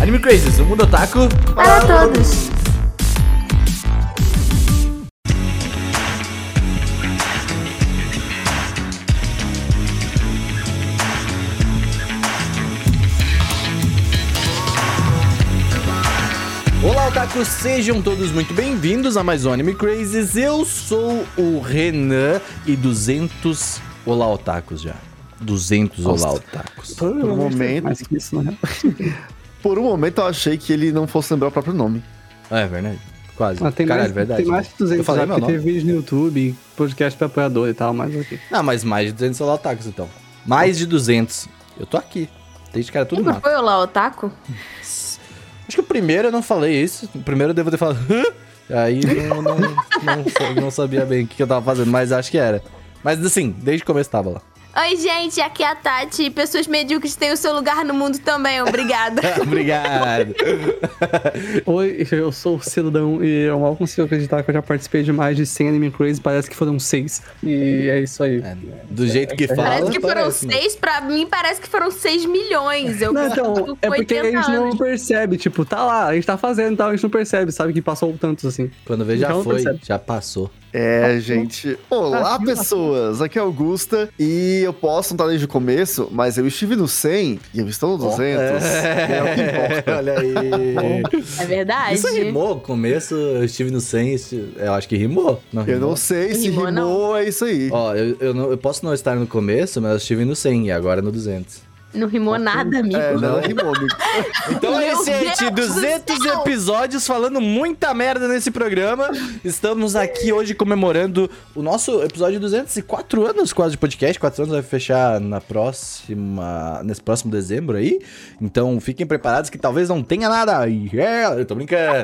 Anime Crazes, o mundo otaku para todos. Olá, otakus, sejam todos muito bem-vindos a mais um Anime Crazes. Eu sou o Renan e 200 Olá, otakus já. 200 Olá, otakus. Por um momento, mais que isso, né? por um momento eu achei que ele não fosse lembrar o próprio nome. É verdade, quase. Ah, tem Caralho, mais, verdade. Tem mais que 200 Eu falei já, meu porque nome. teve vídeo no YouTube, podcast pra apoiador e tal, mas ok. Não, mas mais de 200 Olá, otakus então. Mais de 200. Eu tô aqui. Desde que era tudo Não mato. foi o lá, Otaku? Acho que o primeiro eu não falei isso. O primeiro eu devo ter falado. Hã? Aí não sabia bem o que eu tava fazendo, mas acho que era. Mas assim, desde o começo tava lá. Oi, gente, aqui é a Tati. Pessoas medíocres têm o seu lugar no mundo também, obrigada. Obrigado. Oi, eu sou o Cidadão e eu mal consigo acreditar que eu já participei de mais de 100 Anime Crazy, parece que foram 6. E é isso aí. Do jeito que fala. Parece que foram parece, né? 6, pra mim parece que foram 6 milhões. Eu Não, então, é porque a gente não percebe, tipo, tá lá, a gente tá fazendo e tal, a gente não percebe, sabe, que passou tantos assim. Quando vê, já Então, foi, percebe. já passou. Gente. Olá, pessoas! Aqui é Augusta e eu posso não estar desde o começo, mas eu estive no 100 e eu estou no 200. É o que importa. Olha aí. É verdade. Isso rimou no começo, eu estive no 100, eu acho que rimou. Não Eu rimou? não sei se Rimou, rimou, é isso aí. Ó, eu posso não estar no começo, mas eu estive no 100 e agora no 200. Não rimou nada, amigo. Não rimou, amigo. Então é Meu isso, gente. Deus do 200 céu! episódios falando muita merda nesse programa. Estamos aqui hoje comemorando o nosso episódio 204 anos quase de podcast. 4 anos vai fechar nesse próximo dezembro aí. Então fiquem preparados que talvez não tenha nada aí. Eu tô brincando.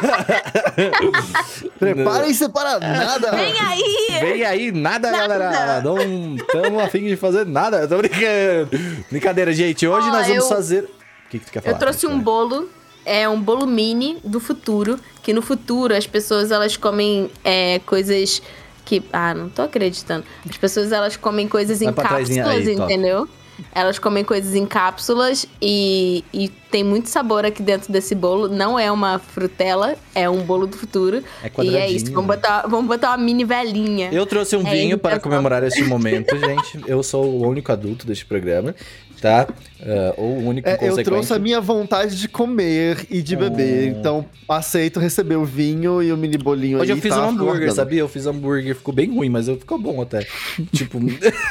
Preparem-se para nada. Vem aí! Vem aí, nada, Nada. galera. Não estamos afim de fazer nada. Eu tô brincando. Brincadeira, gente. Hoje Ó, nós vamos eu- fazer... O que tu quer falar? Eu trouxe um bolo, um bolo mini do futuro, que no futuro as pessoas elas comem coisas que... Ah, não tô acreditando. As pessoas elas comem coisas Vai em pra trazinha cápsulas, aí, top. entendeu? Elas comem coisas em cápsulas e tem muito sabor aqui dentro desse bolo. Não é uma frutela, é um bolo do futuro. É e é isso, quadradinho, vamos botar uma mini velhinha. Eu trouxe um É, vinho ele para tá comemorar este momento, gente. Eu sou o único adulto deste programa, tá? Ou o único Eu inconsequente. trouxe a minha vontade de comer e de beber, então aceito receber o vinho e o mini bolinho Hoje aí. eu fiz tá um hambúrguer, aguardando. sabia? Eu fiz hambúrguer, ficou bem ruim, mas ficou bom até. Tipo,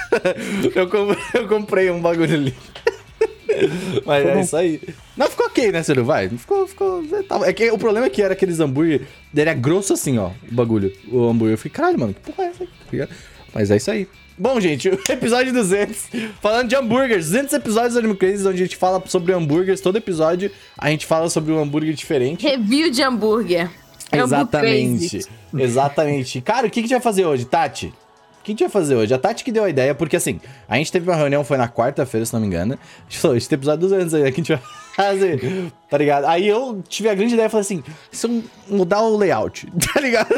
eu comprei um bagulho ali. Mas é isso aí. Não, ficou ok, né, Ciro? Vai. Ficou. É que o problema é que era aqueles hambúrguer. Ele era grosso assim, ó. O bagulho. O hambúrguer. Eu fiquei, caralho, mano, que porra é essa aí? Tá ligado? Mas é isso aí. Bom, gente, o episódio 200. Falando de hambúrgueres. 200 episódios do Anime Crazes, onde a gente fala sobre hambúrgueres. Todo episódio a gente fala sobre um hambúrguer diferente. Review de hambúrguer. Exatamente. Exatamente. Cara, o que a gente vai fazer hoje, Tati? O que a gente vai fazer hoje? A Tati que deu a ideia, porque assim, a gente teve uma reunião, foi na quarta-feira, se não me engano. A gente falou, esse episódio 200 aí, que a gente vai fazer, tá ligado? Aí eu tive a grande ideia, falei assim, se mudar o layout, tá ligado?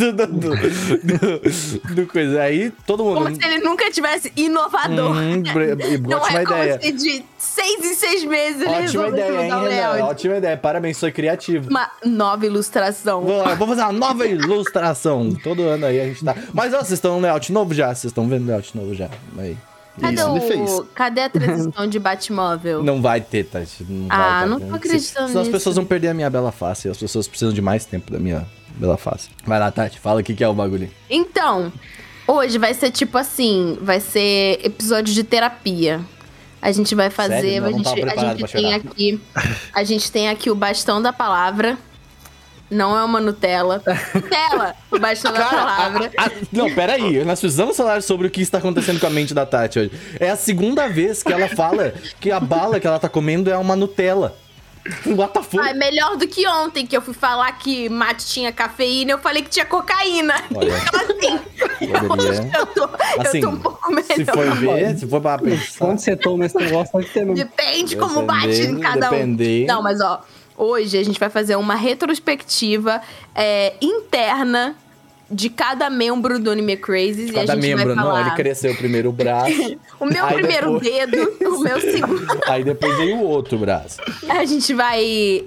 Do coisa. Aí todo mundo... Como se ele nunca tivesse inovador. Não Ótima é ideia. como se de 6 em 6 meses ele Ótima resolvesse ideia, hein, mudar o Renan? layout. Ótima ideia. Parabéns, foi criativo. Uma nova ilustração. Vou fazer uma nova ilustração. Todo ano aí a gente tá. Mas ó, vocês estão no layout novo já. Vocês estão vendo layout novo já. Aí. Cadê a transição de Batmóvel? Não vai ter, Tati. Não tô acreditando Senão as nisso. pessoas vão perder a minha bela face. As pessoas precisam de mais tempo da minha bela face. Vai lá, Tati. Fala o que é o bagulho. Então, hoje vai ser tipo assim, vai ser episódio de terapia. A gente vai fazer, Sério? Não tava preparado pra chorar. a gente tem aqui o bastão da palavra. Não é uma Nutella. Nutella, o bastão da palavra. Não, peraí. Nós precisamos falar sobre o que está acontecendo com a mente da Tati hoje. É a segunda vez que ela fala que a bala que ela tá comendo é uma Nutella. What the fuck? É melhor do que ontem, que eu fui falar que mate tinha cafeína, eu falei que tinha cocaína. Olha. Então, assim, Poderia. hoje eu tô um pouco melhor. Se for ver, se for pra pensar... Quando você toma esse negócio, pode ter mesmo. Depende como bate em cada um. Dependendo. Não, mas ó, hoje a gente vai fazer uma retrospectiva interna de cada membro do Anime Crazy. Cada e a gente membro, vai falar... não, ele cresceu primeiro o braço. O meu primeiro dedo, o meu segundo. Aí depois veio o outro braço. A gente vai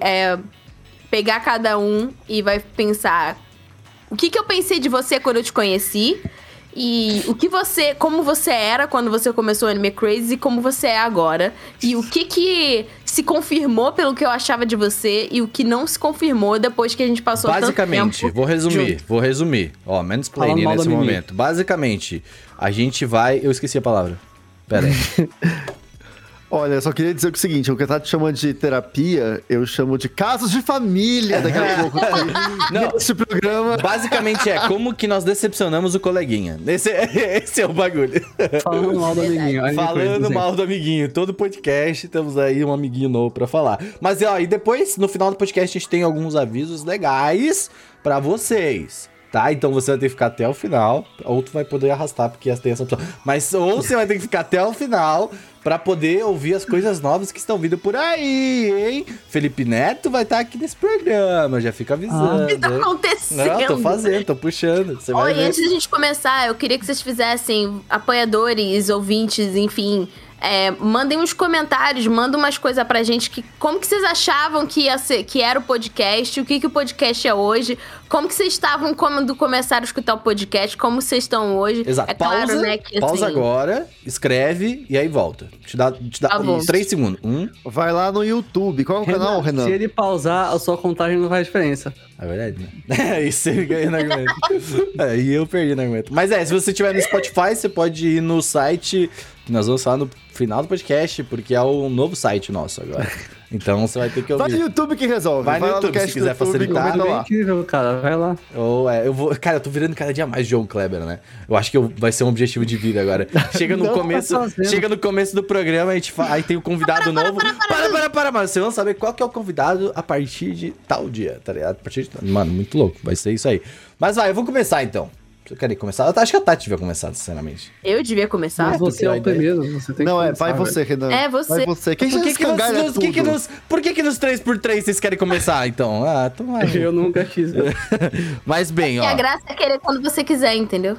pegar cada um e vai pensar o que eu pensei de você quando eu te conheci e como você era quando você começou o Anime Crazy e como você é agora. E o que se confirmou pelo que eu achava de você e o que não se confirmou depois que a gente passou tanto tempo. Basicamente, vou resumir. Ó, mansplaining nesse momento. Basicamente, a gente vai... Eu esqueci a palavra. Pera aí. Olha, eu só queria dizer o seguinte, o que eu tava te chamando de terapia, eu chamo de casos de família daqui a pouco. Não, esse programa... Basicamente como que nós decepcionamos o coleguinha. Esse é o bagulho. Falando mal do amiguinho. Falando mal do amiguinho. Todo podcast temos aí um amiguinho novo pra falar. Mas, ó, e depois, no final do podcast, a gente tem alguns avisos legais pra vocês. Tá? Então você vai ter que ficar até o final, ou tu vai poder arrastar, porque tem essa opção. Mas ou você vai ter que ficar até o final pra poder ouvir as coisas novas que estão vindo por aí, hein? Felipe Neto vai estar aqui nesse programa, já fica avisando. O que tá acontecendo? Não, tô puxando. Você vai ver. Antes da gente começar, eu queria que vocês fizessem, apoiadores, ouvintes, enfim... mandem uns comentários, mandem umas coisas pra gente, como que vocês achavam que era o podcast, o que o podcast é hoje, como que vocês estavam quando começaram a escutar o podcast, como vocês estão hoje. Exato, claro, né, que, pausa assim, agora, escreve e aí volta. Te dá Tá 3 segundos. Vai lá no YouTube. Qual é o canal, Renan? Se ele pausar, a sua contagem não faz diferença. É verdade, né? Isso ele ganha no argumento. E eu perdi no argumento. Mas se você estiver no Spotify, você pode ir no site que nós vamos falar no final do podcast, porque é o novo site nosso agora. Então você vai ter que ouvir. Vai no YouTube que resolve. Vai no lá YouTube, se quiser facilitar. É incrível, cara. Vai lá. Cara, eu tô virando cada dia mais João Kleber, né? Eu acho que vai ser um objetivo de vida agora. Chega no começo do programa, aí tem o convidado novo. Para, mas vocês vão saber qual que é o convidado a partir de tal dia, tá ligado? Mano, muito louco. Vai ser isso aí. Mas eu vou começar então. Você quer começar? Eu acho que a Tati devia começar, sinceramente. Eu devia começar? Mas você é o primeiro, você tem que começar. Vai você, Renan. É, você. Vai você. Quem já escangalha tudo? Por que nos 3x3 vocês querem começar, então? Toma aí. Eu nunca quis. Mas bem, ó. E a graça é querer quando você quiser, entendeu?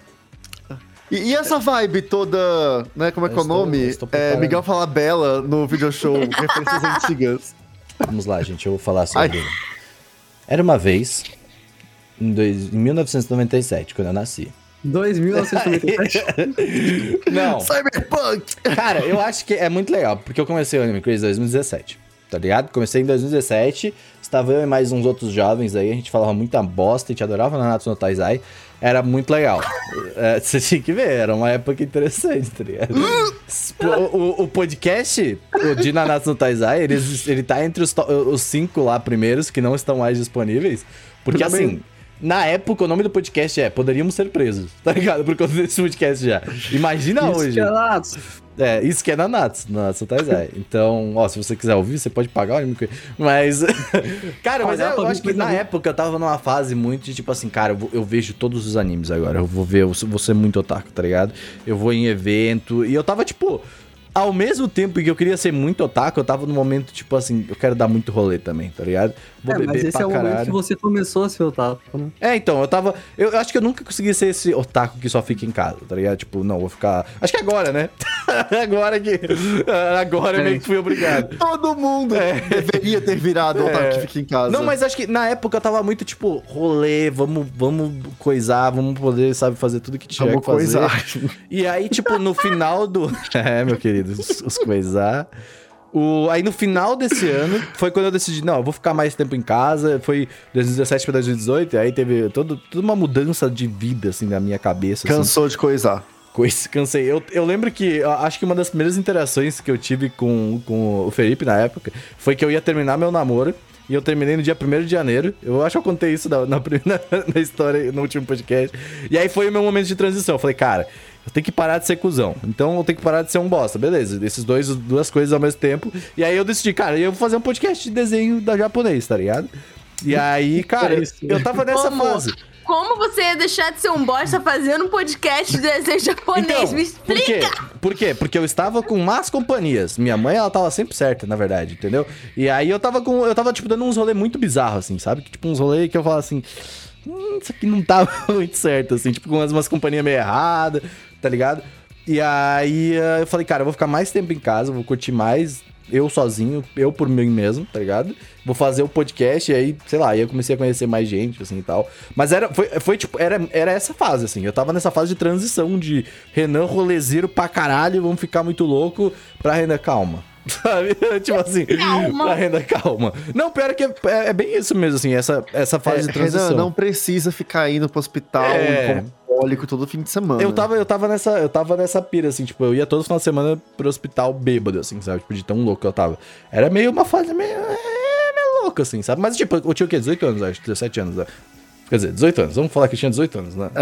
E essa vibe toda, né, como é que é o nome? Miguel Falabella no video show, referências antigas. Vamos lá, gente, eu vou falar sobre... Era uma vez... Em 1997, quando eu nasci. 1997? Não. Cyberpunk! Cara, eu acho que é muito legal, porque eu comecei o Anime Crazy em 2017, tá ligado? Comecei em 2017, estava eu e mais uns outros jovens aí, a gente falava muita bosta, a gente adorava Nanatsu no Taizai, era muito legal. Você tinha que ver, era uma época interessante, tá ligado? O podcast de Nanatsu no Taizai, ele tá entre os 5 lá primeiros que não estão mais disponíveis, porque assim... Na época, o nome do podcast Poderíamos Ser Presos, tá ligado? Por conta desse podcast já. Imagina isso hoje. Isso que é Nanatsu Taizai. Então, se você quiser ouvir, você pode pagar o anime. Mas, cara, eu acho que na época eu tava numa fase muito de tipo assim, cara, eu vejo todos os animes agora. Eu vou ser muito otaku, tá ligado? Eu vou em evento. E eu tava tipo... Ao mesmo tempo que eu queria ser muito otaku, eu tava no momento, tipo assim, eu quero dar muito rolê também, tá ligado? Vou beber mas esse pra é o caralho. momento que você começou a ser otaku, né? Então, eu acho que eu nunca consegui ser esse otaku que só fica em casa, tá ligado? Tipo, não, vou ficar... Acho que agora, né? Agora eu meio que fui obrigado. Todo mundo deveria ter virado otaku que fica em casa. Não, mas acho que na época eu tava muito, tipo, rolê, vamos coisar, vamos poder, sabe, fazer tudo que tiver que fazer. E aí, tipo, no final do... meu querido, os coisar... Aí no final desse ano, foi quando eu decidi, não, eu vou ficar mais tempo em casa, foi 2017 pra 2018, aí teve toda uma mudança de vida, assim, na minha cabeça. Cansou de coisar. Cansei. Eu lembro que, acho que uma das primeiras interações que eu tive com o Felipe na época, foi que eu ia terminar meu namoro, e eu terminei no dia 1º de janeiro. Eu acho que eu contei isso na história, no último podcast. E aí foi o meu momento de transição. Eu falei, cara, eu tenho que parar de ser cuzão. Então eu tenho que parar de ser um bosta. Beleza, esses duas coisas ao mesmo tempo. E aí eu decidi, cara, eu vou fazer um podcast de desenho da japonês, tá ligado? E aí, cara, eu tava nessa fase. Como você ia deixar de ser um bosta fazendo um podcast de desenho japonês? Então, me explica! Por quê? Porque eu estava com más companhias. Minha mãe, ela tava sempre certa, na verdade, entendeu? E aí eu tava, tipo, dando uns rolês muito bizarros, assim, sabe? Tipo, uns rolês que eu falava assim... isso aqui não tá muito certo, assim, tipo, com umas companhias meio erradas, tá ligado? E aí eu falei, cara, eu vou ficar mais tempo em casa, vou curtir mais eu sozinho, eu por mim mesmo, tá ligado? Vou fazer o podcast e aí, sei lá, aí eu comecei a conhecer mais gente, assim, e tal. Mas foi tipo, era essa fase, assim, eu tava nessa fase de transição de Renan rolezeiro pra caralho, vamos ficar muito louco, pra Renan, calma. Sabe? Tipo assim, pra Renan, calma. Não, pior que é bem isso mesmo, assim, essa fase de transição. Renan, não precisa ficar indo pro hospital alcoólico todo fim de semana. Eu tava nessa pira, assim, tipo, eu ia todo final de semana pro hospital bêbado, assim, sabe? Tipo, de tão louco que eu tava. Era meio uma fase meio louca, assim, sabe? Mas, tipo, eu tinha o quê? 18 anos, acho, 17 anos, né? Quer dizer, 18 anos. Vamos falar que eu tinha 18 anos, né?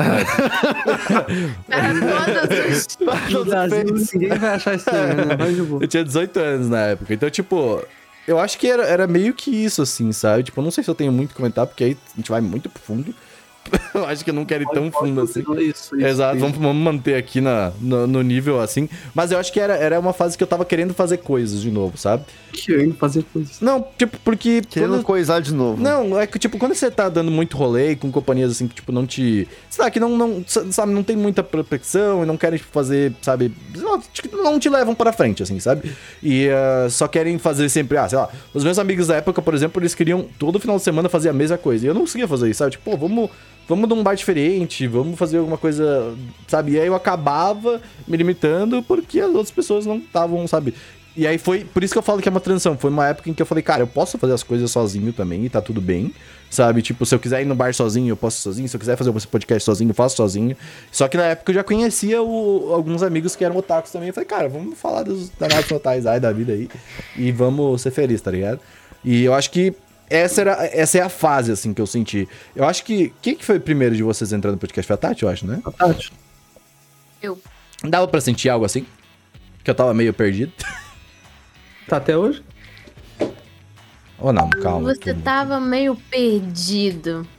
No Brasil, ninguém vai achar isso, né? Vai de boa. Eu tinha 18 anos na época. Então, tipo, eu acho que era meio que isso, assim, sabe? Tipo, eu não sei se eu tenho muito que comentar, porque aí a gente vai muito pro fundo. Eu acho que eu não quero ir tão fundo assim. Isso, exato, vamos manter aqui no nível assim. Mas eu acho que era uma fase que eu tava querendo fazer coisas de novo, sabe? Querendo fazer coisas. Não, tipo, porque... Querendo coisar de novo. Não, é que, tipo, quando você tá dando muito rolê com companhias, assim, que, tipo, não te... Sei lá, que sabe, não tem muita prospecção e não querem, tipo, fazer, sabe... Não te levam pra frente, assim, sabe? E só querem fazer sempre... sei lá, os meus amigos da época, por exemplo, eles queriam todo final de semana fazer a mesma coisa. E eu não conseguia fazer isso, sabe? Tipo, pô, vamos num bar diferente, vamos fazer alguma coisa, sabe? E aí eu acabava me limitando porque as outras pessoas não estavam, sabe? E aí foi, por isso que eu falo que é uma transição, foi uma época em que eu falei, cara, eu posso fazer as coisas sozinho também e tá tudo bem, sabe? Tipo, se eu quiser ir no bar sozinho, eu posso sozinho, se eu quiser fazer um podcast sozinho, eu faço sozinho. Só que na época eu já conhecia alguns amigos que eram otakus também, eu falei, cara, vamos falar dos danados otais da vida aí e vamos ser felizes, tá ligado? E eu acho que essa é a fase, assim, que eu senti. Eu acho que... Quem que foi o primeiro de vocês entrando no podcast? Foi a Tati, eu acho, né? A Tati. Eu. Dava pra sentir algo assim? Que eu tava meio perdido? Tá até hoje? Ou não, calma. Você tava meio perdido.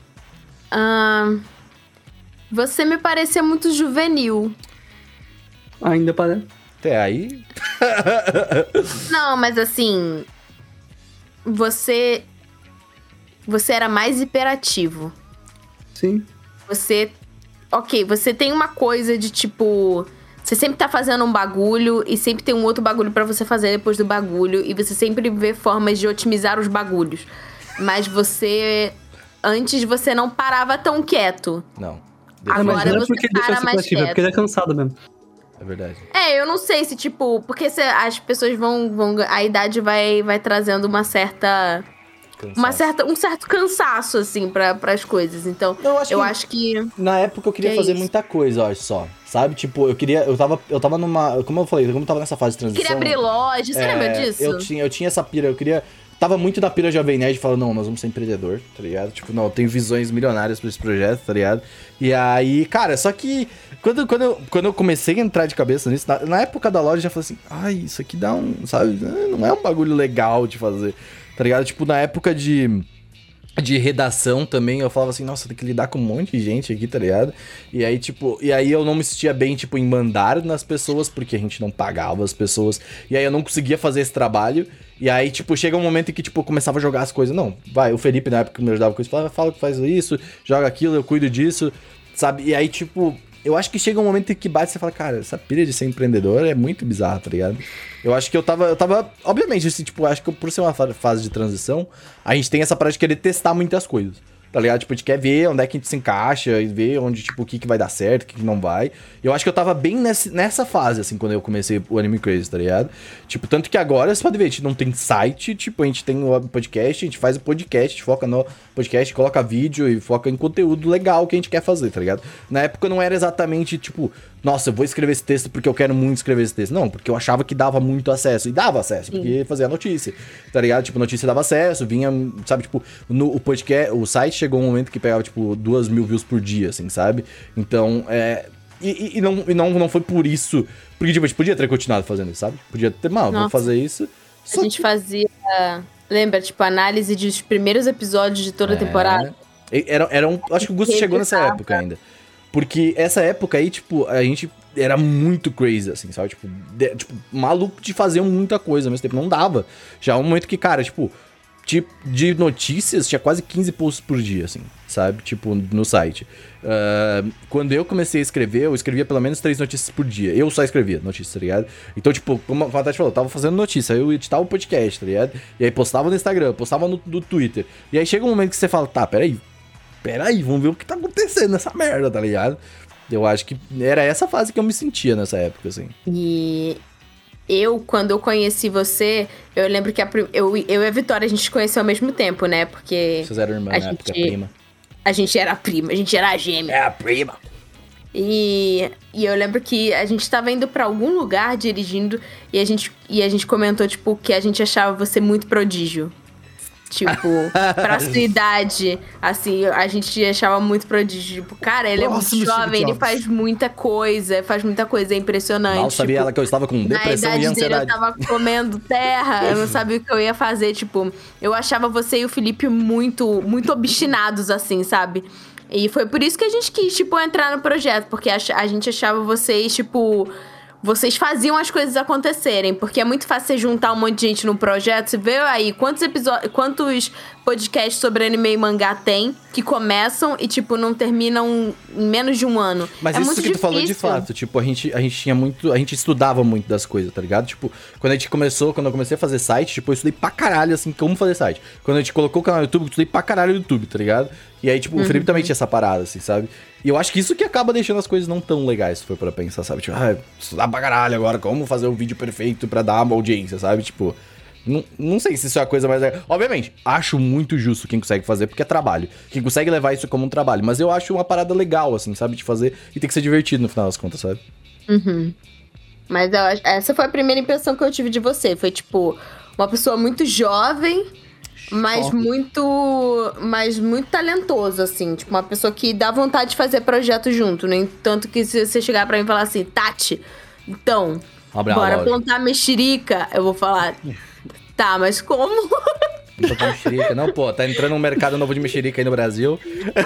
Você me parecia muito juvenil. Ainda parece. Até aí... Não, mas assim... Você era mais hiperativo. Sim. Você tem uma coisa de tipo... Você sempre tá fazendo um bagulho e sempre tem um outro bagulho pra você fazer depois do bagulho. E você sempre vê formas de otimizar os bagulhos. Mas antes você não parava tão quieto. Não. Agora não é você porque deixa para mais é porque quieto. ele é cansado mesmo. É verdade. Eu não sei se, tipo... Porque as pessoas vão... A idade vai trazendo uma certa... Um certo cansaço, assim, pras coisas. Então, eu acho que... Na época eu queria fazer muita coisa, eu acho, só. Sabe? Tipo, eu tava numa... Como eu falei, como eu tava nessa fase de transição... Queria abrir loja, você lembra disso? Eu tinha essa pira, tava muito na pira Jovem Nerd, falando, não, nós vamos ser empreendedor, tá ligado? Tipo, não, eu tenho visões milionárias pra esse projeto, tá ligado? E aí, cara, só que quando eu comecei a entrar de cabeça nisso, na época da loja, eu já falei assim, isso aqui dá sabe? Não é um bagulho legal de fazer, tá ligado? Tipo, na época de redação também, eu falava assim, nossa, tem que lidar com um monte de gente aqui, tá ligado? E aí, tipo, eu não me sentia bem, tipo, em mandar nas pessoas, porque a gente não pagava as pessoas, e aí eu não conseguia fazer esse trabalho, e aí, tipo, chega um momento em que, tipo, eu começava a jogar as coisas, não, vai, o Felipe na época que me ajudava com isso, fala que faz isso, joga aquilo, eu cuido disso, sabe? E aí, tipo... Eu acho que chega um momento em que bate e você fala, cara, essa pilha de ser empreendedor é muito bizarra, tá ligado? Eu acho que eu tava obviamente, assim, tipo, acho que por ser uma fase de transição, a gente tem essa prática de querer testar muitas coisas, tá ligado? Tipo, a gente quer ver onde é que a gente se encaixa e ver onde, tipo, o que vai dar certo, o que não vai. Eu acho que eu tava bem nessa fase, assim, quando eu comecei o Anime Crazy, tá ligado? Tipo, tanto que agora, você pode ver, a gente não tem site, tipo, a gente tem o podcast, a gente faz o podcast, a gente foca no podcast, coloca vídeo e foca em conteúdo legal que a gente quer fazer, tá ligado? Na época não era exatamente, tipo, nossa, eu vou escrever esse texto porque eu quero muito escrever esse texto. Não, porque eu achava que dava muito acesso. E dava acesso, porque fazia notícia, tá ligado? Tipo, notícia dava acesso, vinha, sabe, tipo, o podcast, o site chegou um momento que pegava, tipo, 2.000 views por dia, assim, sabe? Então, E não foi por isso. Porque, tipo, a gente podia ter continuado fazendo isso, sabe? Podia ter, vamos fazer isso. A gente fazia. Lembra, tipo, análise dos primeiros episódios de toda a temporada? Acho que o Gusto chegou nessa época ainda. Porque essa época aí, tipo, a gente era muito crazy, assim, sabe? Tipo, maluco de fazer muita coisa ao mesmo tempo. Não dava. Já é um momento que, cara, tipo, de notícias, tinha quase 15 posts por dia, assim, sabe? Tipo, no site. Quando eu comecei a escrever, eu escrevia pelo menos 3 notícias por dia. Eu só escrevia notícias, tá ligado? Então, tipo, como a Tati falou, eu tava fazendo notícia, eu editava o podcast, tá ligado? E aí postava no Instagram, postava no Twitter. E aí chega um momento que você fala, tá, peraí, vamos ver o que tá acontecendo nessa merda, tá ligado? Eu acho que era essa fase que eu me sentia nessa época, assim. E quando eu conheci você, eu lembro que eu e a Vitória, a gente se conheceu ao mesmo tempo, né? Porque... Vocês eram irmãs na época, prima. A gente era prima, a gente era gêmea. É a prima. E eu lembro que a gente tava indo pra algum lugar dirigindo e a gente comentou, tipo, que a gente achava você muito prodígio. Tipo, pra sua idade, assim, a gente achava muito prodígio. Tipo, cara, ele é muito jovem, ele faz muita coisa, é impressionante. Mal sabia ela que eu estava com depressão e ansiedade. Dele, eu tava comendo terra, eu não sabia o que eu ia fazer, tipo, eu achava você e o Felipe muito, muito obstinados, assim, sabe? E foi por isso que a gente quis, tipo, entrar no projeto, porque a gente achava vocês, tipo... Vocês faziam as coisas acontecerem, porque é muito fácil você juntar um monte de gente num projeto. Você vê aí quantos podcasts sobre anime e mangá tem que começam e, tipo, não terminam em menos de um ano. Mas isso muito que tu falou de fato, tipo, a gente tinha muito. A gente estudava muito das coisas, tá ligado? Tipo, quando eu comecei a fazer site, tipo, eu estudei pra caralho, assim, como fazer site. Quando a gente colocou o canal no YouTube, eu estudei pra caralho no YouTube, tá ligado? E aí, tipo, o Felipe também tinha essa parada, assim, sabe? E eu acho que isso que acaba deixando as coisas não tão legais, se for pra pensar, sabe? Tipo, estudar pra caralho agora, como fazer um vídeo perfeito pra dar uma audiência, sabe? Tipo, não sei se isso é a coisa mais legal. Obviamente, acho muito justo quem consegue fazer, porque é trabalho. Quem consegue levar isso como um trabalho. Mas eu acho uma parada legal, assim, sabe? De fazer e tem que ser divertido no final das contas, sabe? Mas essa foi a primeira impressão que eu tive de você. Foi, tipo, uma pessoa muito jovem... Mas muito talentoso, assim. Tipo, uma pessoa que dá vontade de fazer projeto junto. No entanto que se você chegar pra mim e falar assim, Tati, então, bora plantar mexerica. Eu vou falar, tá, mas como? Plantar mexerica? Não, pô, tá entrando um mercado novo de mexerica aí no Brasil.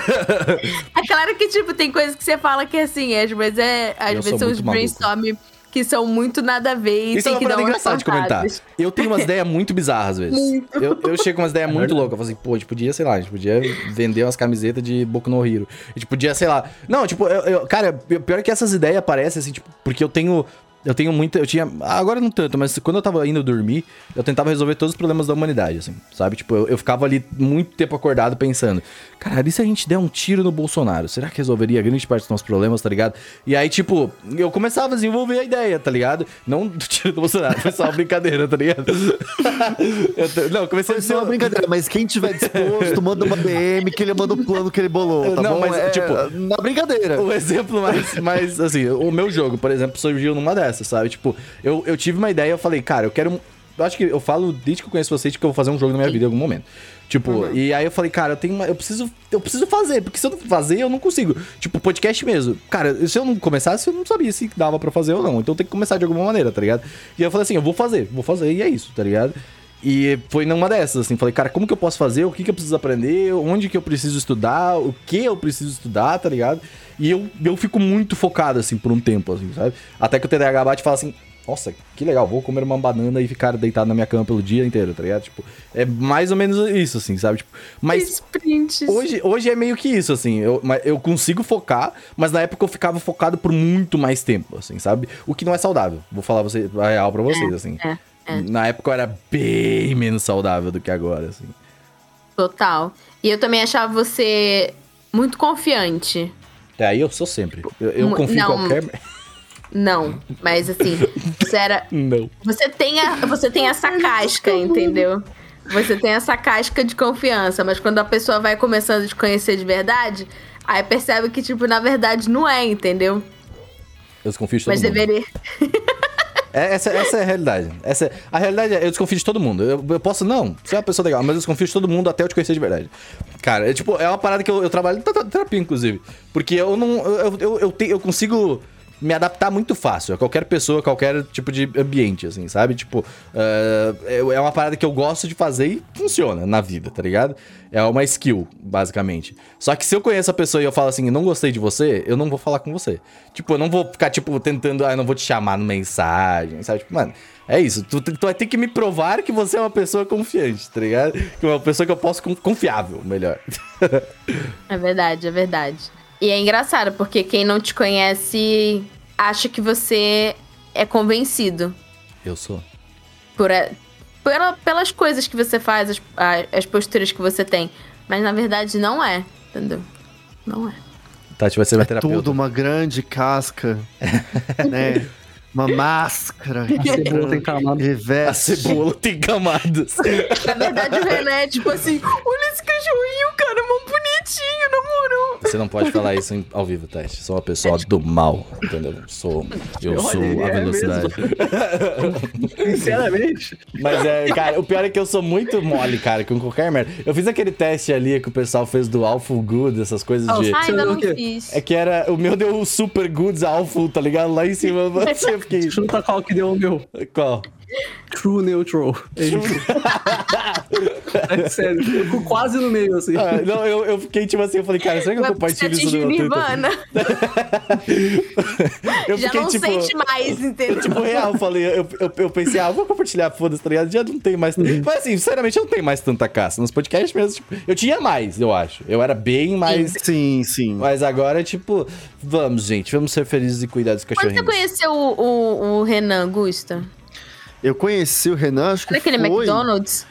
É claro que, tipo, tem coisas que você fala que, assim, às vezes são os brainstorm que são muito nada a ver e isso tem que dar uma engraçado de comentar. Eu tenho umas ideias muito bizarras, às vezes. Eu chego com umas ideias muito loucas. Eu falo assim, pô, a gente podia, sei lá, a gente podia vender umas camisetas de Boku no Hero. A gente podia, sei lá... Não, tipo, cara, pior é que essas ideias aparecem, assim, tipo, porque eu tenho muita... Eu tinha... Agora não tanto, mas quando eu tava indo dormir, eu tentava resolver todos os problemas da humanidade, assim, sabe? Tipo, eu ficava ali muito tempo acordado pensando, cara, e se a gente der um tiro no Bolsonaro? Será que resolveria grande parte dos nossos problemas, tá ligado? E aí, tipo, eu começava a desenvolver a ideia, tá ligado? Não do tiro do Bolsonaro, foi só uma brincadeira, tá ligado? Não, comecei a ser uma brincadeira, mas quem tiver disposto, manda uma DM que ele manda o plano que ele bolou, tá não, bom? Mas, tipo, na brincadeira. O exemplo mais, assim, o meu jogo, por exemplo, surgiu numa dessas, sabe? Tipo, eu tive uma ideia, eu falei, cara, eu acho que eu falo desde que eu conheço vocês que eu vou fazer um jogo na minha vida em algum momento. Tipo, e aí eu falei, cara, eu preciso fazer, porque se eu não fazer, eu não consigo. Tipo, podcast mesmo. Cara, se eu não começasse, eu não sabia se dava pra fazer ou não. Então tem que começar de alguma maneira, tá ligado? E aí eu falei assim, eu vou fazer, e é isso, tá ligado? E foi numa dessas, assim, falei, cara, como que eu posso fazer? O que eu preciso aprender? Onde que eu preciso estudar? O que eu preciso estudar, tá ligado? E eu fico muito focado, assim, por um tempo, assim, sabe? Até que o TDAH bate e fala assim, nossa, que legal, vou comer uma banana e ficar deitado na minha cama pelo dia inteiro, tá ligado? Tipo, é mais ou menos isso, assim, sabe? Tipo, mas hoje é meio que isso, assim, eu consigo focar, mas na época eu ficava focado por muito mais tempo, assim, sabe? O que não é saudável, vou falar a real pra vocês, assim. Na época eu era bem menos saudável do que agora, assim. Total. E eu também achava você muito confiante. Aí eu sou sempre. Eu confio em qualquer... Não, mas assim, você era... Não. Você tem essa casca, entendeu? Você tem essa casca de confiança, mas quando a pessoa vai começando a te conhecer de verdade, aí percebe que, tipo, na verdade não é, entendeu? Eu desconfio de todo mundo. Mas deveria... Essa é a realidade. A realidade é, eu desconfio de todo mundo. Eu posso, não, você é uma pessoa legal, mas eu desconfio de todo mundo até eu te conhecer de verdade. Cara, é uma parada que eu trabalho em terapia, inclusive. Porque eu consigo me adaptar muito fácil a qualquer pessoa, qualquer tipo de ambiente, assim, sabe? Tipo, é uma parada que eu gosto de fazer e funciona na vida, tá ligado? É uma skill, basicamente. Só que se eu conheço a pessoa e eu falo assim, não gostei de você, eu não vou falar com você. Tipo, eu não vou ficar, tipo, tentando, eu não vou te chamar no mensagem, sabe? Tipo, mano, é isso. Tu vai ter que me provar que você é uma pessoa confiante, tá ligado? Que é uma pessoa que eu posso confiável, melhor. É verdade, é verdade. E é engraçado, porque quem não te conhece acha que você é convencido. Eu sou. Pelas coisas que você faz, as posturas que você tem. Mas na verdade não é, entendeu? Não é. Tati vai ser minha terapeuta. Tudo uma grande casca, né? Uma máscara. A cebola tem camada. A cebola tem camadas. Na verdade o Renan é tipo assim, olha esse cachorrinho, cara, mó bonitinho, na moral. Você não pode falar isso ao vivo, Tati. Sou uma pessoa do mal, entendeu? Eu sou a velocidade. Sinceramente. Mas, cara, o pior é que eu sou muito mole, cara, com qualquer merda. Eu fiz aquele teste ali que o pessoal fez do Awful Good, essas coisas de... Ainda não fiz. É que era... O meu deu o Super Goods Awful, tá ligado? Lá em cima, eu fiquei... Chuta qual que deu o meu. Qual? True Neutral. É sério, ficou quase no meio, assim. Não, eu fiquei tipo assim, eu falei, cara, será que eu compartilho isso no meu Nirvana. Eu Já fiquei, não tipo, sente mais, entendeu? Tipo, real, eu falei, eu pensei, vou compartilhar, foda-se, tá ligado? Já não tem mais... Mas assim, sinceramente, eu não tenho mais tanta caça. Nos podcasts mesmo, tipo, eu tinha mais, eu acho. Eu era bem mais... Sim. Mas agora, tipo, vamos, gente, vamos ser felizes e cuidar dos Quando cachorrinhos. você conheceu o Renan, Gusta? Eu conheci o Renan, acho que Naquele foi... McDonald's?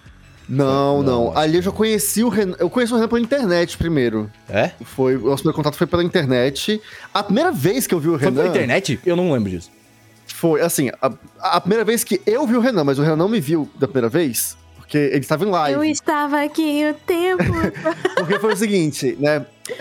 Não. acho Ali que eu já conheci o Renan. Eu conheci o Renan pela internet primeiro. É? O nosso primeiro contato foi pela internet. A primeira vez que eu vi o Foi Renan... pela internet? Eu não lembro disso. Foi, assim, a primeira vez que eu vi o Renan, mas o Renan não me viu da primeira vez, porque ele estava em live. Eu estava aqui o tempo... Porque foi o seguinte, né?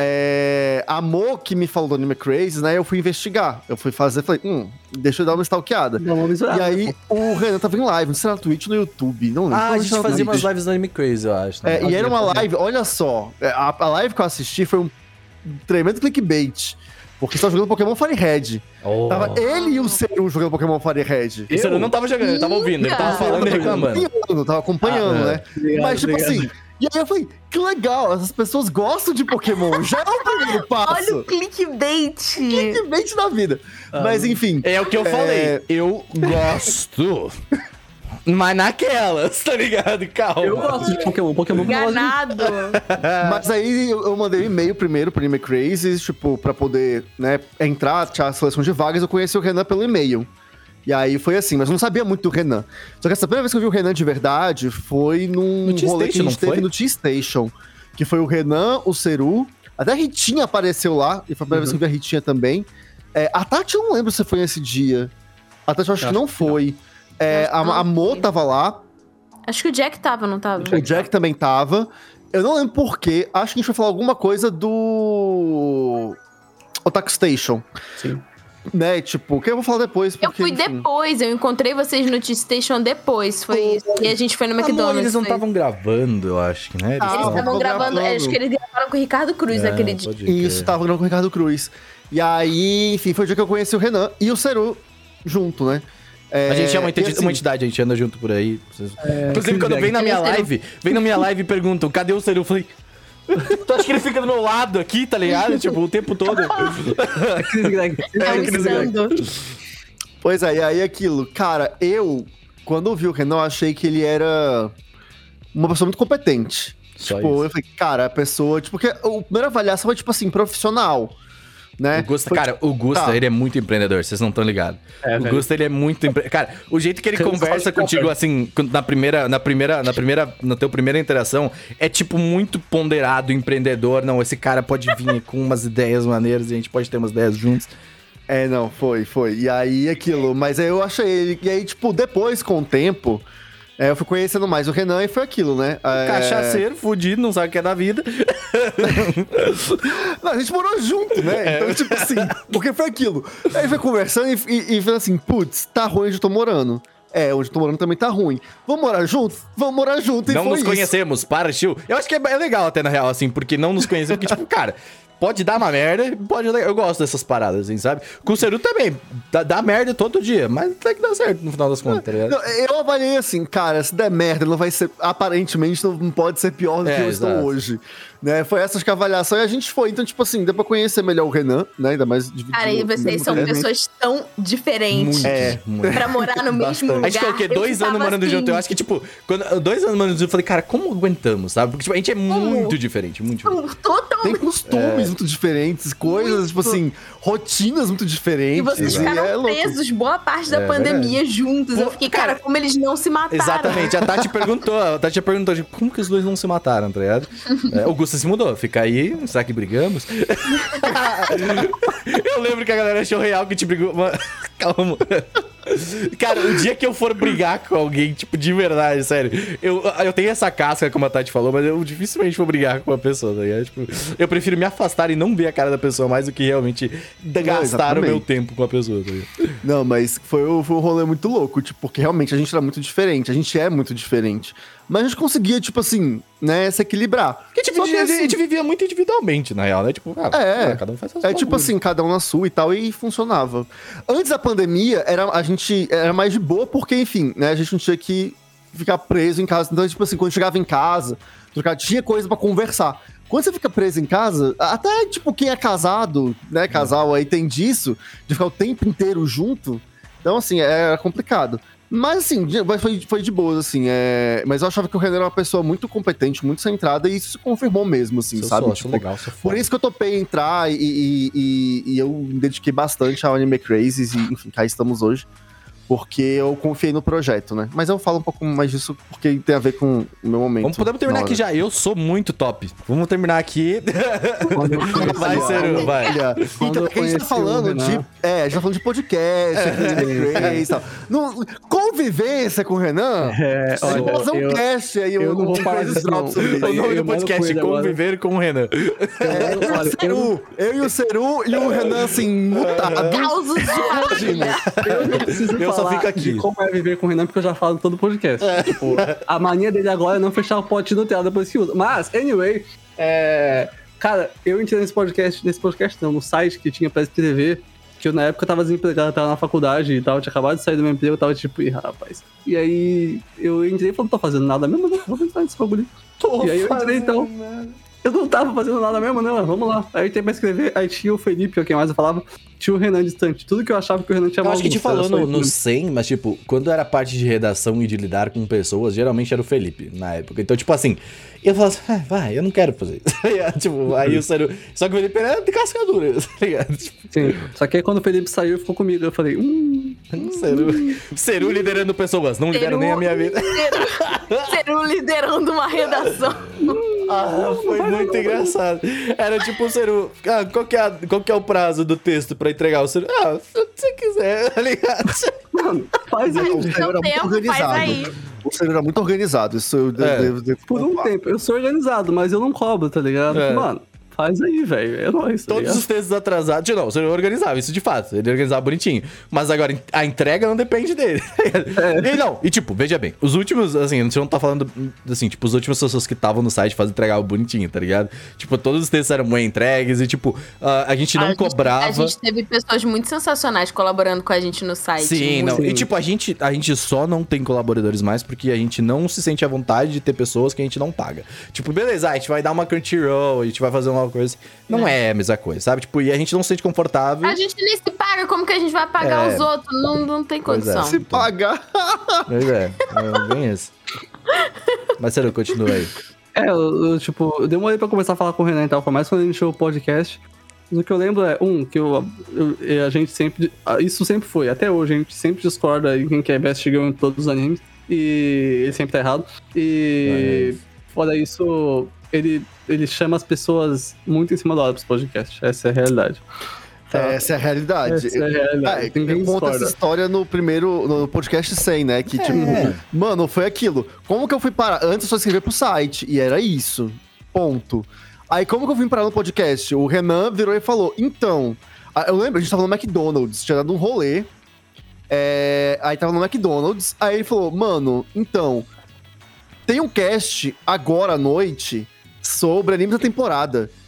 A Mo que me falou do Anime Crazy, né? Eu fui investigar. Eu fui fazer, falei, deixa eu dar uma stalkeada. E aí, o Renan tava em live, não sei se era na Twitch ou no YouTube, não lembro. A gente fazia umas lives no Anime Crazy, eu acho. Né? E era uma live, olha só, a live que eu assisti foi um tremendo clickbait. Porque você tava jogando Pokémon Fire Red. Tava ele e o Seru jogando Pokémon Fire Red. O Seru não tava jogando, ele tava ouvindo, ele tava falando e reclamando. Tava acompanhando, né? Mas, tipo assim... E aí eu falei, que legal, essas pessoas gostam de Pokémon, já é o primeiro passo. Olha o clickbait. Clickbait da vida. Mas, enfim... É o que eu falei, eu gosto... Mas naquelas, tá ligado? Calma. Eu gosto de Pokémon. Enganado. Mas aí eu mandei um e-mail primeiro pro Anime Crazy, tipo, pra poder, né, entrar, tinha a seleção de vagas, eu conheci o Renan pelo e-mail. E aí foi assim, mas eu não sabia muito do Renan. Só que essa primeira vez que eu vi o Renan de verdade foi num rolê que a gente teve no T-Station. Que foi o Renan, o Seru, até a Ritinha apareceu lá, e foi a primeira vez que eu vi a Ritinha também. A Tati eu não lembro se foi nesse dia. A Tati eu acho que não foi. A Mo tava lá. Acho que o Jack tava, não tava? O Jack também tava. Eu não lembro porquê. Acho que a gente vai falar alguma coisa do... Otaku Station. Sim. Né, tipo, que eu vou falar depois. Porque, eu fui depois, eu encontrei vocês no T-Station depois, foi isso. E a gente foi no McDonald's. Eles não estavam gravando, eu acho que, né? Eles estavam gravando, acho que eles gravaram com o Ricardo Cruz naquele dia. Isso, estavam gravando com o Ricardo Cruz. E aí, enfim, foi o dia que eu conheci o Renan e o Seru junto, né? A gente é uma entidade, a gente anda junto por aí. Inclusive, quando vem na minha live e perguntam, cadê o Seru? Eu falei, tu acha que ele fica do meu lado aqui, tá ligado? Tipo, o tempo todo. Pois é, e aí aquilo. Cara, quando eu vi o Renan, eu achei que ele era uma pessoa muito competente. Só tipo, isso. eu falei, cara, a pessoa... Tipo, porque a primeira avaliação foi, tipo assim, profissional. Né? O Gusta, ele é muito empreendedor, vocês não estão ligados. O Gusta, ele é muito Cara, o jeito que ele conversa contigo, assim, na tua primeira interação, é tipo muito ponderado, empreendedor. Não, esse cara pode vir com umas ideias maneiras e a gente pode ter umas ideias juntos. Não, foi. E aí, aquilo, mas aí eu achei ele... E aí, tipo, depois, com o tempo... eu fui conhecendo mais o Renan e foi aquilo, né? Cachaceiro, fudido, não sabe o que é da vida. Não, a gente morou junto, né? Então, tipo assim, porque foi aquilo. Aí foi conversando e falou assim, putz, tá ruim onde eu tô morando. Onde eu tô morando também tá ruim. Vamos morar junto? Vamos morar junto. Não nos conhecemos, para, tio. Eu acho que é legal até, na real, assim, porque não nos conhecemos, porque, tipo, cara... pode dar uma merda, pode dar... Eu gosto dessas paradas, assim, sabe? Com o Seru também, dá merda todo dia, mas tem que dar certo no final das contas, tá ligado? Eu avaliei assim, cara, se der merda, não vai ser, aparentemente, não pode ser pior do que eu estou hoje. Né? Foi essas que a avaliação e a gente foi. Então, tipo assim, deu pra conhecer melhor o Renan, né? Ainda mais dividido. Cara, e vocês são pessoas tão diferentes. Muito. Pra morar no mesmo lugar. A gente ficou o quê? 2 anos morando assim... junto. Eu acho que, tipo, 2 anos morando junto, eu falei, cara, como aguentamos, sabe? Porque, tipo, a gente é muito diferente, muito diferente. Totalmente. Tem costumes muito diferentes, coisas, tipo assim, rotinas muito diferentes. E vocês ficaram presos boa parte da pandemia juntos. Eu fiquei, cara, como eles não se mataram? Exatamente. A Tati perguntou, tipo, como que os dois não se mataram, tá ligado? O Gusta se mudou, fica aí, será que brigamos? Eu lembro que a galera achou real que te brigou. Calma. Cara, o dia que eu for brigar com alguém, tipo, de verdade, sério, eu tenho essa casca, como a Tati falou, mas eu dificilmente vou brigar com uma pessoa, tá ligado? Tipo, eu prefiro me afastar e não ver a cara da pessoa mais do que realmente gastar o meu tempo com a pessoa, tá ligado? Não, mas foi um rolê muito louco, tipo, porque realmente a gente era muito diferente, a gente é muito diferente. Mas a gente conseguia, tipo assim, né, se equilibrar. Porque tipo, a gente vivia muito individualmente, na real, né? Tipo, cada um faz suas tipo bagulho. assim, cada um na sua e tal, e funcionava. Antes da pandemia, a gente era mais de boa, porque, enfim, né, a gente não tinha que ficar preso em casa. Então, tipo assim, quando chegava em casa, tinha coisa pra conversar. Quando você fica preso em casa, até, tipo, quem é casado, né, casal aí tem disso, de ficar o tempo inteiro junto. Então, assim, é complicado. Mas, assim, foi de boa, assim. Mas eu achava que o Renan era uma pessoa muito competente, muito centrada, e isso se confirmou mesmo, assim, sabe? Acho legal, sou por isso que eu topei entrar e eu me dediquei bastante ao Anime Crazes, e, enfim, cá estamos hoje. Porque eu confiei no projeto, né? Mas eu falo um pouco mais disso porque tem a ver com o meu momento. Podemos terminar aqui já. Eu sou muito top. Vamos terminar aqui. Vai, Seru, vai. Então, a gente tá falando de... a gente tá falando de podcast, Craze e tal. Convivência com o Renan? Olha, fazer um cast aí, eu não vou parar disso, não. O nome do podcast é Conviver com o Renan. Eu e o Seru e o Renan, assim, mutado. Causos de eu não preciso Eu só falar fico aqui. de como é viver com o Renan, porque eu já falo todo o podcast. Tipo, a mania dele agora é não fechar o pote no tela depois que usa. Mas, anyway, cara, eu entrei nesse podcast não, no site que tinha pra escrever, que eu na época tava desempregado, tava na faculdade e tal, tinha acabado de sair do meu emprego, eu tava tipo, rapaz. E aí, eu entrei e falei, não tô fazendo nada mesmo, não, vou entrar nesse bagulho. E aí eu entrei então. Eu não tava fazendo nada mesmo, não, vamos lá. Aí eu entrei pra escrever, aí tinha o Felipe, que é quem mais eu falava, tinha o Renan distante. Tudo que eu achava que o Renan tinha Eu mal. acho que te falou no 100, mas tipo, quando era parte de redação e de lidar com pessoas, geralmente era o Felipe, na época. Então, tipo assim, eu falava assim, vai, eu não quero fazer isso. Tipo, aí o Seru... Só que o Felipe era de cascadura, tá ligado? Sim, só que aí quando o Felipe saiu, ficou comigo. Eu falei, Seru liderando pessoas, não lidero nem a minha vida. Seru liderando uma redação. Foi muito engraçado. Era tipo o Seru, qual que é o prazo do texto pra entregar? O Seru, se você quiser, tá ligado? mano, faz aí. O Seru era muito organizado. O Seru era muito organizado, isso eu devo Por um tempo, eu sou organizado, mas eu não cobro, tá ligado? Mano, faz aí, velho. É nóis. Tá Todos os textos atrasados. Não, você organizava, isso de fato. Ele organizava bonitinho. Mas agora, a entrega não depende dele. E tipo, veja bem. Os últimos, assim, você não tá falando, assim, tipo, os últimos pessoas que estavam no site entregavam bonitinho, tá ligado? Tipo, todos os textos eram bem entregues e, tipo, a gente não cobrava. A gente teve pessoas muito sensacionais colaborando com a gente no site. Sim, não. E, tipo, a gente só não tem colaboradores mais porque a gente não se sente à vontade de ter pessoas que a gente não paga. Tipo, beleza, a gente vai dar uma Crunchyroll, a gente vai fazer uma coisa. Não é a mesma coisa, sabe? Tipo, e a gente não se sente confortável. A gente nem se paga, como que a gente vai pagar os outros? Não tem condição. Se pagar. Pois é bem isso. Mas sério, continua aí. Eu demorei pra começar a falar com o Renan e tal, foi mais quando a gente iniciou o podcast. Mas o que eu lembro é, que a gente sempre... Isso sempre foi, até hoje, a gente sempre discorda em quem que é best girl em todos os animes. E ele sempre tá errado. E fora isso... Ele chama as pessoas muito em cima da hora pros podcasts. Essa é a realidade. Essa é a realidade. Essa é a realidade. Eu conto essa história no podcast 100, né? Que tipo, mano, foi aquilo. Como que eu fui parar? Antes eu só escrevia pro site, e era isso. Ponto. Aí como que eu vim parar no podcast? O Renan virou e falou, então... Eu lembro, a gente tava no McDonald's, tinha dado um rolê. Aí tava no McDonald's, aí ele falou, mano, então... Tem um cast agora à noite sobre animes da temporada.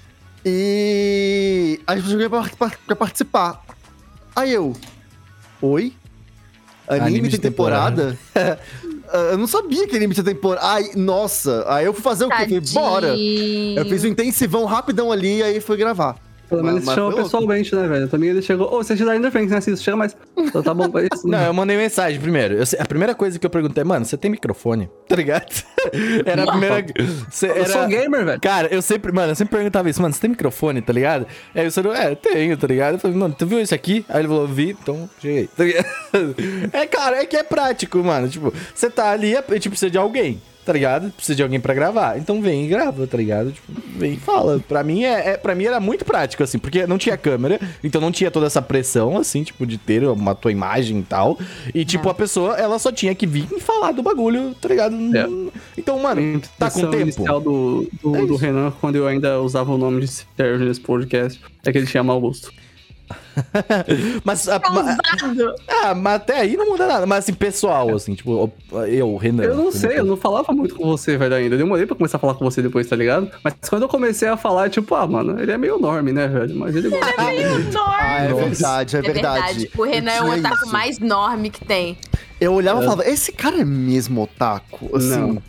E a gente jogou pra participar. Aí eu... Oi? Anime de temporada? Eu não sabia que anime tinha temporada. Ai, nossa. Aí eu fui fazer o quê? Falei, bora. Eu fiz um intensivão rapidão ali e aí fui gravar. Pelo menos Mas chama foi pessoalmente, né, velho? Também ele chegou, você já ainda Frank, né? Chega mais. Então tá bom pra isso. Não, eu mandei mensagem primeiro. A primeira coisa que eu perguntei, mano, você tem microfone? Tá ligado? Era a primeira... Eu sou gamer, velho. Cara, eu sempre perguntava isso, mano, você tem microfone, tá ligado? Aí o senhor, tenho, tá ligado? Eu falei, mano, tu viu isso aqui? Aí ele falou, vi, então cheguei. Tá ligado? Cara, é que é prático, mano. Tipo, você tá ali, tipo, precisa de alguém. Tá ligado? Precisa de alguém pra gravar. Então vem e grava, tá ligado? Tipo, vem e fala. Pra mim, pra mim era muito prático, assim, porque não tinha câmera, então não tinha toda essa pressão, assim, tipo, de ter uma tua imagem e tal. E, tipo, a pessoa, ela só tinha que vir e falar do bagulho, tá ligado? Então, mano, tá com tempo. Inicial do Renan, quando eu ainda usava o nome de Sérgio nesse podcast, é que ele chama Augusto. mas até aí não muda nada. Mas assim, pessoal, assim, tipo, Renan. Eu não sei, eu não falava muito com você, velho, ainda. Eu demorei pra começar a falar com você depois, tá ligado? Mas quando eu comecei a falar, tipo, mano, ele é meio norme, né, velho? Mas ele é meio norme. É verdade. O Renan é o otaku mais norme que tem. Eu olhava e falava, esse cara é mesmo otaku? Assim, não.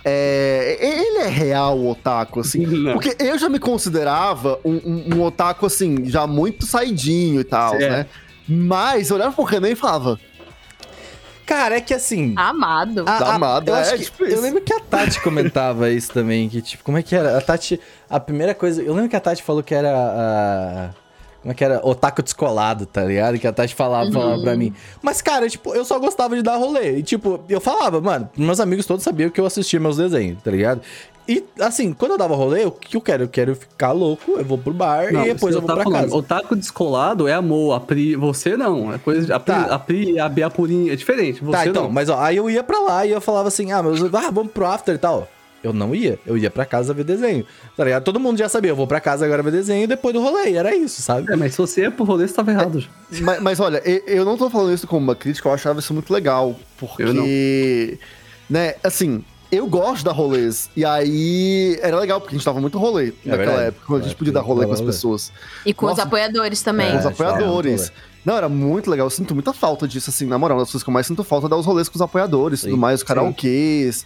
Ele é real otaku, assim? Não. Porque eu já me considerava um otaku, assim, já muito saidinho e tal, né? Mas eu olhava pro Renan e falava... Cara, é que assim... Amado. Amado, tipo isso. Eu lembro que a Tati comentava isso também, que tipo, como é que era? A Tati, a primeira coisa... Eu lembro que a Tati falou que era como é que era? Otaku descolado, tá ligado? Que a Tati falava pra mim. Mas, cara, tipo, eu só gostava de dar rolê. E, tipo, eu falava, mano, meus amigos todos sabiam que eu assistia meus desenhos, tá ligado? E, assim, quando eu dava rolê, o que eu quero? Eu quero ficar louco, eu vou pro bar e depois eu vou pra casa. Otaku descolado é amor, a Pri... Você não, é coisa... A Pri e a Bia Purinha, é diferente, você então, não. Mas, ó, aí eu ia pra lá e eu falava assim, vamos pro after e tal. Eu não ia. Eu ia pra casa ver desenho. Tá ligado? Todo mundo já sabia. Eu vou pra casa agora ver desenho depois do rolê. Era isso, sabe? Mas se você ia pro rolê, você tava errado. Mas olha, eu não tô falando isso como uma crítica. Eu achava isso muito legal. Porque... Né, assim... Eu gosto de dar rolês. E aí... Era legal, porque a gente tava muito rolê naquela época. Quando a gente podia dar rolê com as pessoas. E com os apoiadores também. Com os apoiadores. Não, era muito legal. Eu sinto muita falta disso, assim. Na moral, uma das coisas que eu mais sinto falta é dar os rolês com os apoiadores. Tudo mais, os karaokês...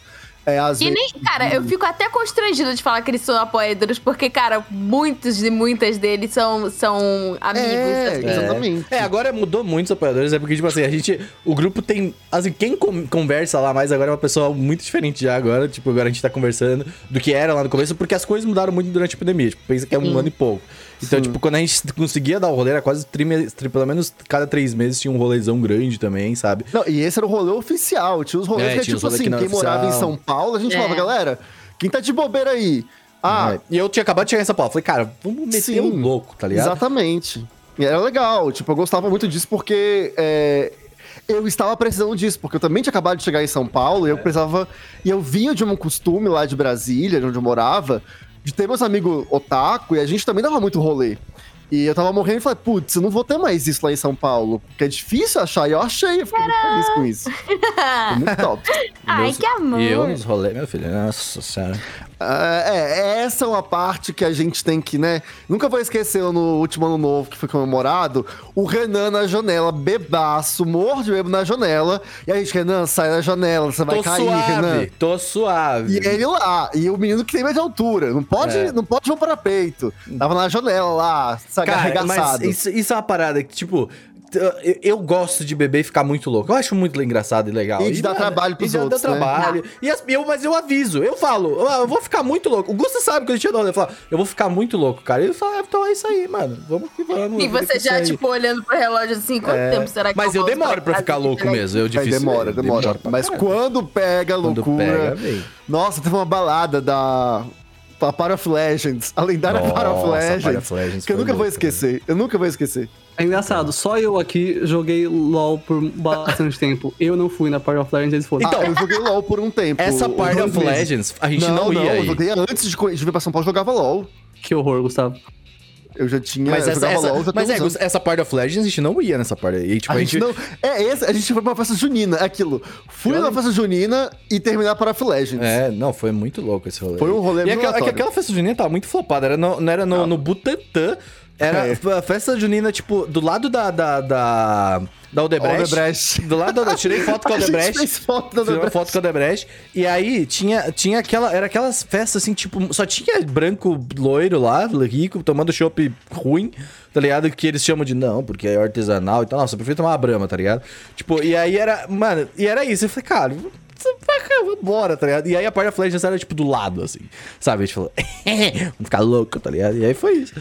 Cara, eu fico até constrangida de falar que eles são apoiadores, porque, cara, muitos e muitas deles são amigos. Exatamente. Agora mudou muito os apoiadores, porque, tipo assim, o grupo tem, assim, quem conversa lá mais agora é uma pessoa muito diferente já agora, tipo, agora a gente tá conversando do que era lá no começo, porque as coisas mudaram muito durante a pandemia, tipo, pensa que é um ano e pouco. Então, tipo, quando a gente conseguia dar o rolê, era quase pelo menos cada 3 meses tinha um rolezão grande também, sabe? Não, e esse era o rolê oficial. Tinha os rolês que, tipo assim, quem morava em São Paulo, a gente falava, galera, quem tá de bobeira aí? E eu tinha acabado de chegar em São Paulo. Falei, cara, vamos meter um louco, tá ligado? Exatamente. E era legal. Tipo, eu gostava muito disso porque... eu estava precisando disso, porque eu também tinha acabado de chegar em São Paulo e eu precisava... E eu vinha de um costume lá de Brasília, de onde eu morava, de ter meus amigos otaku, e a gente também dava muito rolê. E eu tava morrendo e falei, putz, eu não vou ter mais isso lá em São Paulo, porque é difícil achar, e eu achei, eu fiquei muito feliz com isso. Foi muito top. Ai, que amor. E eu nos rolês, meu filho, nossa senhora. Essa é uma parte que a gente tem que, né? Nunca vou esquecer no último ano novo que foi comemorado, o Renan na janela, bebaço, morro de bebo na janela. E a gente, Renan, sai da janela, você vai cair, Renan. Tô suave. E ele lá, e o menino que tem meio de altura, não pode voar para peito. Tava na janela lá, arregaçado. Mas isso é uma parada que, tipo... Eu gosto de beber e ficar muito louco. Eu acho muito engraçado e legal. E de dar trabalho pros outros, dá trabalho. Né? Mas eu aviso. Eu falo, eu vou ficar muito louco. O Gusto sabe que eu tinha dado. Eu falo, eu vou ficar muito louco, cara. E ele fala, então é isso aí, mano. Vamos que vamos. E você já, tipo, olhando pro relógio assim, quanto tempo será que Mas eu demoro pra ficar louco mesmo. Eu difícil. Demora. Mas quando pega a loucura... Nossa, teve uma balada da... Power of Legends, a lendária Power of Legends, que eu nunca vou esquecer. Eu nunca vou esquecer. É engraçado, só eu aqui joguei LoL por bastante tempo. Eu não fui na Power of Legends, eles foram. Então, eu joguei LoL por um tempo. Essa Power of Legends, a gente não ia. Eu joguei antes de vir pra São Paulo, jogava LoL. Que horror, Gustavo. Eu já tinha. Mas eu essa, jogava LOL já tem uns anos. essa parte of Legends a gente não ia nessa parte aí. Tipo, A gente não. A gente foi pra uma festa junina, é aquilo. Fui na festa junina e terminar para Of Legends. Não, foi muito louco esse rolê. Foi um rolê E aquela festa junina tava muito flopada. Não era no Butantã. Era a festa junina, tipo, do lado da Odebrecht. Do lado da... Eu tirei foto com a Odebrecht. A gente fez foto da Tirei uma Odebrecht. foto com a Odebrecht. E aí, tinha aquela... Era aquelas festas, assim, tipo... Só tinha branco loiro lá, rico, tomando chopp ruim, tá ligado? Que eles chamam de não, porque é artesanal e tal. Nossa, eu prefiro tomar uma brama, tá ligado? Tipo, e aí era... Mano, e era isso. Eu falei, cara... Vambora, tá ligado? E aí a parte da Flash era, tipo, do lado, assim. Sabe? A gente falou... Vamos ficar louco, tá ligado? E aí foi isso.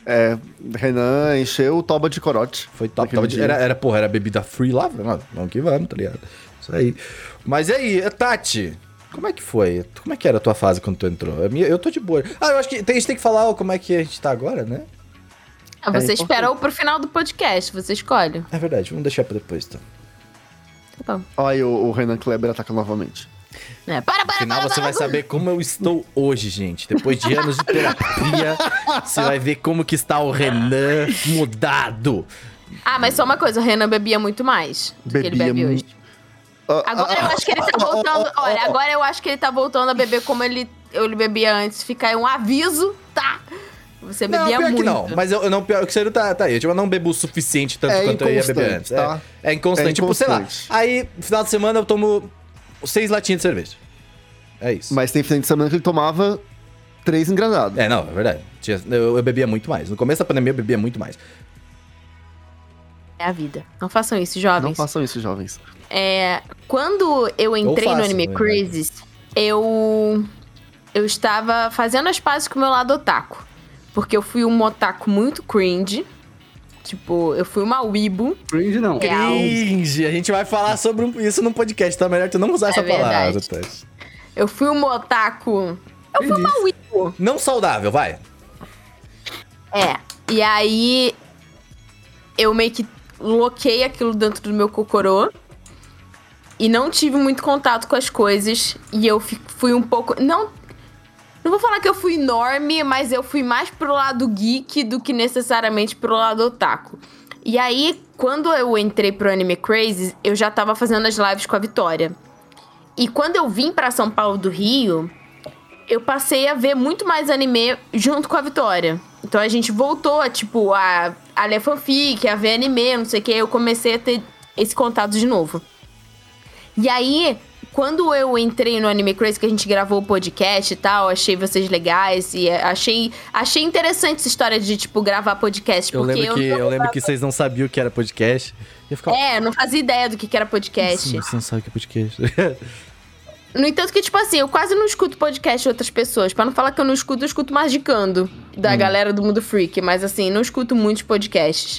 Renan encheu o toba de corote. Foi top. Era bebida free lá. Vamos que vamos, tá ligado? Isso aí. Mas e aí, Tati? Como é que foi? Como é que era a tua fase quando tu entrou? Eu tô de boa. Eu acho que a gente tem que falar como é que a gente tá agora, né? Você esperou pro final do podcast, você escolhe. É verdade, vamos deixar pra depois, então. Tá bom. Olha aí o Renan Kleber ataca novamente. No final você vai saber como eu estou hoje, gente. Depois de anos de terapia, você vai ver como que está o Renan mudado. Mas só uma coisa, o Renan bebia muito mais do que ele bebe hoje. Agora eu acho que ele tá voltando. Olha, agora eu acho que ele tá voltando a beber como ele bebia antes. Fica aí um aviso, tá? Você bebia pior muito. Que não, mas eu não, pior que o Ciro tá aí. Eu não bebo o suficiente tanto quanto eu ia beber antes. Tá? É inconstante. Tipo, sei lá. Aí, no final de semana, eu tomo 6 latinhas de cerveja. É isso. Mas tem final de semana que ele tomava 3 engradados. Não, é verdade. Eu bebia muito mais. No começo da pandemia, eu bebia muito mais. É a vida. Não façam isso, jovens. Não façam isso, jovens. Quando eu entrei no Anime Crazes, eu estava fazendo as pazes com o meu lado otaku. Porque eu fui um otaku muito cringe. Tipo, eu fui uma weebo. Cringe não. Cringe! A gente vai falar sobre isso no podcast, tá? Melhor tu não usar essa palavra, Tati. Eu fui um otaku... Eu fui uma weebo. Não saudável, vai. E aí... Eu meio que loquei aquilo dentro do meu cocorô. E não tive muito contato com as coisas. E eu fui um pouco... Não vou falar que eu fui enorme, mas eu fui mais pro lado geek do que necessariamente pro lado otaku. E aí, quando eu entrei pro Anime Crazes, eu já tava fazendo as lives com a Vitória. E quando eu vim pra São Paulo do Rio, eu passei a ver muito mais anime junto com a Vitória. Então a gente voltou a ler fanfic, a ver anime, não sei o que. Eu comecei a ter esse contato de novo. E aí... Quando eu entrei no Anime Crazy, que a gente gravou o podcast e tal, achei vocês legais e achei interessante essa história de, gravar podcast. Eu lembro que vocês não sabiam o que era podcast. Eu não fazia ideia do que era podcast. Sim, você não sabe o que é podcast. No entanto que, eu quase não escuto podcast de outras pessoas. Pra não falar que eu não escuto, eu escuto Magicando, da galera do Mundo Freak. Mas, não escuto muitos podcasts.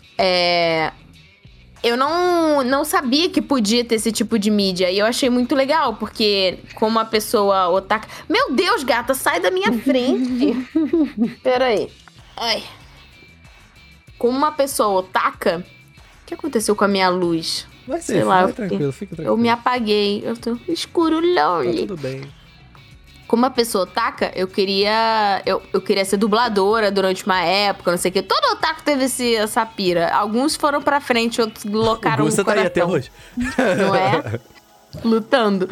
Eu não sabia que podia ter esse tipo de mídia. E eu achei muito legal, porque como uma pessoa otaka... Meu Deus, gata, sai da minha frente. Peraí. Ai. Como uma pessoa otaka... O que aconteceu com a minha luz? Vai ser, fica tranquilo. Eu me apaguei. Eu tô escuro, lonely. Tá tudo bem. Como uma pessoa otaka, eu queria ser dubladora durante uma época, não sei o quê. Todo otaku teve essa pira. Alguns foram pra frente, outros locaram o coração. Tá aí até hoje. Não é? Lutando.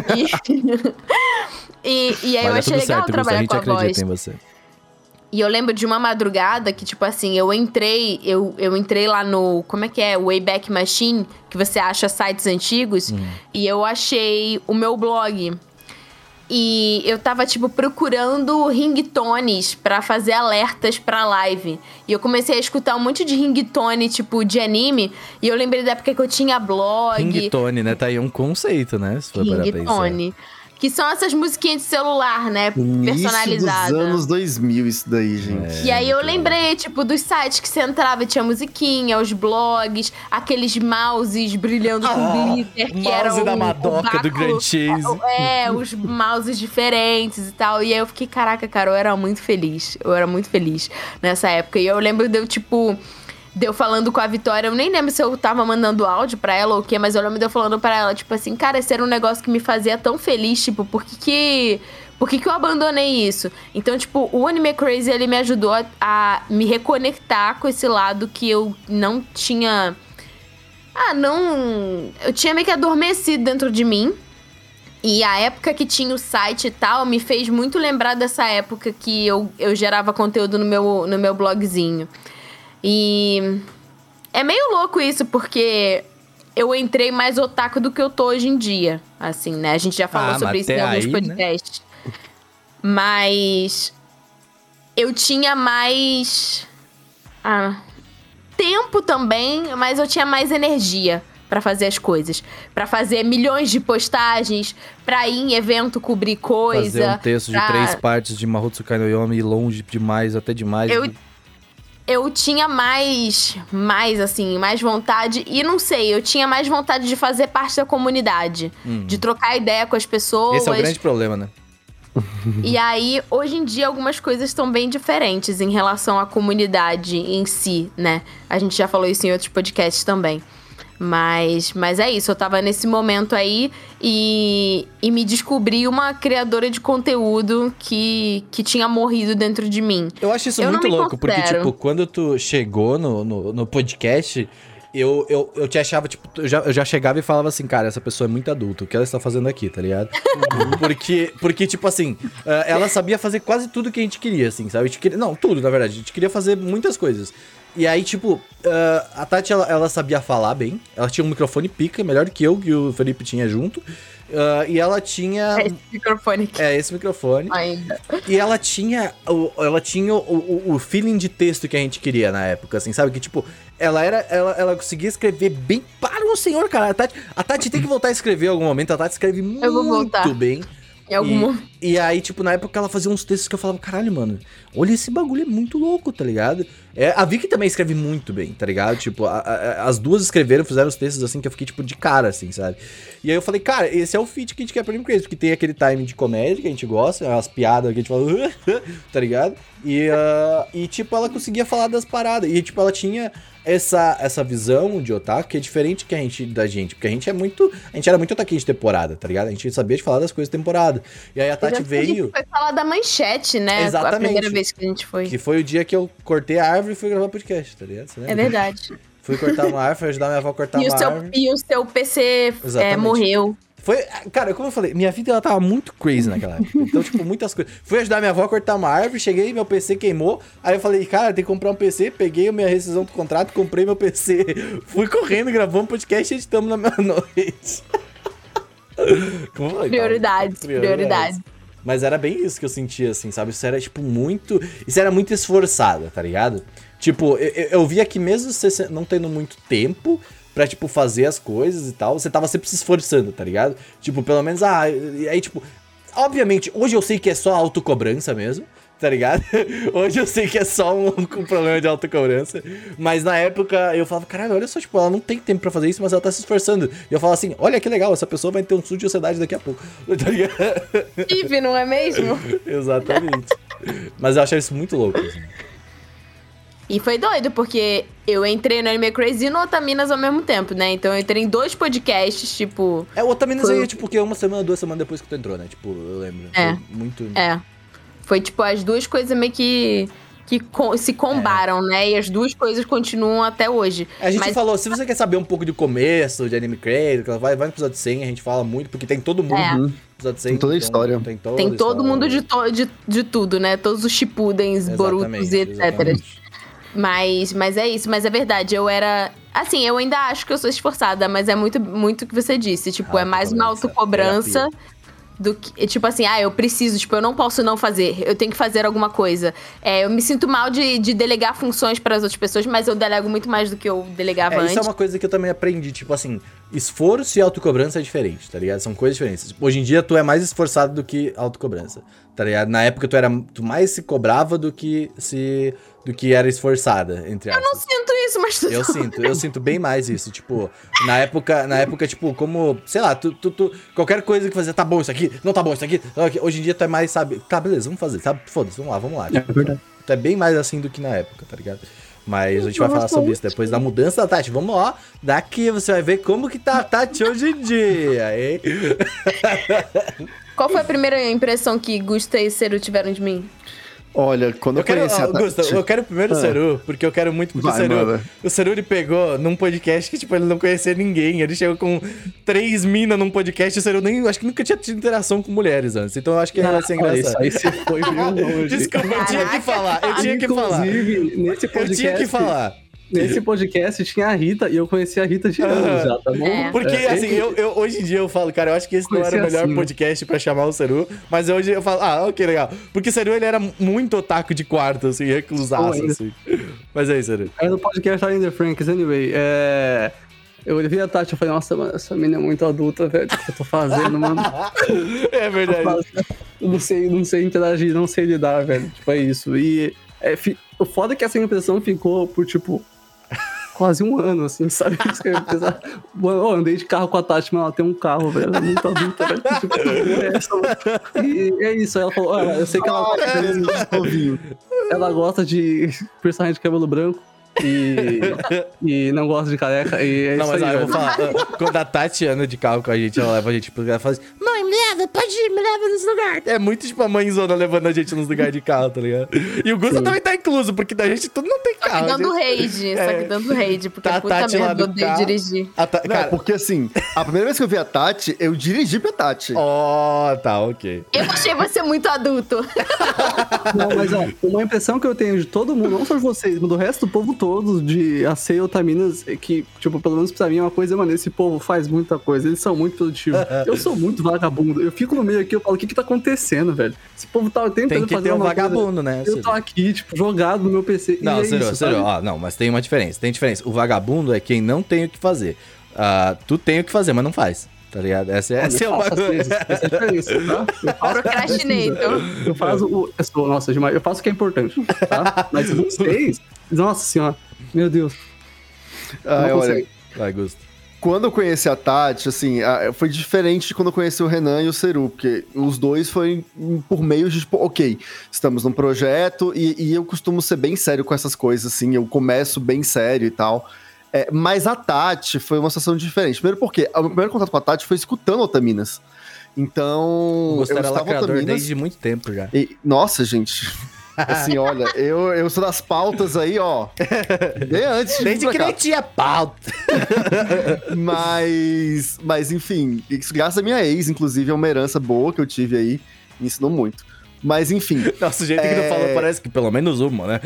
E aí eu achei legal trabalhar com a voz. Em você. E eu lembro de uma madrugada que, eu entrei lá no... Como é que é? Wayback Machine, que você acha sites antigos. E eu achei o meu blog... E eu tava, procurando ringtones pra fazer alertas pra live. E eu comecei a escutar um monte de ringtone, de anime. E eu lembrei da época que eu tinha blog. Ringtone, né? Tá aí um conceito, né? Se for ringtone. Que são essas musiquinhas de celular, né? Personalizadas. Dos anos 2000 isso daí, gente. E aí eu lembrei, dos sites que você entrava e tinha musiquinha, os blogs, aqueles mouses brilhando com glitter, que era o mouse da Madoka do Grand Chase. Os mouses diferentes e tal. E aí eu fiquei, caraca, cara, eu era muito feliz. Eu era muito feliz nessa época. E eu lembro de eu, Deu falando com a Vitória, eu nem lembro se eu tava mandando áudio pra ela ou o quê, mas eu lembro de eu falando pra ela, tipo assim, cara, esse era um negócio que me fazia tão feliz, tipo, por que eu abandonei isso? Então, tipo, o Anime Crazy, ele me ajudou a me reconectar com esse lado que eu não tinha... Eu tinha meio que adormecido dentro de mim. E a época que tinha o site e tal, me fez muito lembrar dessa época que eu gerava conteúdo no meu blogzinho. E é meio louco isso, porque eu entrei mais otaku do que eu tô hoje em dia. Assim, né? A gente já falou sobre isso em alguns podcasts. Né? Mas eu tinha mais tempo também, mas eu tinha mais energia pra fazer as coisas. Pra fazer milhões de postagens, pra ir em evento cobrir coisa. Fazer um texto de 3 partes de Mahotsukai no Yomi longe demais, até demais. Eu tinha mais vontade, e não sei, eu tinha mais vontade de fazer parte da comunidade, de trocar ideia com as pessoas. Esse é o grande problema, né? E aí, hoje em dia, algumas coisas estão bem diferentes em relação à comunidade em si, né? A gente já falou isso em outros podcasts também. Mas é isso, eu tava nesse momento aí e me descobri uma criadora de conteúdo que tinha morrido dentro de mim. Eu acho isso muito louco, porque, tipo, quando tu chegou no podcast, eu te achava, tipo, eu já chegava e falava assim, cara, essa pessoa é muito adulta, o que ela está fazendo aqui, tá ligado? porque, tipo assim, ela sabia fazer quase tudo que a gente queria, assim, sabe? Não, tudo, na verdade, a gente queria fazer muitas coisas. E aí, tipo, a Tati, ela sabia falar bem. Ela tinha um microfone pica, melhor que eu, que o Felipe tinha junto. E ela tinha... Esse microfone aqui. Esse microfone. Ainda. E ela tinha o feeling de texto que a gente queria na época, assim, sabe? Que, tipo, ela conseguia escrever bem para o senhor, cara. A Tati tem que voltar a escrever em algum momento. A Tati escreve muito bem. Em algum momento. E aí, tipo, na época ela fazia uns textos que eu falava, caralho, mano, olha esse bagulho, é muito louco, tá ligado? A Vicky também escreve muito bem, tá ligado? Tipo, as duas fizeram os textos assim que eu fiquei, tipo, de cara, assim, sabe? E aí eu falei, cara, esse é o feat que a gente quer pra Anime Crazy, porque tem aquele timing de comédia que a gente gosta, as piadas que a gente fala, tá ligado? E, tipo, ela conseguia falar das paradas. E, tipo, ela tinha essa visão de otaku que é diferente da gente. Porque a gente era muito otaku de temporada, tá ligado? A gente sabia de falar das coisas de temporada. E aí a Tati veio... Foi falar da manchete, né? Exatamente. A primeira vez que a gente foi. Que foi o dia que eu cortei a árvore e fui gravar podcast, tá ligado? É verdade. Fui cortar uma árvore, fui ajudar minha avó a cortar uma árvore. E o seu PC morreu. Foi, cara, como eu falei, minha vida ela tava muito crazy naquela época. Então, tipo, muitas coisas. Fui ajudar minha avó a cortar uma árvore, cheguei, meu PC queimou. Aí eu falei, cara, tem que comprar um PC. Peguei a minha rescisão do contrato, comprei meu PC. Fui correndo, gravamos um podcast e editamos na meia-noite. Como eu falei, prioridades. Mas era bem isso que eu sentia, assim, sabe? Isso era, tipo, muito... Isso era muito esforçada, tá ligado? Tipo, eu via que mesmo você não tendo muito tempo pra, tipo, fazer as coisas e tal, você tava sempre se esforçando, tá ligado? Tipo, pelo menos, aí, tipo... Obviamente, hoje eu sei que é só autocobrança mesmo, tá ligado? Hoje eu sei que é só um problema de autocobrança. Mas na época eu falava, caralho, olha só, tipo, ela não tem tempo pra fazer isso, mas ela tá se esforçando. E eu falava assim, olha que legal, essa pessoa vai ter um surto de ansiedade daqui a pouco. Tá ligado? Steve, não é mesmo? Exatamente. Mas eu achava isso muito louco, assim. E foi doido, porque eu entrei no Anime Crazy e no Otaminas ao mesmo tempo, né? Então eu entrei em 2 podcasts, tipo... O Otaminas aí, tipo, que 1 semana, 2 semanas depois que tu entrou, né? Tipo, eu lembro. Foi muito... Foi, tipo, as 2 coisas meio que se combaram, né? E as 2 coisas continuam até hoje. A gente falou, se você quer saber um pouco do começo de Anime Crazy, vai no episódio 100, a gente fala muito, porque tem todo mundo. Episódio 100, tem toda a história. Tem todo mundo de tudo, né? Todos os Shippudens, Borutos e etc. Exatamente. Mas é isso, mas é verdade, eu era... Assim, eu ainda acho que eu sou esforçada, mas é muito o que você disse. Tipo, é mais uma autocobrança do que... Tipo assim, eu preciso, tipo, eu não posso não fazer. Eu tenho que fazer alguma coisa. Eu me sinto mal de delegar funções para as outras pessoas, mas eu delego muito mais do que eu delegava antes. Isso é uma coisa que eu também aprendi, tipo assim... Esforço e autocobrança é diferente, tá ligado? São coisas diferentes. Hoje em dia, tu é mais esforçado do que autocobrança, tá ligado? Na época, tu mais se cobrava do que era esforçada, entre aspas. Eu não sinto isso, mas eu sinto bem mais isso, tipo... Na época, tipo, como... Sei lá, tu qualquer coisa que fazer, tá bom isso aqui, não tá bom isso aqui. Hoje em dia, tu é mais, sabe... Tá, beleza, vamos fazer, sabe? Foda-se, vamos lá. Tipo, é verdade. Tu é bem mais assim do que na época, tá ligado? Mas a gente vai falar sobre isso depois da mudança da Tati. Vamos lá, daqui você vai ver como que tá a Tati hoje em dia, hein? Qual foi a primeira impressão que Gusta e Seru tiveram de mim? Olha, quando eu conheci a Tati... Gustavo, eu quero primeiro o Seru, porque eu quero muito... Porque o Seru, ele pegou num podcast que, tipo, ele não conhecia ninguém. Ele chegou com 3 minas num podcast e o Seru nem... Acho que nunca tinha tido interação com mulheres antes. Então eu acho que vai ser engraçado. Isso aí você foi bem longe. Desculpa, eu tinha que falar. Inclusive, nesse podcast... Eu tinha que falar. Nesse podcast tinha a Rita e eu conheci a Rita de anos já, tá bom? É. Porque, assim, eu hoje em dia eu falo, cara, eu acho que esse não era o melhor podcast pra chamar o Seru, mas hoje eu falo, ok, legal. Porque o Seru, ele era muito otaku de quarto, assim, reclusaço, assim. Mas aí, Seru. Aí no podcast lá in The Franks, anyway, eu vi a Tati e falei, nossa, mano, essa menina é muito adulta, velho, o que eu tô fazendo, mano? É verdade. Eu não sei interagir, não sei lidar, velho, tipo, é isso. E o foda é que essa impressão ficou por, tipo... quase um ano, assim, sabe? Isso que eu ia pensar. Eu andei de carro com a Tati, mas ela tem um carro, velho. Ela é muito adulta, velho. Tipo, e é isso. Aí ela falou, olha, eu sei que ela gosta de personagem de cabelo branco. E não gosta de careca. E é não, isso mas aí, eu vou falar. Quando a Tati anda de carro com a gente, ela leva a gente pro lugar e fala assim: mãe, me leva, pode ir, me leva nesse lugar. É muito tipo a mãezona levando a gente nos lugares de carro, tá ligado? E o Gusta também tá incluso, porque da gente tudo não tem carro. Só que dando rage, porque tá, puta Tati merda, eu odeio dirigir. Não, porque assim, a primeira vez que eu vi a Tati, eu dirigi pra Tati. Tá, ok. Eu achei você muito adulto. Não, mas ó, uma impressão que eu tenho de todo mundo, não só de vocês, mas do resto do povo todo, de AC e Otaminas, é que, tipo, pelo menos pra mim é uma coisa, mano, esse povo faz muita coisa, eles são muito produtivos. Eu sou muito vagabundo, eu fico no meio aqui, eu falo, o que tá acontecendo, velho? Esse povo tá tentando tem que fazer ter um uma vagabundo, coisa, né? Eu tô aqui, tipo, jogado no meu PC. Não, sério, sabe? não, mas tem uma diferença, O vagabundo é quem não tem o que fazer. Tu tem o que fazer, mas não faz. Tá ligado? Essa é o bagulho. Essa é a diferença, tá? Procrastinator. Eu faço nossa, demais. Eu faço o que é importante, tá? Mas vocês, nossa senhora, meu Deus. Olha, vai, Gusto. Quando eu conheci a Tati, assim, foi diferente de quando eu conheci o Renan e o Seru, porque os dois foi por meio de, tipo, ok, estamos num projeto e eu costumo ser bem sério com essas coisas, assim, eu começo bem sério e tal. Mas a Tati foi uma situação diferente. Primeiro porque o meu primeiro contato com a Tati foi escutando Otaminas. Então, eu estava lacrador Otaminas, desde muito tempo já. Nossa, gente... Assim, olha, eu sou das pautas aí, ó. Bem antes de desde que nem tinha pauta. Mas, enfim, isso graças à minha ex, inclusive, é uma herança boa que eu tive aí. Me ensinou muito. Mas, enfim. Nossa, o jeito que tu falou parece que pelo menos uma, né?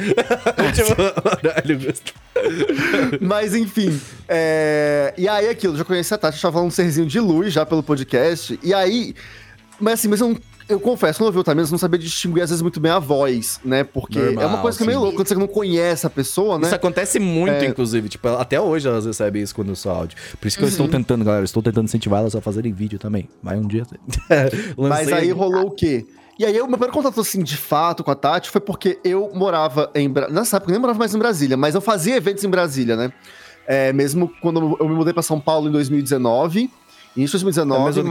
Mas, enfim. E aí, aquilo, já conheci a Tati, eu tava falando um serzinho de luz já pelo podcast. E aí. Mas eu confesso, quando eu vi o Otaminas, eu não sabia distinguir, às vezes, muito bem a voz, né? Porque normal, é uma coisa que é meio louca, quando você não conhece a pessoa, né? Isso acontece muito, inclusive. Tipo, até hoje elas recebem isso quando eu sou áudio. Por isso que eu estou tentando, galera, incentivar elas a fazerem vídeo também. Vai um dia. Mas aí rolou o quê? E aí, o meu primeiro contato, assim, de fato, com a Tati, foi porque eu morava nessa época, eu nem morava mais em Brasília, mas eu fazia eventos em Brasília, né? Mesmo quando eu me mudei pra São Paulo em 2019, início de 2019,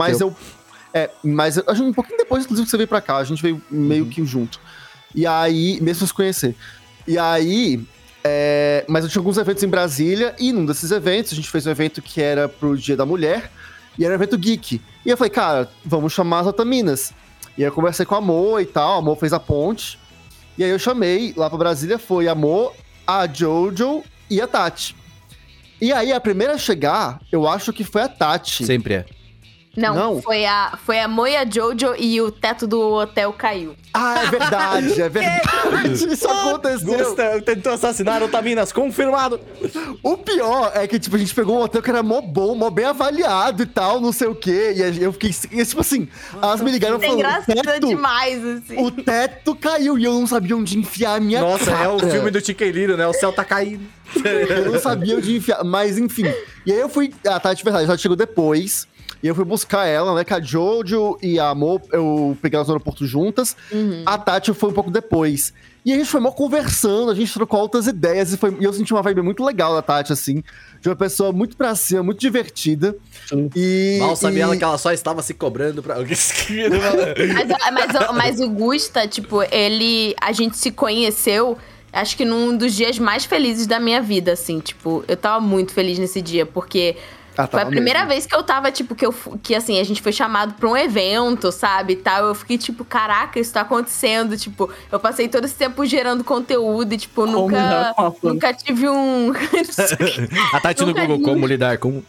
mas eu acho um pouquinho depois, inclusive, que você veio pra cá. A gente veio meio que junto. E aí, mesmo se conhecer. E aí, mas eu tinha alguns eventos em Brasília, e num desses eventos, a gente fez um evento que era pro Dia da Mulher, e era um evento geek. E eu falei, cara, vamos chamar as Otaminas. E aí eu conversei com a Amor e tal, a Amor fez a ponte. E aí eu chamei, lá pra Brasília, foi a Amor, a Jojo e a Tati. E aí, a primeira a chegar, eu acho que foi a Tati. Sempre é. Não. Foi a Moia Jojo e o teto do hotel caiu. Ah, é verdade. Isso aconteceu. Gusta tentou assassinar Otaminas, confirmado. O pior é que, tipo, a gente pegou um hotel que era mó bom, mó bem avaliado e tal, não sei o quê. E eu fiquei, tipo assim, elas me ligaram falando... Engraçado demais, assim. O teto caiu e eu não sabia onde enfiar a minha cara. Nossa, é o filme do Chiqueirino, né? O céu tá caindo. Eu não sabia onde enfiar, mas enfim. E aí eu fui... A Tati, verdade, ela chegou depois... E eu fui buscar ela, né? Com a Jojo e a Amor, eu peguei elas no aeroporto juntas. A Tati foi um pouco depois. E a gente foi mó conversando, a gente trocou altas ideias. E eu senti uma vibe muito legal da Tati, assim. De uma pessoa muito pra cima, muito divertida. Mal sabia ela que ela só estava se cobrando pra... mas o Gusta, tipo, a gente se conheceu... acho que num dos dias mais felizes da minha vida, assim, tipo, eu tava muito feliz nesse dia, porque foi a primeira vez que eu tava, tipo, que assim, a gente foi chamado pra um evento, sabe, e tal, eu fiquei, tipo, caraca, isso tá acontecendo, tipo, eu passei todo esse tempo gerando conteúdo e, tipo, nunca tive um... A Tati no Google, como lidar com...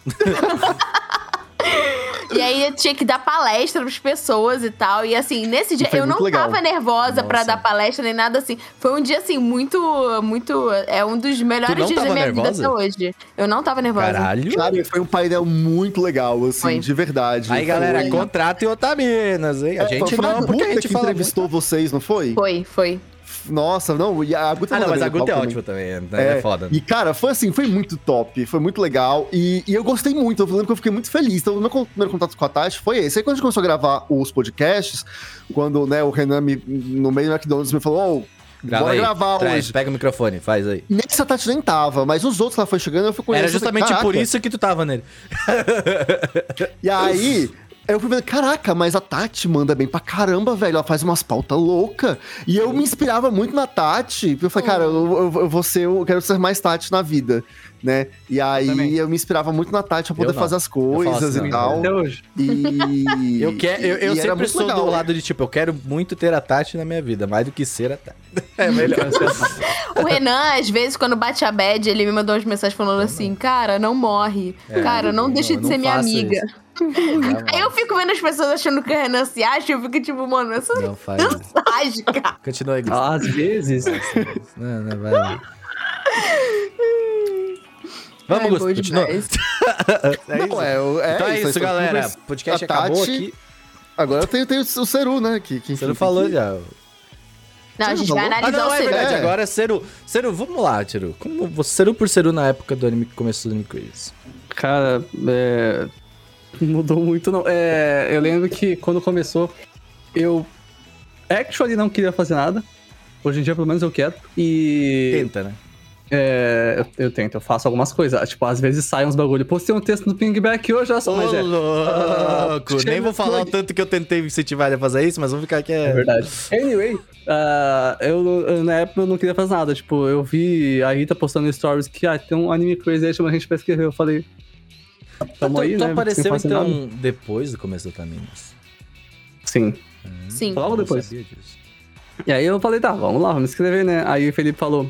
E aí eu tinha que dar palestra pras pessoas e tal. E assim, nesse dia eu não tava nervosa pra dar palestra nem nada assim. Foi um dia assim, muito. É um dos melhores dias da minha vida até hoje. Eu não tava nervosa. Caralho. Cara, foi um painel muito legal, assim, de verdade. Aí, galera, contratem Otaminas, hein? A gente não, porque a gente que entrevistou vocês, não foi? Foi. Nossa, não, e a Guta mas a Guta é ótima também, é foda. E, cara, foi assim, foi muito top, foi muito legal, e eu gostei muito, eu lembro que eu fiquei muito feliz. Então, o meu primeiro contato com a Tati foi esse. Aí, quando a gente começou a gravar os podcasts, quando, né, o Renan, no meio do McDonald's, me falou, bora gravar hoje. Pega o microfone, faz aí. Nesse a Tati nem tava, mas os outros lá foi chegando, eu fui conhecendo. Era justamente por isso que tu tava nele. E aí... eu fui vendo, caraca, mas a Tati manda bem pra caramba, velho. Ela faz umas pautas loucas. E eu me inspirava muito na Tati. Eu falei, cara, eu quero ser mais Tati na vida, né? E aí eu me inspirava muito na Tati pra poder fazer as coisas e tal. Até hoje. E eu sempre sou do lado de, tipo, eu quero muito ter a Tati na minha vida, mais do que ser a Tati. É melhor. O Renan, às vezes, quando bate a bad, ele me mandou umas mensagens falando assim, cara, não morre. Cara, não deixe de ser minha amiga. Aí eu fico vendo as pessoas achando que o Renan se acha, eu fico tipo, mano, essa não faz mensagem, cara. Continua aí. Às vezes. Não, vai lá. Vamos, Gusto, continua. Então é isso, galera. O podcast acabou aqui. Agora eu tenho o Seru, né? Você não falou já. Não, a gente vai analisar o Seru. É verdade, agora Seru. Seru, vamos lá, Seru. Como você, Seru por Seru na época do anime que começou do Anime Crazy? Cara, mudou muito, não. Eu lembro que quando começou, eu actually não queria fazer nada. Hoje em dia, pelo menos, eu quero. E... tenta, né? Eu tento, eu faço algumas coisas. Tipo, às vezes sai uns bagulho. Postei um texto no Pingback hoje, olha só, mas louco! Nem vou falar o tanto que eu tentei incentivar ele a fazer isso, mas vamos ficar aqui. É verdade. Anyway, na época eu não queria fazer nada. Tipo, eu vi a Rita postando stories que tem um Anime Crazy aí, chama a gente pra escrever. Eu falei... Tamo aí, né? Apareceu então depois do começo do Otaminas? Sim. Sim. Logo depois. E aí eu falei, tá, vamos lá, vamos escrever, né? Aí o Felipe falou,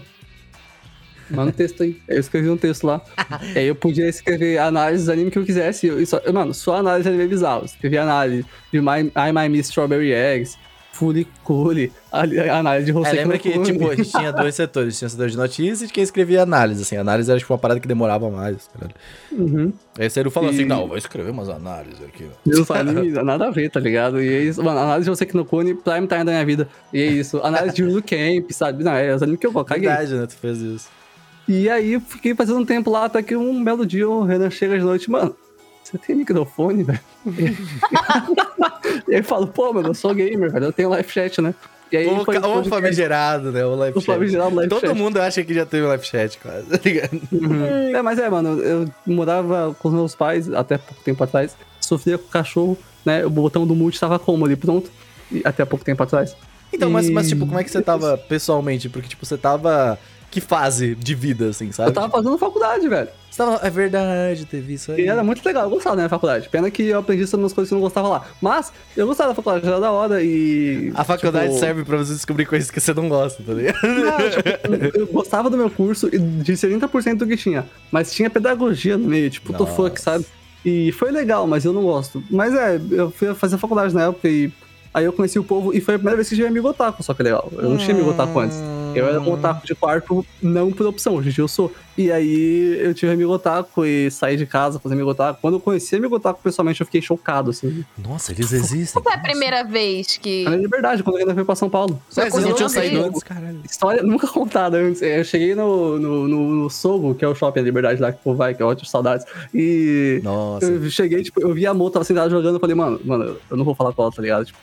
manda um texto aí. Aí eu escrevi um texto lá. E aí eu podia escrever análise do anime que eu quisesse. Mano, só análise de anime bizarro. Escrevi análise de I Miss Strawberry Eggs, Furikuri, análise de Hoseki lembra que, tipo, a gente tinha dois setores. Tinha o setor de notícias e de quem escrevia análise, assim. A análise era, tipo, uma parada que demorava mais, tá ligado? Uhum. Aí o Seru falou assim, não, vou escrever umas análises aqui, ó. Deus, anime, nada a ver, tá ligado? E é isso, mano, análise de Hoseki no Kuni, Prime Time da minha vida. E é isso, análise de Hulu Camp, sabe? Não, é os animes que eu caguei. Verdade, né? Tu fez isso. E aí eu fiquei fazendo um tempo lá, até que um belo dia o Renan chega de noite, mano, você tem microfone, velho? E aí eu falo, pô, mano, eu sou gamer, velho, eu tenho live chat, né? E aí o famigerado, né? O live chat. Famigerado live Todo chat. mundo acha que já teve live chat, quase, tá ligado? Uhum. Mas mano, eu morava com os meus pais até pouco tempo atrás, sofria com o cachorro, né? O botão do mute tava como ali, pronto, até pouco tempo atrás. Então, mas tipo, como é que você tava pessoalmente? Porque, tipo, você tava... Que fase de vida, assim, sabe? Eu tava fazendo faculdade, velho. Você tava... É verdade, teve isso aí. E era muito legal, eu gostava da minha faculdade. Pena que eu aprendi sobre umas coisas que eu não gostava lá. Mas eu gostava da faculdade, era da hora e... A faculdade serve pra você descobrir coisas que você não gosta, tá ligado? Não, tipo, eu gostava do meu curso de 70% do que tinha. Mas tinha pedagogia no meio, tipo, what the fuck, sabe? E foi legal, mas eu não gosto. Mas eu fui fazer faculdade na época e... Aí eu conheci o povo e foi a primeira vez que eu tive amigo otaku, só que legal. Eu não tinha amigo otaku antes. Eu era um otaku de quarto, não por opção, hoje em dia eu sou. E aí eu tive amigo otaku e saí de casa fazer amigo otaku. Quando eu conheci amigo otaku, pessoalmente, eu fiquei chocado, assim. Nossa, eles existem. Qual foi a primeira vez que... Na verdade, quando eu ainda fui pra São Paulo. Vocês não tinham saído antes, caralho. História nunca contada antes. Eu cheguei no Sogo, que é o shopping da Liberdade lá que o povo vai, que é ótimo, saudades. E... Nossa. Eu cheguei, tipo, eu vi a Mo, tava sentada jogando, eu falei, mano, eu não vou falar com ela, tá ligado? Tipo,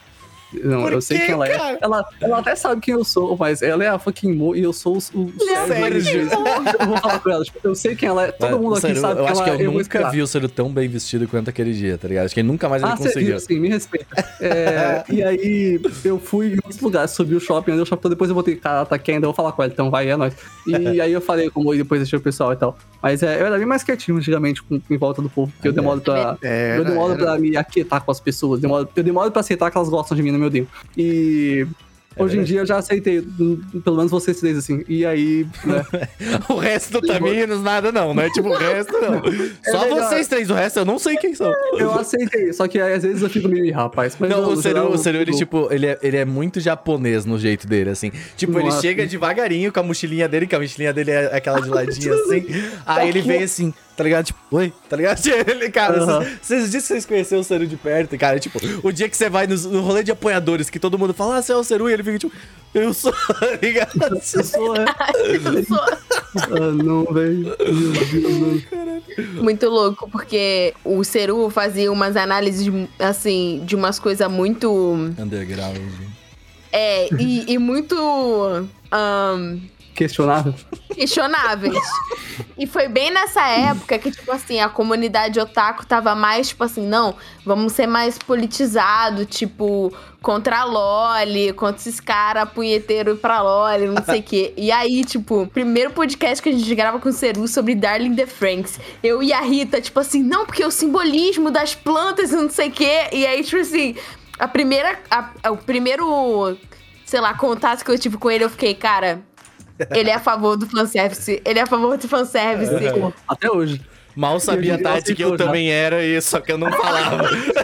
Não, Por eu sei quê, quem ela cara? é. Ela até sabe quem eu sou, mas ela é a fucking Mo e eu sou o Sérgio. Eu vou falar com ela, tipo, eu sei quem ela é. Todo mundo aqui Seru, sabe eu quem acho ela que é. eu vou nunca esperar. vi o Seru tão bem vestido quanto aquele dia, tá ligado? Acho que nunca mais ele Você conseguiu. viu, sim, me respeita. E aí, eu fui em outros lugares, subi o shopping, andei o shopping, depois eu voltei, cara, ela tá aqui ainda, eu vou falar com ela, então vai, é nóis. E aí eu falei como depois deixei o pessoal e tal. Mas eu era bem mais quietinho antigamente em volta do povo, porque eu demoro pra. Eu demoro pra me aquietar com as pessoas, eu demoro pra aceitar que elas gostam de mim no meu tempo. E. Hoje em dia eu já aceitei, pelo menos vocês três, assim. E aí, né? O resto também, nada não, né? Tipo, o resto não. Só melhor. vocês três, o resto eu não sei quem são. Eu aceitei, só que aí, às vezes eu fico meio, rapaz. Mas Não, no geral, o Seru, ele, eu- tipo, ele é muito japonês no jeito dele, assim. Tipo, ele Nossa. chega devagarinho com a mochilinha dele, que a mochilinha dele é aquela de ladinho, assim. Aí ele vem assim, tá ligado? Tipo, oi, tá ligado? Ele, cara, Aham. vocês dizem que vocês conheceram o Seru de perto, cara. Tipo, o dia que você vai no rolê de apoiadores, que todo mundo fala, ah, você é o Seru, e ele fica tipo, eu sou, tá ligado? Eu sou, é. Eu sou Ah, não, velho. Meu Deus, mano. muito louco, porque o Seru fazia umas análises, assim, de umas coisas muito... Underground. E muito... Questionável. questionáveis. E foi bem nessa época que, tipo assim, a comunidade otaku tava mais, tipo assim, não, vamos ser mais politizado, tipo, contra a Loli, contra esses caras punheteiros pra Loli, não sei o quê. E aí, tipo, primeiro podcast que a gente grava com o Seru sobre Darling the Franxx. Eu e a Rita, tipo assim, não, porque o simbolismo das plantas e não sei o quê. E aí, tipo assim, o primeiro, sei lá, contato que eu tive com ele, eu fiquei, cara... Ele é a favor do fanservice. Ele é a favor do fanservice. Até hoje. Mal sabia, Eu Tati, que eu já. também era, e só que eu não falava.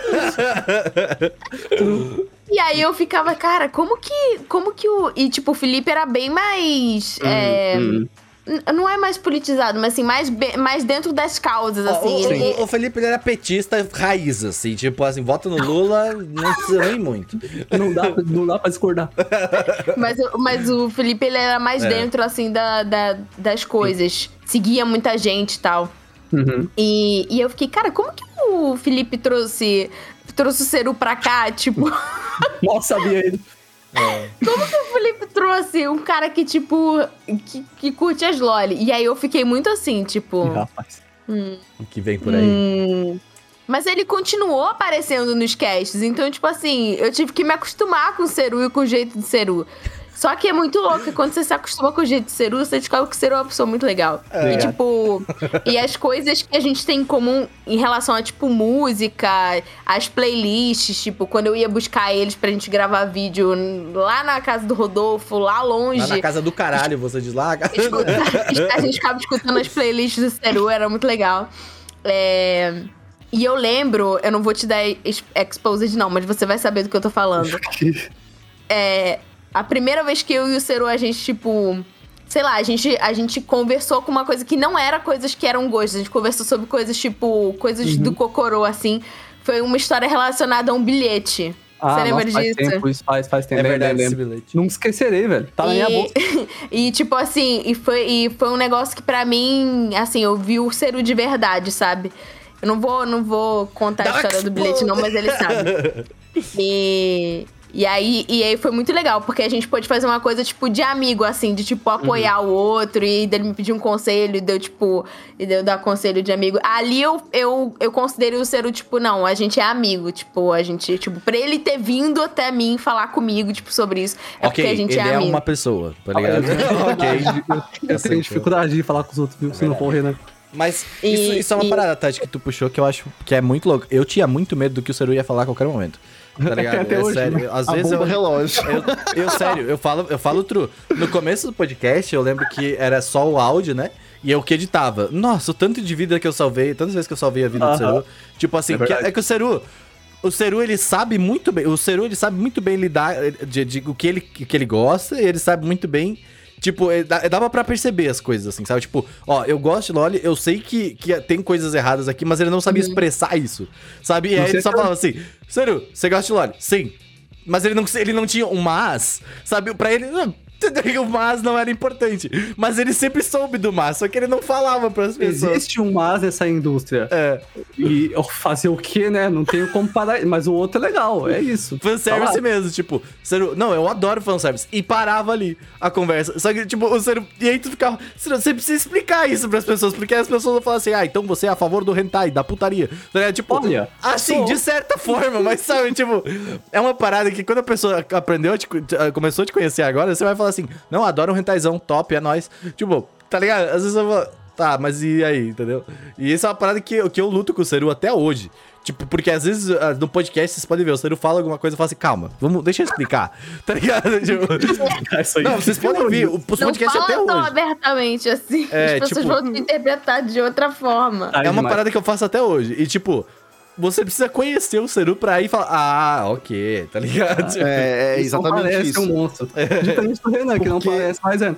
E aí eu ficava, cara, como que o... E, tipo, o Felipe era bem mais... Não é mais politizado, mas assim, mais dentro das causas, assim. O Felipe, ele era petista raiz, assim. Tipo, assim, vota no Lula, não precisa nem muito. Não dá pra discordar. Mas o Felipe, ele era mais dentro, assim, das coisas. Seguia muita gente e tal. Uhum. E eu fiquei, cara, como que o Felipe trouxe o Seru pra cá? Tipo, Mal sabia ele. como que o Felipe trouxe um cara que, tipo, que curte as loli? E aí eu fiquei muito assim, tipo... Rapaz. O que vem por aí. Mas ele continuou aparecendo nos casts, então, tipo assim, eu tive que me acostumar com o Seru e com o jeito de Seru. Só que é muito louco, que quando você se acostuma com o jeito de Seru, você descobre que o Seru é uma pessoa muito legal. E, tipo, e as coisas que a gente tem em comum em relação a, tipo, música, as playlists, tipo, quando eu ia buscar eles pra gente gravar vídeo lá na casa do Rodolfo, lá longe. Lá na casa do caralho, você diz lá. A gente ficava escutando as playlists do Seru, era muito legal. E eu lembro, eu não vou te dar exposed não, mas você vai saber do que eu tô falando. A primeira vez que eu e o Seru, a gente, tipo... Sei lá, a gente conversou com uma coisa que não era coisas que eram gostos. A gente conversou sobre coisas, tipo... Coisas do Cocorô, assim. Foi uma história relacionada a um bilhete. Você lembra nossa, disso? Faz tempo, isso faz tempo. É verdade, esse lembro. bilhete. Nunca esquecerei, velho. Tá na minha bolsa. E tipo assim, e foi um negócio que pra mim, assim, eu vi o Seru de verdade, sabe? Eu não vou contar a história do bilhete não, mas ele sabe. E aí foi muito legal, porque a gente pôde fazer uma coisa, tipo, de amigo, assim, de, tipo, apoiar o outro, e dele me pedir um conselho, e deu dar conselho de amigo. Ali eu considerei o Seru, tipo, não, a gente é amigo, tipo, pra ele ter vindo até mim falar comigo, tipo, sobre isso, porque a gente ele é amigo. uma pessoa, tá ligado? Eu tenho dificuldade de falar com os outros, viu? Se não correr, né? Mas isso é uma parada, Tati, que tu puxou, que eu acho que é muito louco. Eu tinha muito medo do que o Seru ia falar a qualquer momento. Tá ligado? Até hoje, sério. né? Às A vezes bomba relógio. sério, eu falo true. No começo do podcast, eu lembro que era só o áudio, né? E eu que editava. Nossa, o tanto de vida que eu salvei, tantas vezes que eu salvei a vida do Seru. Tipo assim, verdade. que o Seru, ele sabe muito bem. O Seru, ele sabe muito bem lidar de o que ele gosta, e ele sabe muito bem. Tipo, dava pra perceber as coisas, assim, sabe? Tipo, ó, eu gosto de Loli, eu sei que tem coisas erradas aqui, mas ele não sabia expressar isso, sabe? E aí ele só falava assim, Seru, você gosta de Loli? Sim. Mas ele não tinha um mas, sabe? Pra ele, O mas não era importante. Mas ele sempre soube do mas, só que ele não falava pras pessoas. Existe um mas nessa indústria. É. E fazer o quê, né? Não tenho como parar. Mas o outro é legal, é isso. Fanservice Tá lá. mesmo, tipo, Seru, não, eu adoro fanservice. E parava ali a conversa. Só que, tipo, o Seru. E aí tu ficava. Seru, você precisa explicar isso pras pessoas, porque as pessoas vão falar assim, então você é a favor do hentai, da putaria. Tá ligado? Tipo, Olha, assim, sou. de certa forma, mas sabe, tipo, é uma parada que quando a pessoa aprendeu, começou a te conhecer agora, você vai falar assim, não, adoro um hentaizão, top, é nóis. Tipo, tá ligado? Às vezes eu vou. Tá, mas e aí, entendeu? E isso é uma parada que eu luto com o Seru até hoje. Tipo, porque às vezes no podcast vocês podem ver, o Seru fala alguma coisa e fala assim, calma, deixa eu explicar. Tá ligado? Tipo, Isso aí. não, vocês podem ouvir, os Não podcasts até fala tão hoje. abertamente assim. É, As pessoas tipo- vão te interpretar de outra forma. Ai, É uma demais. parada que eu faço até hoje. E tipo, você precisa conhecer o Seru pra ir falar, ok, tá ligado? Tipo, É Isso não exatamente parece isso. um monstro. Diferente do Renan, que não Porque- parece, mas é.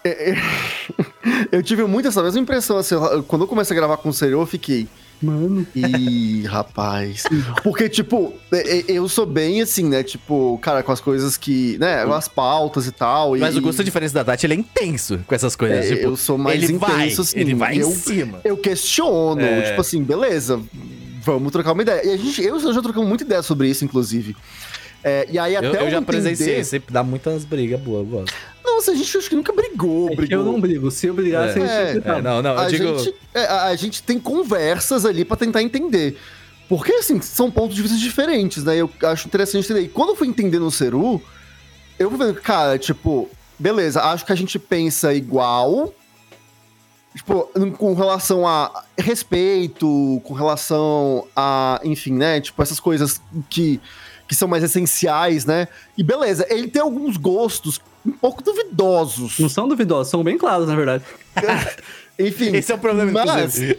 Eu tive muito essa mesma impressão, assim, quando eu comecei a gravar com o Seru, eu fiquei... Mano. Ih, rapaz. Porque, tipo, eu sou bem assim, né? Tipo, cara, com as coisas que, né? As pautas e tal. Mas o gosto diferente da Tati, ele é intenso com essas coisas. Tipo, eu sou mais ele intenso, vai, assim. ele vai eu, em cima. Eu questiono, tipo assim, beleza, vamos trocar uma ideia. E eu já trocamos muita ideia sobre isso, inclusive. E aí até Eu já presenciei, entender... sempre dá muitas brigas boas, eu gosto. Nossa, a gente acho que nunca brigou. É que eu não brigo. Se eu brigasse, a gente Não, eu a digo... gente, a gente tem conversas ali pra tentar entender. Porque, assim, são pontos de vista diferentes, né? Eu acho interessante entender. E quando eu fui entendendo o Seru, eu fui vendo, cara, tipo, beleza, acho que a gente pensa igual, tipo, com relação a respeito, com relação a, enfim, né? Tipo, essas coisas que são mais essenciais, né? E beleza, ele tem alguns gostos um pouco duvidosos. Não são duvidosos, são bem claros, na verdade. Enfim. Esse é o problema, mas, inclusive.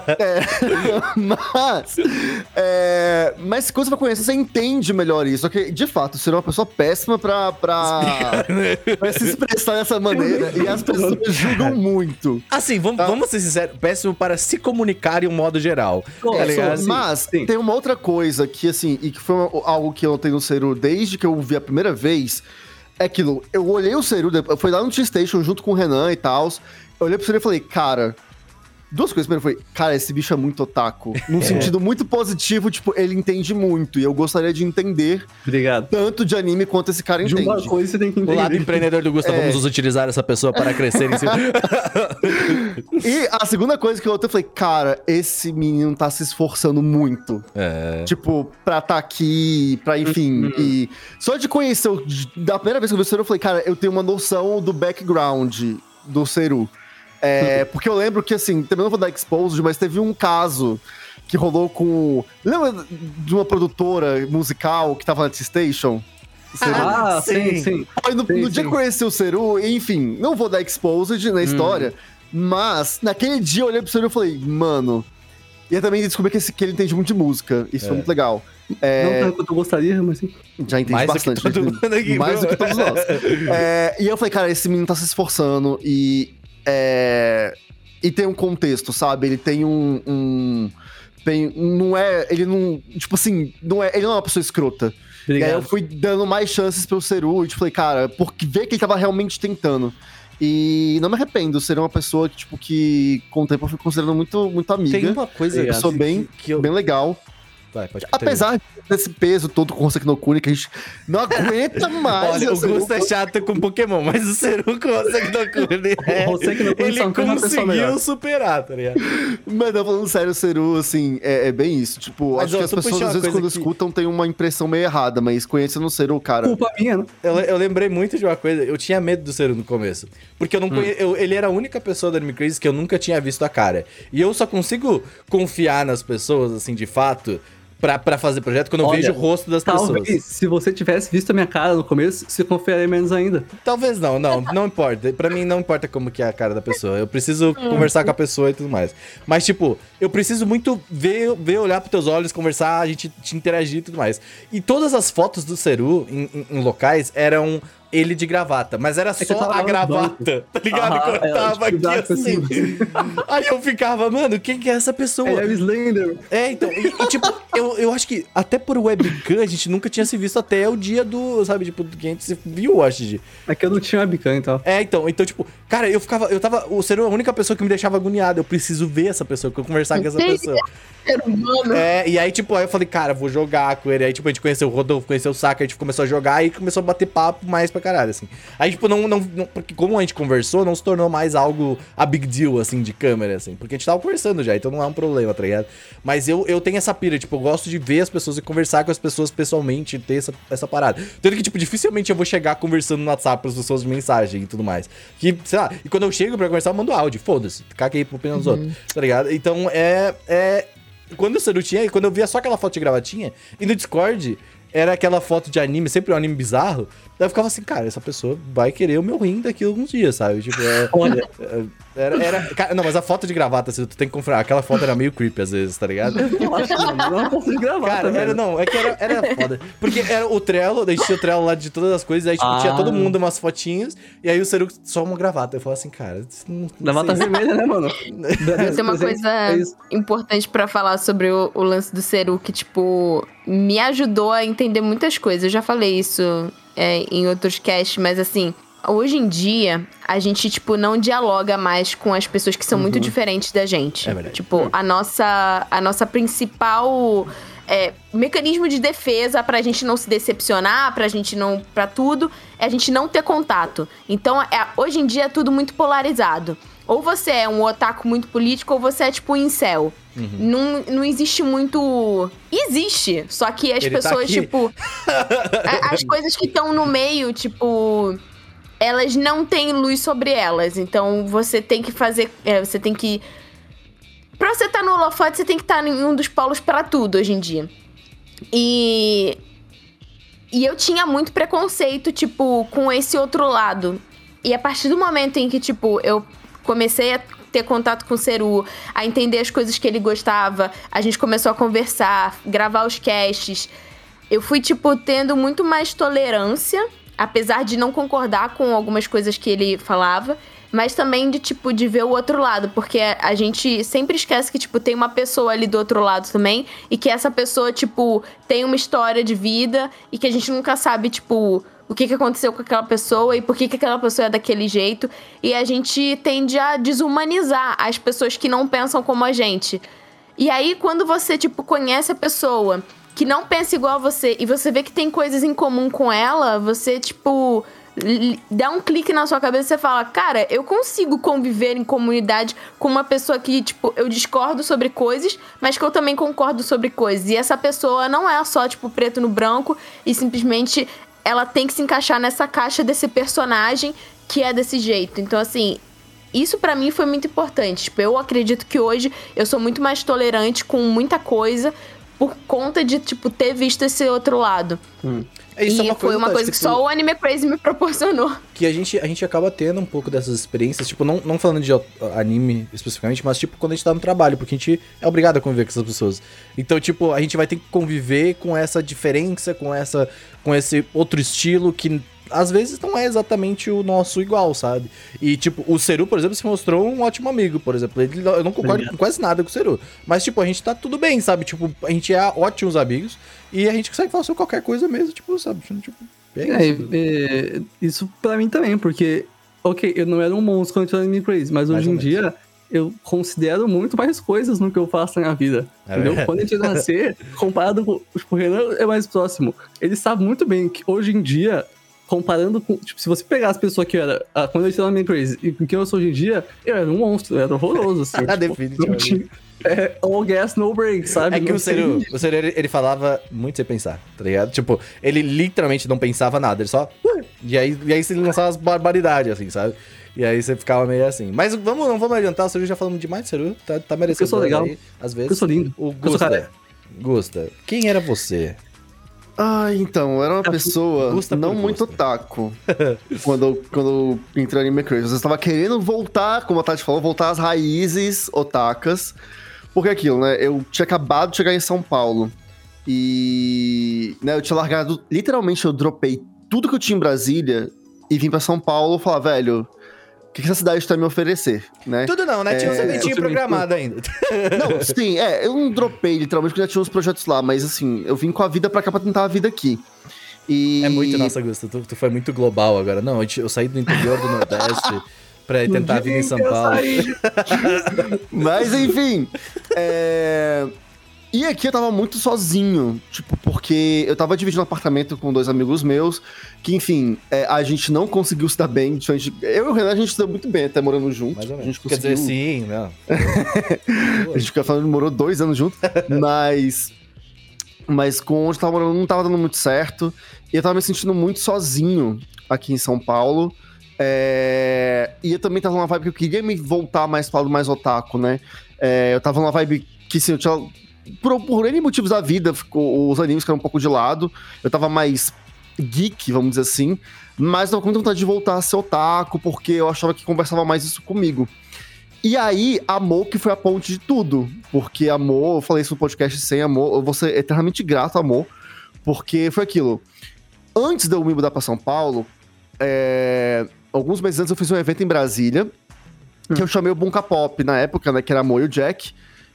mas quando você vai conhecer, você entende melhor isso. Só que, de fato, você é uma pessoa péssima pra se expressar dessa maneira. E as pessoas julgam muito. Assim, vamos ser sinceros, péssimo para se comunicar em um modo geral. Tá ligado? Sim, Mas sim. tem uma outra coisa que, assim, e que foi algo que eu tenho no Seru desde que eu vi a primeira vez. É aquilo, eu olhei o Seru, foi lá no T-Station junto com o Renan e tal. Eu olhei pro Seru e falei, cara. Duas coisas. Primeiro foi, cara, esse bicho é muito otaku. Num sentido muito positivo, tipo, ele entende muito. E eu gostaria de entender Obrigado. tanto de anime quanto esse cara De entende. uma coisa você tem que O entender. lado empreendedor do Gustavo, vamos utilizar essa pessoa para crescer em si. E a segunda coisa que eu falei, cara, esse menino tá se esforçando muito. Tipo, pra tá aqui, pra enfim. E só de conhecer, da primeira vez que eu vi o Seru, eu falei, cara, eu tenho uma noção do background do Seru. Porque eu lembro que, assim, também não vou dar exposed, mas teve um caso que rolou com... Lembra de uma produtora musical que tava na T-Station? Ah, sim. Aí no dia que eu conheci o Seru, enfim, não vou dar exposed na história, mas naquele dia eu olhei pro Seru e falei, mano... E eu também descobri que ele entende muito de música. Isso foi muito legal. Não tanto quanto eu gostaria, mas sim. Já entende Mais do que bastante. todo né? mundo aqui, Mais do que todos nós. E eu falei, cara, esse menino tá se esforçando e tem um contexto, sabe? Ele tem ele não... Tipo assim, ele não é uma pessoa escrota. Obrigado. E aí eu fui dando mais chances pro Seru e tipo, falei, cara, porque ver que ele tava realmente tentando. E não me arrependo, ser uma pessoa que, tipo, que com o tempo eu fui considerando muito amiga. Tem uma coisa Eu sou bem legal. Vai, pode Apesar desse peso todo com o Hoseki no Kuni, que a gente não aguenta mais. Olha, o Seru. Gusto é chato com Pokémon, mas o Seru com o Hoseki no Kuni, O Hoseki no Kuni ele só tem uma pessoa conseguiu melhor. superar, tá ligado? Mas não, falando sério, o Seru, assim, é bem isso. Tipo, Mas, acho ó, que as tu pessoas, puxou às uma vezes, quando coisa que- escutam, tem uma impressão meio errada, mas conhecendo o Seru, cara... Culpa minha, né? Eu lembrei muito de uma coisa, eu tinha medo do Seru no começo. Porque eu não ele era a única pessoa do Anime Crazy que eu nunca tinha visto a cara. E eu só consigo confiar nas pessoas, assim, de fato, pra fazer projeto quando eu Olha, vejo o rosto das Talvez, pessoas. se você tivesse visto a minha cara no começo, você confiaria menos ainda. Talvez não importa. Pra mim não importa como que é a cara da pessoa. Eu preciso conversar com a pessoa e tudo mais. Mas, tipo, eu preciso muito ver olhar pros teus olhos, conversar, a gente interagir e tudo mais. E todas as fotos do Seru em locais eram ele de gravata, mas era que eu só tava a gravata, tá ligado? Quando eu tava aqui assim. Aí eu ficava, mano, quem que é essa pessoa? É o Slender. Então, e tipo, eu acho que até por webcam a gente nunca tinha se visto até o dia do, sabe, tipo, que a gente se viu, acho. É que eu não tinha webcam e tal. Então, tipo, cara, o Seru é a única pessoa que me deixava agoniado, eu preciso ver essa pessoa, que eu conversar com essa pessoa. E aí, tipo, aí eu falei, cara, vou jogar com ele. Aí, tipo, a gente conheceu o Rodolfo, conheceu o Saka, a gente começou a jogar e começou a bater papo mais pra caralho, assim. Aí, tipo, porque como a gente conversou, não se tornou mais algo a big deal, assim, de câmera, assim. Porque a gente tava conversando já, então não é um problema, tá ligado? Mas eu tenho essa pira, tipo, eu gosto de ver as pessoas e conversar com as pessoas pessoalmente, ter essa parada. Tanto que, tipo, dificilmente eu vou chegar conversando no WhatsApp pras pessoas de mensagem e tudo mais. Que, sei lá, e quando eu chego pra conversar, eu mando áudio, foda-se, caguei pro opinião dos outros, tá ligado? Então, quando o Seru tinha, quando eu via só aquela foto de gravatinha, e no Discord era aquela foto de anime, sempre um anime bizarro, daí eu ficava assim, cara, essa pessoa vai querer o meu rim daqui a alguns dias, sabe? Tipo, olha. Cara, não, mas a foto de gravata, assim, tu tem que conferir, aquela foto era meio creepy às vezes, tá ligado? Eu acho que não é uma foto de gravata, cara, velho. era foda. Porque era o Trello, daí tinha o Trello lá de todas as coisas, aí tipo, tinha todo mundo umas fotinhas, e aí o Seru só uma gravata. Eu falava assim, cara, isso não Gravata sei. vermelha, né, mano? Tem uma coisa importante pra falar sobre o lance do Seru, que, tipo, me ajudou a entender muitas coisas. Eu já falei isso em outros casts, mas assim, hoje em dia, a gente, tipo, não dialoga mais com as pessoas que são muito diferentes da gente. É verdade. Tipo, a nossa principal mecanismo de defesa pra gente não se decepcionar, pra tudo, é a gente não ter contato. Então, hoje em dia é tudo muito polarizado. Ou você é um otaku muito político, ou você é tipo um incel. Não existe muito... Existe, só que as pessoas, tipo... as coisas que estão no meio, tipo... Elas não têm luz sobre elas. Então, você tem que fazer... você tem que... Pra você estar no holofote, você tem que estar em um dos polos pra tudo, hoje em dia. E eu tinha muito preconceito, tipo, com esse outro lado. E a partir do momento em que, tipo, eu comecei a ter contato com o Seru, a entender as coisas que ele gostava, a gente começou a conversar, gravar os casts, eu fui, tipo, tendo muito mais tolerância, apesar de não concordar com algumas coisas que ele falava, mas também de, tipo, de ver o outro lado, porque a gente sempre esquece que, tipo, tem uma pessoa ali do outro lado também, e que essa pessoa, tipo, tem uma história de vida, e que a gente nunca sabe, tipo, o que aconteceu com aquela pessoa e por que aquela pessoa é daquele jeito. E a gente tende a desumanizar as pessoas que não pensam como a gente. E aí, quando você, tipo, conhece a pessoa que não pensa igual a você e você vê que tem coisas em comum com ela, você, tipo, dá um clique na sua cabeça e você fala, cara, eu consigo conviver em comunidade com uma pessoa que, tipo, eu discordo sobre coisas, mas que eu também concordo sobre coisas. E essa pessoa não é só, tipo, preto no branco e simplesmente... ela tem que se encaixar nessa caixa desse personagem que é desse jeito. Então, assim, isso pra mim foi muito importante. Tipo, eu acredito que hoje eu sou muito mais tolerante com muita coisa por conta de, tipo, ter visto esse outro lado. Isso e foi uma coisa que só o Anime Crazy me proporcionou. Que a gente acaba tendo um pouco dessas experiências, tipo, não falando de anime especificamente, mas tipo, quando a gente tá no trabalho, porque a gente é obrigado a conviver com essas pessoas. Então, tipo, a gente vai ter que conviver com essa diferença, com esse outro estilo que às vezes não é exatamente o nosso igual, sabe? E, tipo, o Seru, por exemplo, se mostrou um ótimo amigo, por exemplo. Eu não concordo com quase nada com o Seru. Mas, tipo, a gente tá tudo bem, sabe? Tipo, a gente é ótimos amigos e a gente consegue falar sobre qualquer coisa mesmo, tipo, sabe? Tipo, isso pra mim também, porque, ok, eu não era um monstro quando eu tinha Anime Crazy, mas hoje em dia eu considero muito mais coisas no que eu faço na minha vida, entendeu? Quando a gente nascer, comparado com... Tipo, o Renan é mais próximo. Ele sabe muito bem que hoje em dia... comparando com... Tipo, se você pegar as pessoas que eu era... quando eu estava no Anime Crazy e com quem eu sou hoje em dia, eu era um monstro, eu era horroroso, assim. Tipo, definitivamente. All gas, no break, sabe? É que o Seru, ele falava muito sem pensar, tá ligado? Tipo, ele literalmente não pensava nada, ele só... E aí você lançava as barbaridades, assim, sabe? E aí você ficava meio assim. Mas não vamos adiantar, o Seru já falamos demais, Seru. Tá merecendo. Eu sou legal. Aí, às vezes. Eu sou lindo. O Gusta, quem era você? Então, eu era uma pessoa não muito otaku quando eu entrei no Anime Crazy. Eu estava querendo voltar, como a Tati falou, voltar às raízes otakas. Porque aquilo, né? Eu tinha acabado de chegar em São Paulo. E... né, eu tinha largado... Literalmente, eu dropei tudo que eu tinha em Brasília e vim pra São Paulo falar, velho, o que essa cidade tá me oferecer, né? Tudo não, né? Tinha uns eventinhos programados ainda. Não, sim, eu não dropei literalmente porque já tinha uns projetos lá, mas assim, eu vim com a vida pra cá pra tentar a vida aqui. E... É muito, nossa, Augusto, tu foi muito global agora. Não, eu saí do interior do Nordeste pra tentar a vida em São Paulo. Mas enfim, E aqui eu tava muito sozinho, tipo, porque eu tava dividindo um apartamento com 2 amigos meus, que, enfim, a gente não conseguiu se dar bem. Eu e o Renan, a gente se deu muito bem até morando junto. Mais ou menos. A gente conseguiu... Quer dizer, sim, não. A gente fica falando que morou 2 anos junto, mas com onde eu tava morando não tava dando muito certo, e eu tava me sentindo muito sozinho aqui em São Paulo. E eu também tava numa vibe que eu queria me voltar mais pro lado mais otaku, né? Eu tava numa vibe que, assim, eu tinha... Por N motivos da vida, os animes ficaram um pouco de lado. Eu tava mais geek, vamos dizer assim. Mas eu tava com muita vontade de voltar a ser otaku, porque eu achava que conversava mais isso comigo. E aí, amor que foi a ponte de tudo. Porque amor, eu falei isso no podcast, sem amor, eu vou ser eternamente grato, amor. Porque foi aquilo. Antes de eu me mudar pra São Paulo, alguns meses antes eu fiz um evento em Brasília, que eu chamei o Bunka Pop na época, né? Que era amor e o Jack.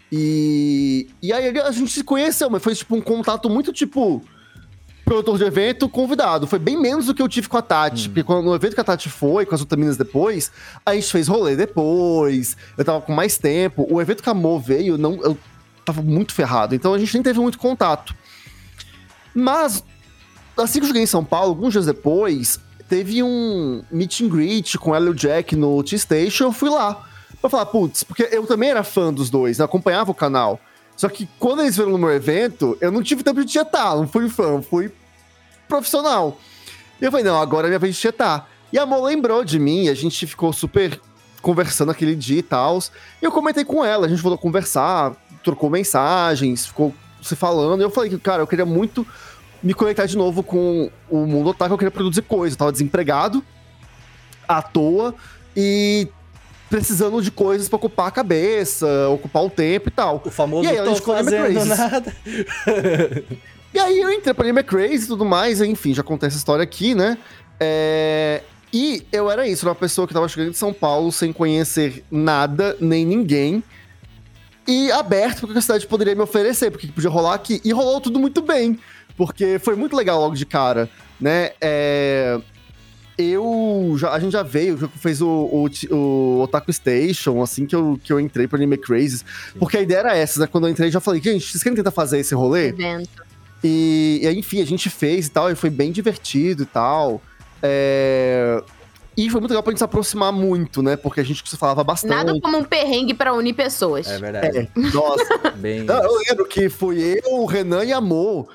E aí a gente se conheceu, mas foi tipo um contato muito tipo produtor de evento, convidado. Foi bem menos do que eu tive com a Tati, porque no evento que a Tati foi, com as outras meninas depois, a gente fez rolê depois, eu tava com mais tempo. O evento que a Mo veio, eu tava muito ferrado, então a gente nem teve muito contato. Mas, assim que eu cheguei em São Paulo, alguns dias depois, teve um meet and greet com ela e o Jack no T-Station, eu fui lá. Pra falar, putz, porque eu também era fã dos dois, né? Acompanhava o canal. Só que quando eles viram no meu evento, eu não tive tempo de tietar, não fui fã, fui profissional. E eu falei, não, agora é minha vez de tietar. E a Mo lembrou de mim, a gente ficou super conversando aquele dia e tal. E eu comentei com ela, a gente voltou a conversar, trocou mensagens, ficou se falando. E eu falei que, cara, eu queria muito me conectar de novo com o mundo otaku, eu queria produzir coisa. Eu tava desempregado, à toa, e precisando de coisas pra ocupar a cabeça, ocupar o tempo e tal. O famoso e aí, tô fazendo nada. E aí eu entrei pra Anime Crazy e tudo mais, enfim, já contei essa história aqui, né? E eu era isso, era uma pessoa que tava chegando de São Paulo sem conhecer nada, nem ninguém, e aberto pro que a cidade poderia me oferecer, porque podia rolar aqui. E rolou tudo muito bem, porque foi muito legal logo de cara, né? A gente já veio, já fez o Otaku Station, assim que eu entrei pro Anime Crazy. Porque a ideia era essa, né? Quando eu entrei, já falei, gente, vocês querem tentar fazer esse rolê? Evento. E aí, enfim, a gente fez e tal, e foi bem divertido e tal. E foi muito legal pra gente se aproximar muito, né? Porque a gente se falava bastante. Nada como um perrengue pra unir pessoas. É verdade. Nossa. Bem Eu lembro que fui eu, o Renan e a Mo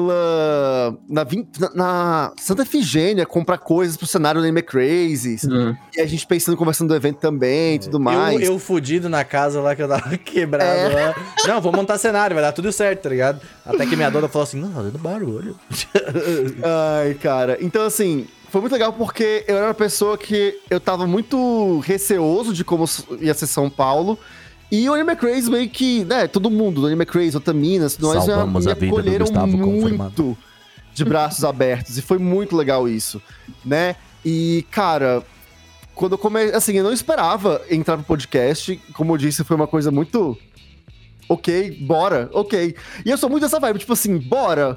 na Santa Efigênia comprar coisas pro cenário do Anime Crazy. E a gente pensando, conversando do evento também e tudo mais. Eu fudido na casa lá que eu tava quebrado lá. Não, vou montar cenário, vai dar tudo certo, tá ligado? Até que minha dona falou assim, não, tá dando barulho. Ai, cara. Então, assim, foi muito legal porque eu era uma pessoa que eu tava muito receoso de como ia ser São Paulo. E o Anime Crazy meio que, né, todo mundo do Anime Crazy, Otaminas, nós me acolheram muito de braços abertos. E foi muito legal isso, né? E, cara, quando eu comecei, assim, eu não esperava entrar no podcast. Como eu disse, foi uma coisa muito... Ok, bora, ok. E eu sou muito dessa vibe, tipo assim, bora.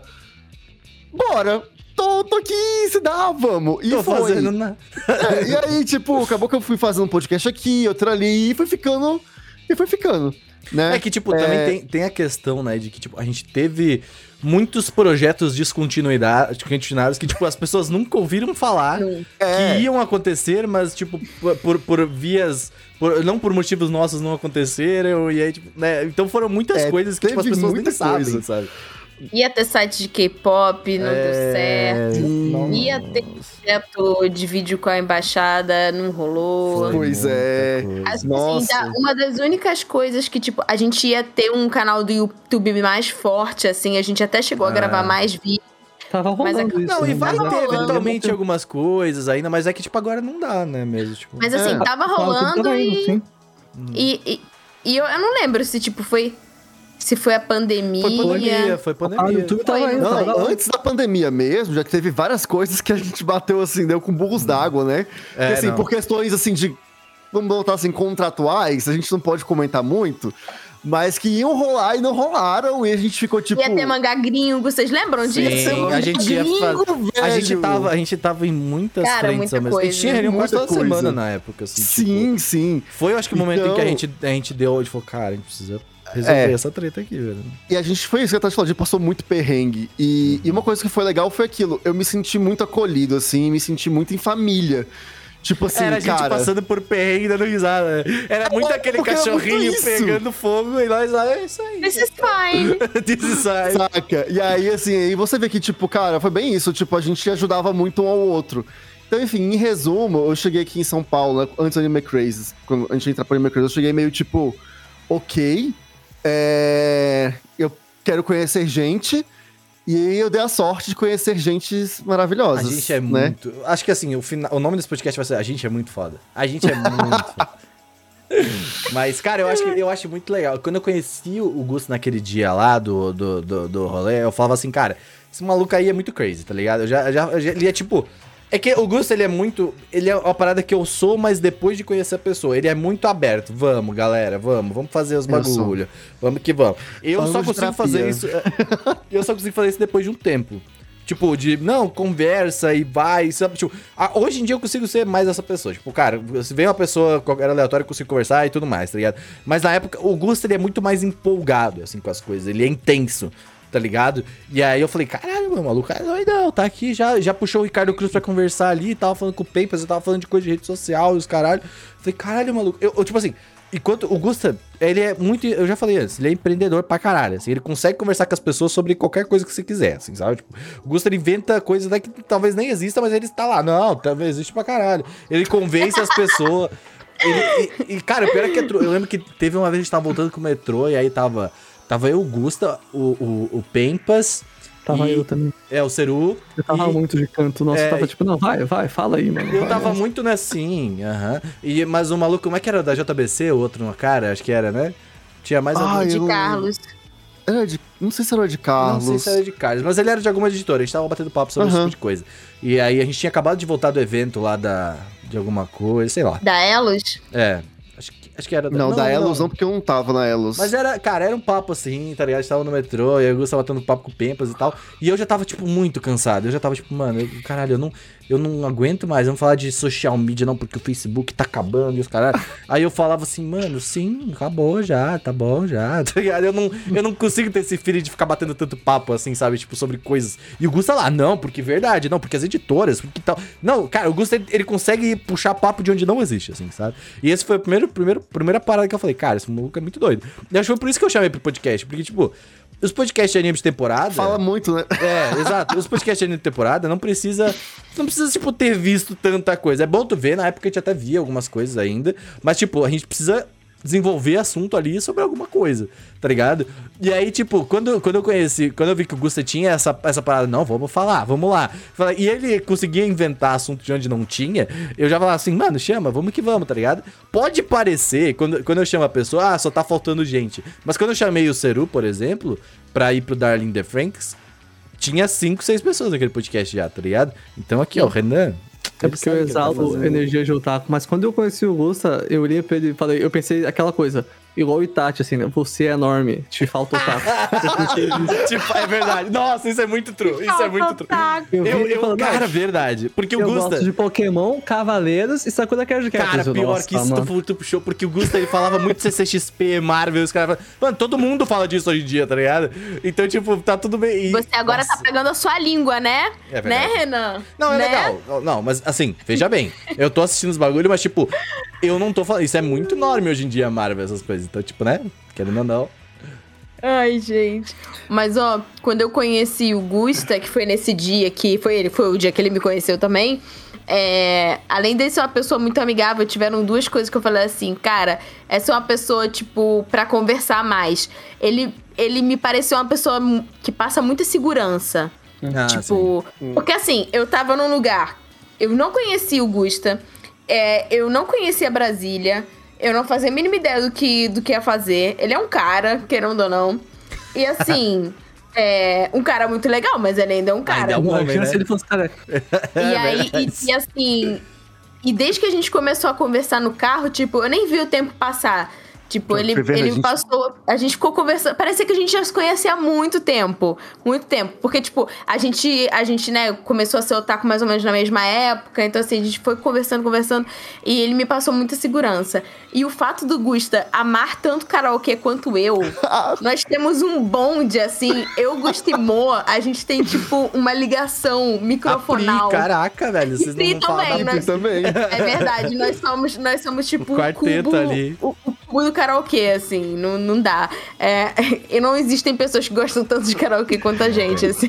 Tô aqui, se dá, vamos. E tô foi. Fazendo nada. E aí, tipo, acabou que eu fui fazendo um podcast aqui, outro ali, e foi ficando, né? É que, tipo, também tem a questão, né, de que, tipo, a gente teve muitos projetos descontinuados que, tipo, as pessoas nunca ouviram falar que iam acontecer, mas, tipo, por vias... não por motivos nossos não aconteceram, e aí, tipo, né? Então foram muitas coisas que, tipo, as pessoas nem sabem, sabe? Ia ter site de K-pop, não deu certo. Ia ter projeto de vídeo com a embaixada, não rolou. Pois é. Assim, uma das únicas coisas que, tipo, a gente ia ter um canal do YouTube mais forte, assim, a gente até chegou a gravar mais vídeos. Tava rolando isso. Não, e vai tava ter rolando. eventualmente algumas coisas ainda, mas é que, tipo, agora não dá, né, mesmo, tipo... Mas assim, tava rolando e eu não lembro se, tipo, foi Se foi a pandemia. Foi Ah, o pandemia. YouTube tava aí, tava da Não, hora. antes da pandemia mesmo, já teve várias coisas que a gente bateu assim, deu com burros d'água, né? Porque, assim, não. por questões assim de, vamos botar assim, contratuais, a gente não pode comentar muito, mas que iam rolar e não rolaram, e a gente ficou tipo. Ia ter mangá gringo, vocês lembram Sim, disso? a gente ia Gringo, a velho. gente tava em muitas Cara, frentes muita ao mesmo tempo. A gente coisa. tinha reunião quase Muita toda semana coisa. na época, assim. Sim, sim. Tipo, foi, eu acho que o momento em que a Então- gente deu e falou, cara, a gente precisa resolver É. essa treta aqui, velho. E a gente foi isso que a Tati falou, a gente passou muito perrengue. E uma coisa que foi legal foi aquilo, eu me senti muito acolhido, assim, me senti muito em família. Tipo assim, Era a gente cara... passando por perrengue dando risada. Era muito aquele porque era cachorrinho muito isso. pegando fogo e nós lá, é isso aí. This is fine. This is fine. Saca? E aí, assim, aí você vê que, tipo, cara, foi bem isso. Tipo, a gente ajudava muito um ao outro. Então, enfim, em resumo, eu cheguei aqui em São Paulo, né, antes do Anime Crazy. Quando a gente entrar pro Anime Crazy, eu cheguei meio, tipo, ok, eu quero conhecer gente. E aí eu dei a sorte de conhecer gentes A maravilhosas. gente é né? muito... Acho que assim, o nome desse podcast vai ser A Gente é Muito Foda. A gente é muito foda. Mas, cara, eu acho muito legal. Quando eu conheci o Gusto naquele dia lá do rolê, eu falava assim, cara, esse maluco aí é muito crazy, tá ligado? Ele é tipo... É que o Gusto, ele é uma parada que eu sou, mas depois de conhecer a pessoa. Ele é muito aberto. Vamos, galera, vamos fazer os bagulho. Vamos que vamos. Eu Falando só de consigo terapia. fazer isso... Eu só consigo fazer isso depois de um tempo. Tipo, não, conversa e vai, sabe? Tipo, hoje em dia eu consigo ser mais essa pessoa. Tipo, cara, se vem uma pessoa qualquer aleatória, eu consigo conversar e tudo mais, tá ligado? Mas na época, o Gusto, ele é muito mais empolgado, assim, com as coisas. Ele é intenso, tá ligado? E aí eu falei, caralho, meu maluco, é doidão, tá aqui, já puxou o Ricardo Cruz pra conversar ali, tava falando com o Pempas, eu tava falando de coisa de rede social e os caralho. Falei, caralho, maluco. Eu tipo assim... Enquanto o Gusta, ele é muito... Eu já falei antes, ele é empreendedor pra caralho, assim. Ele consegue conversar com as pessoas sobre qualquer coisa que você quiser, assim, sabe? Tipo, o Gusta, ele inventa coisas que talvez nem exista, mas ele está lá. Não, talvez existe pra caralho. Ele convence as pessoas. Cara, o pior é que eu lembro que teve uma vez a gente tava voltando com o metrô e aí tava eu, o Gusta, o Pempas... Tava eu também. O Ceru. Eu tava muito de canto. Nossa, tava tipo, não, vai, fala aí, mano. Eu tava muito assim, Mas o maluco, como é que era da JBC? O outro no cara? Acho que era, né? Tinha mais algum. De Carlos. Não sei se era de Carlos. Não sei se era de Carlos, mas ele era de alguma editora. A gente tava batendo papo sobre esse tipo de coisa. E aí a gente tinha acabado de voltar do evento lá de alguma coisa, sei lá. Da Elos? Acho que era Não, da Elos não, porque eu não tava na Elos. Mas era um papo assim, tá ligado? A gente tava no metrô, e aí eu tava batendo papo com o Pempas e tal. E eu já tava, tipo, muito cansado. Eu já tava, tipo, mano, caralho, eu não aguento mais. Vamos falar de social media, não, porque o Facebook tá acabando e os caralho. Aí eu falava assim, mano, sim, acabou já, tá bom já. Tá ligado? Eu não consigo ter esse feeling de ficar batendo tanto papo assim, sabe? Tipo, sobre coisas. E o Gusta lá, não, porque é verdade, não, porque as editoras, porque tal. Não, cara, o Gusta, ele consegue puxar papo de onde não existe, assim, sabe? E esse foi a primeira parada que eu falei, cara, esse maluco é muito doido. E acho que foi por isso que eu chamei pro podcast, porque, tipo, os podcasts de anime de temporada... Fala muito, né? Exato. Os podcasts de anime de temporada não precisa, tipo, ter visto tanta coisa. É bom tu ver, na época a gente até via algumas coisas ainda, mas, tipo, a gente precisa desenvolver assunto ali sobre alguma coisa, tá ligado? E aí, tipo, quando eu vi que o Gusta tinha essa parada, não, vamos falar, vamos lá. E ele conseguia inventar assunto de onde não tinha, eu já falava assim, mano, chama, vamos que vamos, tá ligado? Pode parecer, quando eu chamo a pessoa, só tá faltando gente. Mas quando eu chamei o Ceru, por exemplo, pra ir pro Darling the Franks, tinha 5, 6 pessoas naquele podcast já, tá ligado? Então aqui, ó, o Renan... É porque eu exalo energia de otaku, mas quando eu conheci o Gusta, eu olhei pra ele e falei, eu pensei aquela coisa, igual o Itachi, assim, né? Você é enorme, te falta otaku. Tipo, é verdade. Nossa, isso é muito true. Isso é muito true. Cara, verdade. Porque o eu Gusta... gosto de Pokémon, Cavaleiros e Sakura Card Captors. Cara, pior que isso tu puxou, porque o Gusta, ele falava muito CCXP, Marvel, os caras falam... Mano, todo mundo fala disso hoje em dia, tá ligado? Então, tipo, tá tudo bem. Você agora tá pegando a sua língua, né? É verdade. Né, Renan? Não, é né? legal. Não, mas assim, veja bem. Eu tô assistindo os bagulho, mas tipo, eu não tô falando... Isso é muito enorme hoje em dia, Marvel, essas coisas. Então, tipo, né? Querendo ou não... Ai, gente. Mas, ó, quando eu conheci o Gusta, que foi nesse dia que... Foi o dia que ele me conheceu também. Além de ser uma pessoa muito amigável, tiveram 2 coisas que eu falei assim, cara, essa é uma pessoa, tipo, pra conversar mais. Ele me pareceu uma pessoa que passa muita segurança. Tipo, porque assim, eu tava num lugar, eu não conhecia o Gusta, eu não conhecia Brasília, eu não fazia a mínima ideia do que ia fazer. Ele é um cara, querendo ou não. E assim, um cara muito legal, mas ele ainda é um cara. Ainda é um homem, né? Se ele fosse cara. E aí, e assim... E desde que a gente começou a conversar no carro, tipo, eu nem vi o tempo passar. Tipo, ele me passou... A gente ficou conversando... Parecia que a gente já se conhecia há muito tempo. Muito tempo. Porque, tipo, a gente, né, começou a ser otaku mais ou menos na mesma época. Então, assim, a gente foi conversando. E ele me passou muita segurança. E o fato do Gusta amar tanto karaokê quanto eu... nós temos um bonde, assim... Eu, Gusta e Moa, a gente tem, tipo, uma ligação microfonal. Caraca, velho. Vocês não também, falam também. É verdade. Nós somos tipo, o quarteto cubo, ali. O cubo do karaokê, assim, não dá. E não existem pessoas que gostam tanto de karaokê quanto a gente, assim.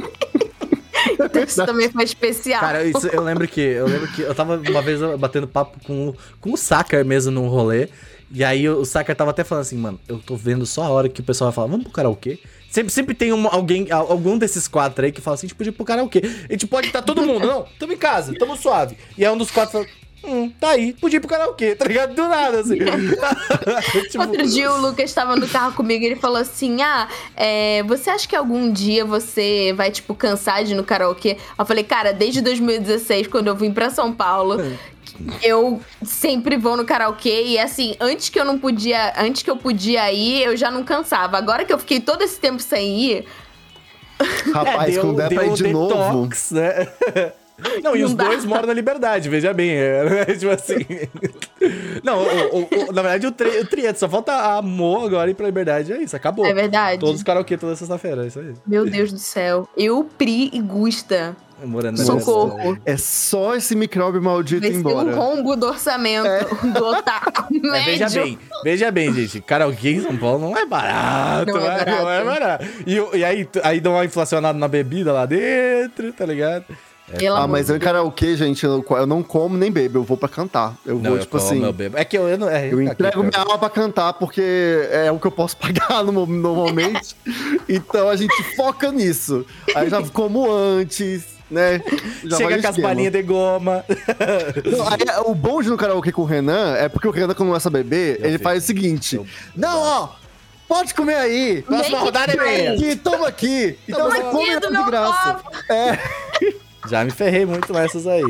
Então isso também foi especial. Cara, eu lembro que eu tava uma vez batendo papo com o Sakar mesmo num rolê. E aí o Sakar tava até falando assim, mano, eu tô vendo só a hora que o pessoal vai falar, vamos pro karaokê. Sempre tem algum desses 4 aí que fala assim, a gente podia ir pro karaokê. A gente pode estar todo mundo, não, tamo em casa, tamo suave. E aí um dos 4 fala, tá aí, podia ir pro karaokê, tá ligado? Do nada, assim. Tipo... Outro dia o Lucas tava no carro comigo e ele falou assim, você acha que algum dia você vai, tipo, cansar de ir no karaokê? Eu falei, cara, desde 2016, quando eu vim pra São Paulo... Eu sempre vou no karaokê e assim, antes que eu podia ir, eu já não cansava. Agora que eu fiquei todo esse tempo sem ir... Rapaz, quando der pra ir de novo... Né? Não, e os dois moram na Liberdade, veja bem. Tipo assim... Não, na verdade o Triete, só falta a Mo agora ir pra Liberdade, é isso, acabou. É verdade. Todos os karaokê toda sexta-feira, é isso aí. Meu Deus do céu. Eu, Pri e Gusta. Socorro. É só esse micróbio maldito ir embora. Vai ser um rombo do orçamento do otaku médio. Veja bem, gente. Karaokê em São Paulo não é barato. Não é barato. E aí dá uma inflacionada na bebida lá dentro, tá ligado? Mas eu em karaokê, gente, eu não como nem bebo, eu vou pra cantar. Eu vou, tipo assim... Eu bebo. É que eu não... eu entrego minha alma pra cantar, porque é o que eu posso pagar normalmente. Então a gente foca nisso. Aí já como antes, né? Já chega com as balinhas de goma. Não, aí, o bom de no karaokê com o Renan é porque o Renan, quando começa a beber, ele faz o seguinte... Pode comer aí. Próxima rodada é minha. Toma aqui. Então você come de graça. Já me ferrei muito nessas aí.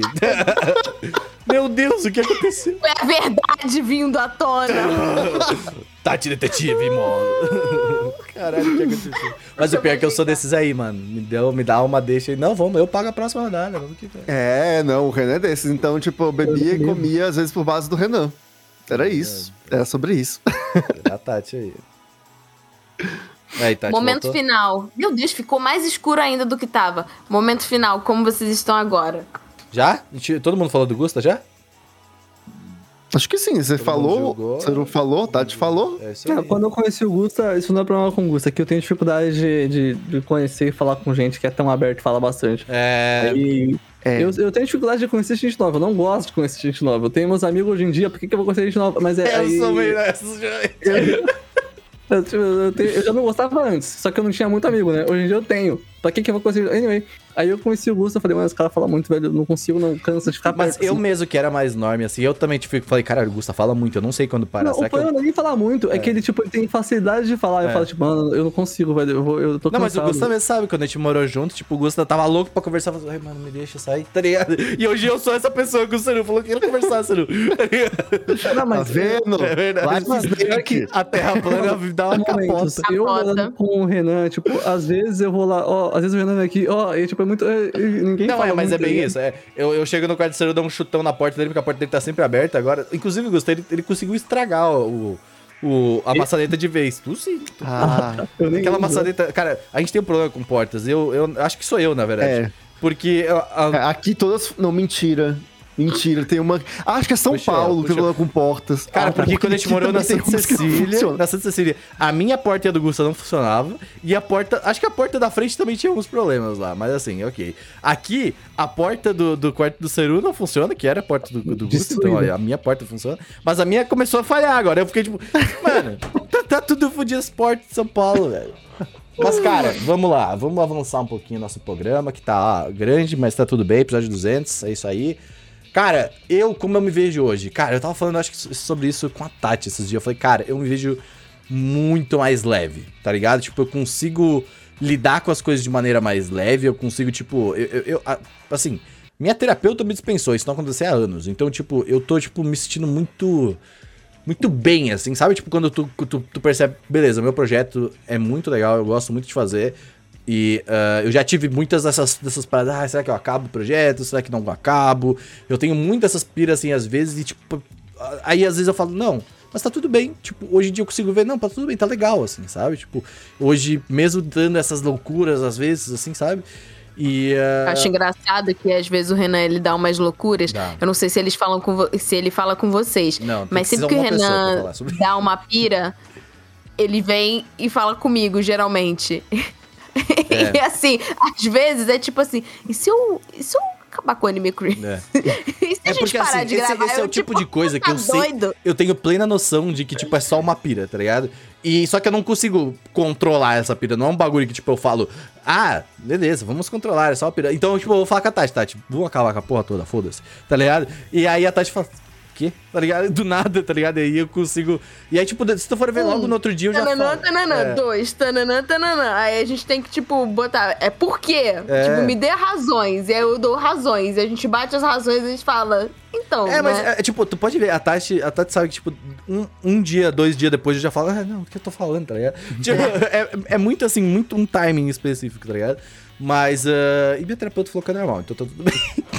Meu Deus, o que aconteceu? É a verdade vindo à tona. Tati detetive, mano. Caralho, o que aconteceu? Mas o pior é que eu sou desses aí, mano. Me dá uma deixa aí. Não, vamos, eu pago a próxima rodada. Vamos que não, o Renan é desses. Então, tipo, eu bebia e comia, às vezes, por base do Renan. Era isso. Era sobre isso. A Tati aí. Aí, Tati, momento voltou? Final. Meu Deus, ficou mais escuro ainda do que tava. Momento final, como vocês estão agora? Já? Todo mundo falou do Gusta já? Acho que sim, você falou. Você não falou? Tati falou? É isso aí. Quando eu conheci o Gusta, isso não é problema com o Gusta, que eu tenho dificuldade de conhecer e falar com gente que é tão aberto e fala bastante. Eu tenho dificuldade de conhecer gente nova, eu não gosto de conhecer gente nova. Eu tenho meus amigos hoje em dia, por que eu vou conhecer gente nova? Mas eu sou meio dessas, gente. Eu já não gostava antes, só que eu não tinha muito amigo, né? Hoje em dia eu tenho. Pra que eu vou conseguir? Anyway, aí eu conheci o Gusta, falei, mas esse cara fala muito, velho, eu não consigo, não cansa de ficar Mas perto, eu assim. mesmo que era mais norme, assim, eu também falei, cara, o Gusta fala muito, eu não sei quando parar. Não, o problema não é nem falar muito, é que ele, tipo, ele tem facilidade de falar. Eu falo, tipo, mano, eu não consigo, velho, eu tô cansado. Não, mas o Gusta mesmo sabe, quando a gente morou junto, tipo, o Gusta tava louco pra conversar, falou, ai, mano, me deixa sair, tá ligado? E hoje eu sou essa pessoa que o Saru falou que ia conversar, Saru, tá ligado? Não, mas tá vendo? É verdade. Snake. A Terra plana dá uma capota. Eu morando com o Renan, tipo, às vezes eu vou lá, às vezes o Renan vem aqui, e tipo, é muito... ninguém não, fala mas muito, é bem isso. Eu chego no quarto do Saru, dou um chutão na porta dele, porque a porta dele tá sempre aberta agora. Inclusive, o Gusta, ele conseguiu estragar a maçaneta de vez. Tu sim. Aquela maçaneta... Cara, a gente tem um problema com portas. Eu acho que sou eu, na verdade. Porque... Aqui todas... Não, mentira, tem uma... Acho que é São Paulo que tem problema com portas. Cara, porque quando a gente morou na Santa Cecília, a minha porta e a do Gusta não funcionava. E a porta... Acho que a porta da frente também tinha alguns problemas lá. Mas assim, ok. Aqui, a porta do quarto do Saru não funciona, que era a porta do Gusta. Então, a minha porta funciona. Mas a minha começou a falhar agora. Eu fiquei tipo... Mano, tá tudo fodido as portas de São Paulo, velho. Mas, cara, vamos lá. Vamos avançar um pouquinho o nosso programa, que tá grande, mas tá tudo bem. Episódio 200, é isso aí. Cara, como eu me vejo hoje? Cara, eu tava falando, acho que sobre isso com a Tati esses dias. Eu falei, cara, eu me vejo muito mais leve, tá ligado? Tipo, eu consigo lidar com as coisas de maneira mais leve, eu consigo, tipo, assim, minha terapeuta me dispensou, isso não aconteceu há anos. Então, tipo, eu tô, tipo, me sentindo muito bem, assim, sabe? Tipo, quando tu percebe, beleza, meu projeto é muito legal, eu gosto muito de fazer. E eu já tive muitas dessas paradas, será que eu acabo o projeto? Será que não acabo? Eu tenho muitas dessas piras, assim, às vezes, e tipo... Aí, às vezes, eu falo, não, mas tá tudo bem. Tipo, hoje em dia eu consigo ver, não, tá tudo bem, tá legal, assim, sabe? Tipo, hoje, mesmo dando essas loucuras, às vezes, assim, sabe? E... Acho engraçado que, às vezes, o Renan, ele dá umas loucuras. Dá. Eu não sei se eles falam se ele fala com vocês. Não, mas sempre que o Renan dá uma pira, ele vem e fala comigo, geralmente. E assim, às vezes é tipo assim, e se eu acabar com o Anime Crazy? E se a gente parar assim, de gravar? Esse é o tipo de coisa que eu sei. Eu tenho plena noção de que, tipo, é só uma pira, tá ligado? E só que eu não consigo controlar essa pira. Não é um bagulho que, tipo, eu falo, beleza, vamos controlar, é só uma pira. Então, tipo, eu vou falar com a Tati, vamos acabar com a porra toda, foda-se, tá ligado? E aí a Tati fala, quê? Tá ligado? Do nada, tá ligado? E aí eu consigo... E aí, tipo, se tu for ver logo no outro dia, eu já falo. Tananã, 2, tananã. Aí a gente tem que, tipo, botar... Por quê? Tipo, me dê razões. E aí eu dou razões. E a gente bate as razões e a gente fala... Então, mas, tipo, tu pode ver, a Tati sabe que, tipo, um dia, 2 dias depois eu já falo, não, o que eu tô falando, tá ligado? Tipo, é muito, assim, muito um timing específico, tá ligado? Mas, e minha terapeuta falou que é normal, então tá tudo bem.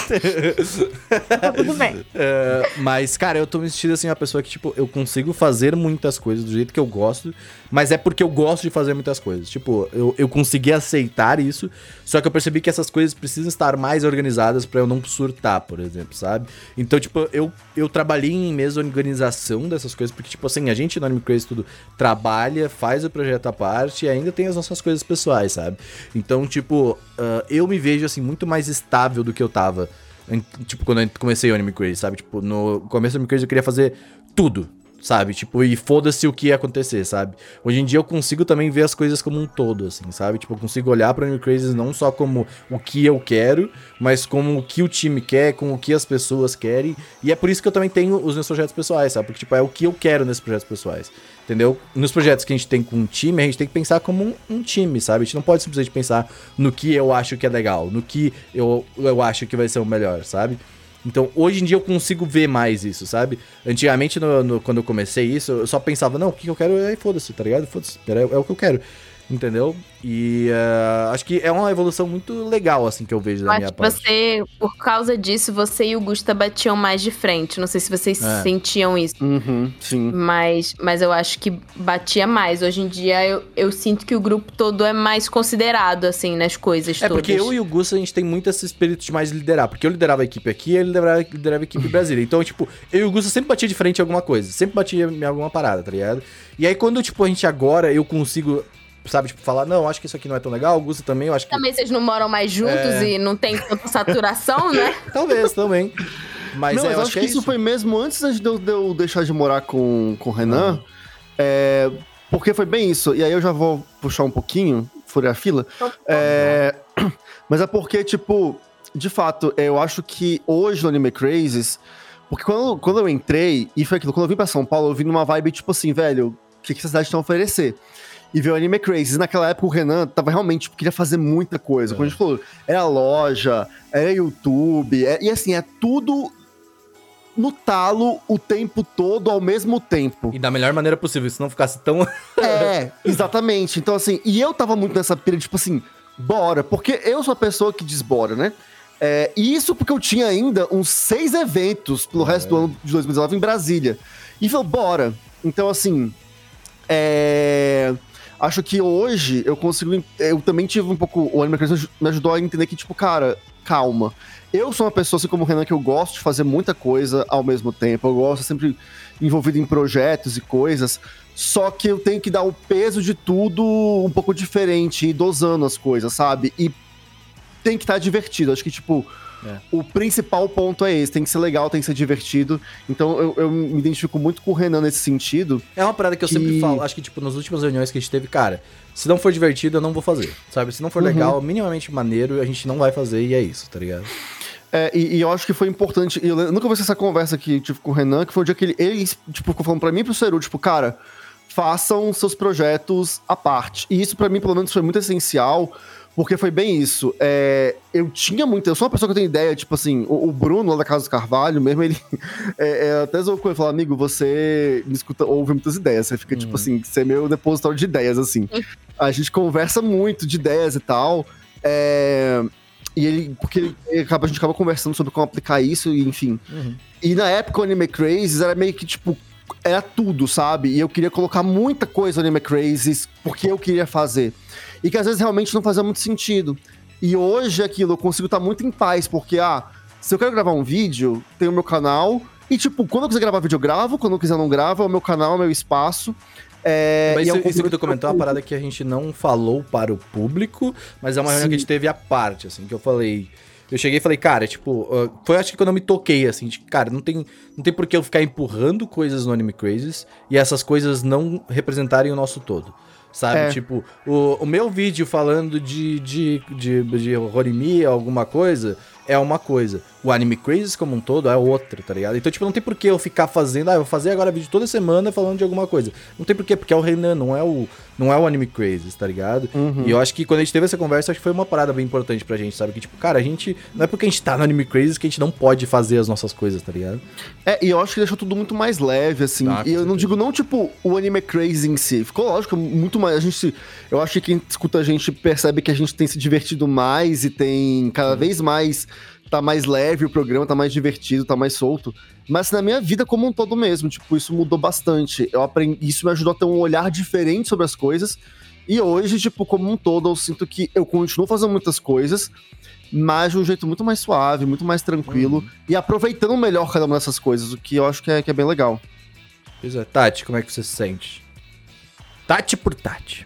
Tá tudo bem. Mas, cara, eu tô me sentindo, assim, uma pessoa que, tipo, eu consigo fazer muitas coisas do jeito que eu gosto, mas é porque eu gosto de fazer muitas coisas. Tipo, eu consegui aceitar isso, só que eu percebi que essas coisas precisam estar mais organizadas pra eu não surtar, por exemplo, sabe? Então, tipo, eu trabalhei em mesa de organização dessas coisas, porque, tipo, assim, a gente no Anime Crazy tudo trabalha, faz o projeto à parte e ainda tem as nossas coisas pessoais, sabe? Então, tipo, eu me vejo, assim, muito mais estável do que eu tava, tipo, quando eu comecei o Anime Crazy, sabe? Tipo, no começo do Anime Crazy eu queria fazer tudo, sabe? Tipo, e foda-se o que ia acontecer, sabe? Hoje em dia eu consigo também ver as coisas como um todo, assim, sabe? Tipo, eu consigo olhar pra Anime Crazy não só como o que eu quero, mas como o que o time quer, como o que as pessoas querem. E é por isso que eu também tenho os meus projetos pessoais, sabe? Porque, tipo, é o que eu quero nesses projetos pessoais, entendeu? Nos projetos que a gente tem com um time, a gente tem que pensar como um time, sabe? A gente não pode simplesmente pensar no que eu acho que é legal, no que eu acho que vai ser o melhor, sabe? Então, hoje em dia eu consigo ver mais isso, sabe? Antigamente, quando eu comecei isso, eu só pensava, não, o que eu quero é foda-se, tá ligado? Foda-se, é o que eu quero, entendeu? E acho que é uma evolução muito legal, assim, que eu vejo da minha parte. Você, por causa disso, você e o Gusta batiam mais de frente. Não sei se vocês sentiam isso. Sim. Mas eu acho que batia mais. Hoje em dia, eu sinto que o grupo todo é mais considerado, assim, nas coisas todas. Porque eu e o Gusta, a gente tem muito esse espírito de mais liderar. Porque eu liderava a equipe aqui e ele liderava a equipe em Brasília. Então, tipo, eu e o Gusta sempre batia de frente em alguma coisa. Sempre batia em alguma parada, tá ligado? E aí, quando, tipo, a gente agora, eu consigo... Sabe, tipo, falar, não, acho que isso aqui não é tão legal, o Gusta também, eu acho que... Também vocês não moram mais juntos e não tem tanta saturação, né? Talvez, também. Mas não, mas eu acho que isso foi mesmo antes de eu deixar de morar com o Renan, porque foi bem isso, e aí eu já vou puxar um pouquinho, furar a fila, mas é porque, tipo, de fato, eu acho que hoje no Anime Crazes, porque quando eu entrei, e foi aquilo, quando eu vim pra São Paulo, eu vim numa vibe, tipo assim, velho, o que essa cidade tem a oferecer? E ver o Anime Crazy. Naquela época o Renan tava realmente, tipo, queria fazer muita coisa. Como a gente falou, era loja, era YouTube, e assim, é tudo no talo o tempo todo, ao mesmo tempo. E da melhor maneira possível, se não ficasse tão... Exatamente. Então assim, e eu tava muito nessa pira, tipo assim, bora, porque eu sou a pessoa que diz bora, né? E isso porque eu tinha ainda uns 6 eventos pelo resto do ano de 2019 em Brasília. E falou, bora. Então assim, acho que hoje eu consigo... Eu também tive um pouco... O Anime Crazy me ajudou a entender que, tipo, cara, calma. Eu sou uma pessoa, assim como o Renan, que eu gosto de fazer muita coisa ao mesmo tempo. Eu gosto sempre envolvido em projetos e coisas. Só que eu tenho que dar o peso de tudo um pouco diferente e dosando as coisas, sabe? E tem que estar divertido. Acho que, tipo... O principal ponto é esse, tem que ser legal, tem que ser divertido. Então eu me identifico muito com o Renan nesse sentido. É uma parada que eu sempre falo, acho que tipo, nas últimas reuniões que a gente teve, cara, se não for divertido, eu não vou fazer, sabe? Se não for legal, minimamente maneiro, a gente não vai fazer e é isso, tá ligado? E eu acho que foi importante. Eu nunca vou esquecer essa conversa aqui, tipo, com o Renan, que foi o dia que ele tipo, ficou falando pra mim e pro Seru, tipo, cara, façam seus projetos à parte. E isso, pra mim, pelo menos, foi muito essencial, porque foi bem isso. Eu sou uma pessoa que eu tenho ideia, tipo assim, o Bruno, lá da Casa do Carvalho, mesmo, ele até zoou com ele, falou, amigo, você me escuta, ouve muitas ideias, você fica, tipo assim, você é meu depositório de ideias, assim. A gente conversa muito de ideias e tal, porque a gente acaba conversando sobre como aplicar isso, e enfim. E na época, o Anime Crazes era meio que, tipo, era tudo, sabe? E eu queria colocar muita coisa no Anime Crazes, porque eu queria fazer. E que às vezes realmente não fazia muito sentido. E hoje aquilo, eu consigo estar muito em paz, porque, se eu quero gravar um vídeo, tem o meu canal, e tipo, quando eu quiser gravar vídeo, eu gravo, quando eu quiser não gravo, é o meu canal, é o meu espaço. Mas isso que tu comentou é uma parada que a gente não falou para o público, mas é uma reunião que a gente teve à parte, assim, que eu falei... Eu cheguei e falei, cara, tipo... foi acho que quando eu me toquei, assim, de, cara, não tem por que eu ficar empurrando coisas no Anime Crazes e essas coisas não representarem o nosso todo. Sabe? Tipo, o meu vídeo falando de Horimi, alguma coisa, é uma coisa. O Anime Crazes como um todo é outra, tá ligado? Então, tipo, não tem por que eu ficar fazendo... eu vou fazer agora vídeo toda semana falando de alguma coisa. Não tem por quê, porque é o Renan, não é o Anime Crazes, tá ligado? E eu acho que quando a gente teve essa conversa, acho que foi uma parada bem importante pra gente, sabe? Que, tipo, cara, a gente... Não é porque a gente tá no Anime Crazes que a gente não pode fazer as nossas coisas, tá ligado? E eu acho que deixou tudo muito mais leve, assim. E eu não digo, não, tipo, o Anime Crazes em si. Ficou, lógico, muito mais... Eu acho que quem escuta a gente percebe que a gente tem se divertido mais e tem cada vez mais... Tá mais leve o programa, tá mais divertido, tá mais solto. Mas na minha vida como um todo mesmo, tipo, isso mudou bastante. Isso me ajudou a ter um olhar diferente sobre as coisas. E hoje, tipo, como um todo, eu sinto que eu continuo fazendo muitas coisas, mas de um jeito muito mais suave, muito mais tranquilo. E aproveitando melhor cada uma dessas coisas, o que eu acho que é bem legal. Pois é. Tati, como é que você se sente? Tati por Tati.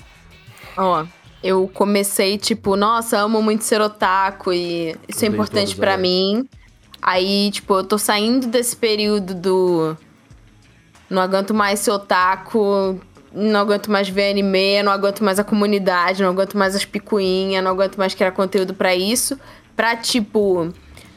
Eu comecei, tipo, nossa, amo muito ser otaku e isso é importante pra mim. Aí, tipo, eu tô saindo desse período do... Não aguento mais ser otaku, não aguento mais ver anime, não aguento mais a comunidade, não aguento mais as picuinhas, não aguento mais criar conteúdo pra isso. Pra, tipo...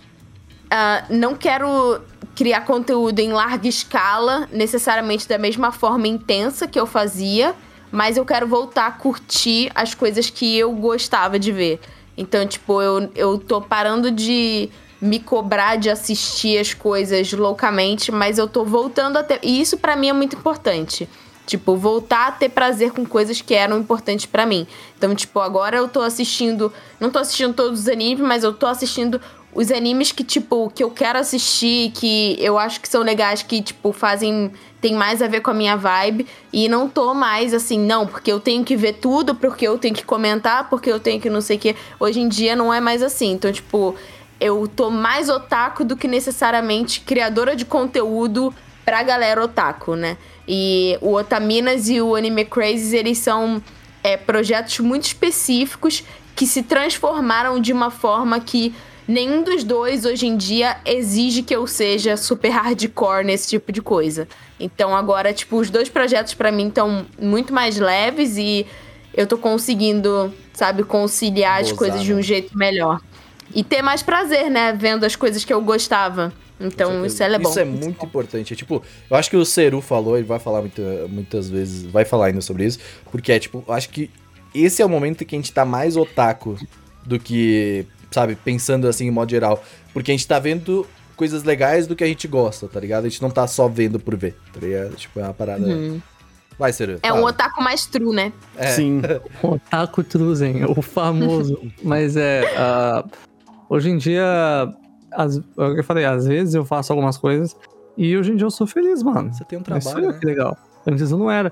não quero criar conteúdo em larga escala, necessariamente da mesma forma intensa que eu fazia... Mas eu quero voltar a curtir as coisas que eu gostava de ver. Então, tipo, eu tô parando de me cobrar de assistir as coisas loucamente, mas eu tô voltando a ter... E isso pra mim é muito importante. Tipo, voltar a ter prazer com coisas que eram importantes pra mim. Então, tipo, agora eu tô assistindo... Não tô assistindo todos os animes, mas eu tô assistindo os animes que, tipo, que eu quero assistir, que eu acho que são legais, que, tipo, tem mais a ver com a minha vibe. E não tô mais assim, não, porque eu tenho que ver tudo, porque eu tenho que comentar, porque eu tenho que não sei o quê. Hoje em dia não é mais assim. Então, tipo, eu tô mais otaku do que necessariamente criadora de conteúdo pra galera otaku, né? E o Otaminas e o Anime Crazes, eles são projetos muito específicos que se transformaram de uma forma que nenhum dos dois, hoje em dia, exige que eu seja super hardcore nesse tipo de coisa. Então, agora, tipo, os dois projetos pra mim estão muito mais leves e eu tô conseguindo, sabe, conciliar as coisas de um jeito melhor. E ter mais prazer, né, vendo as coisas que eu gostava. Então, isso é bom. Isso é muito importante. Tipo, eu acho que o Seru falou, ele vai falar muitas vezes, vai falar ainda sobre isso, porque tipo, eu acho que esse é o momento que a gente tá mais otaku do que... sabe, pensando assim, em modo geral. Porque a gente tá vendo coisas legais do que a gente gosta, tá ligado? A gente não tá só vendo por ver, tá ligado? Tipo, é uma parada... Vai, Seru. É um otaku mais true, né? Sim. Otaku truzen, o famoso. Mas hoje em dia, eu falei, às vezes eu faço algumas coisas e hoje em dia eu sou feliz, mano. Você tem um trabalho, né? Que legal. Antes eu não era.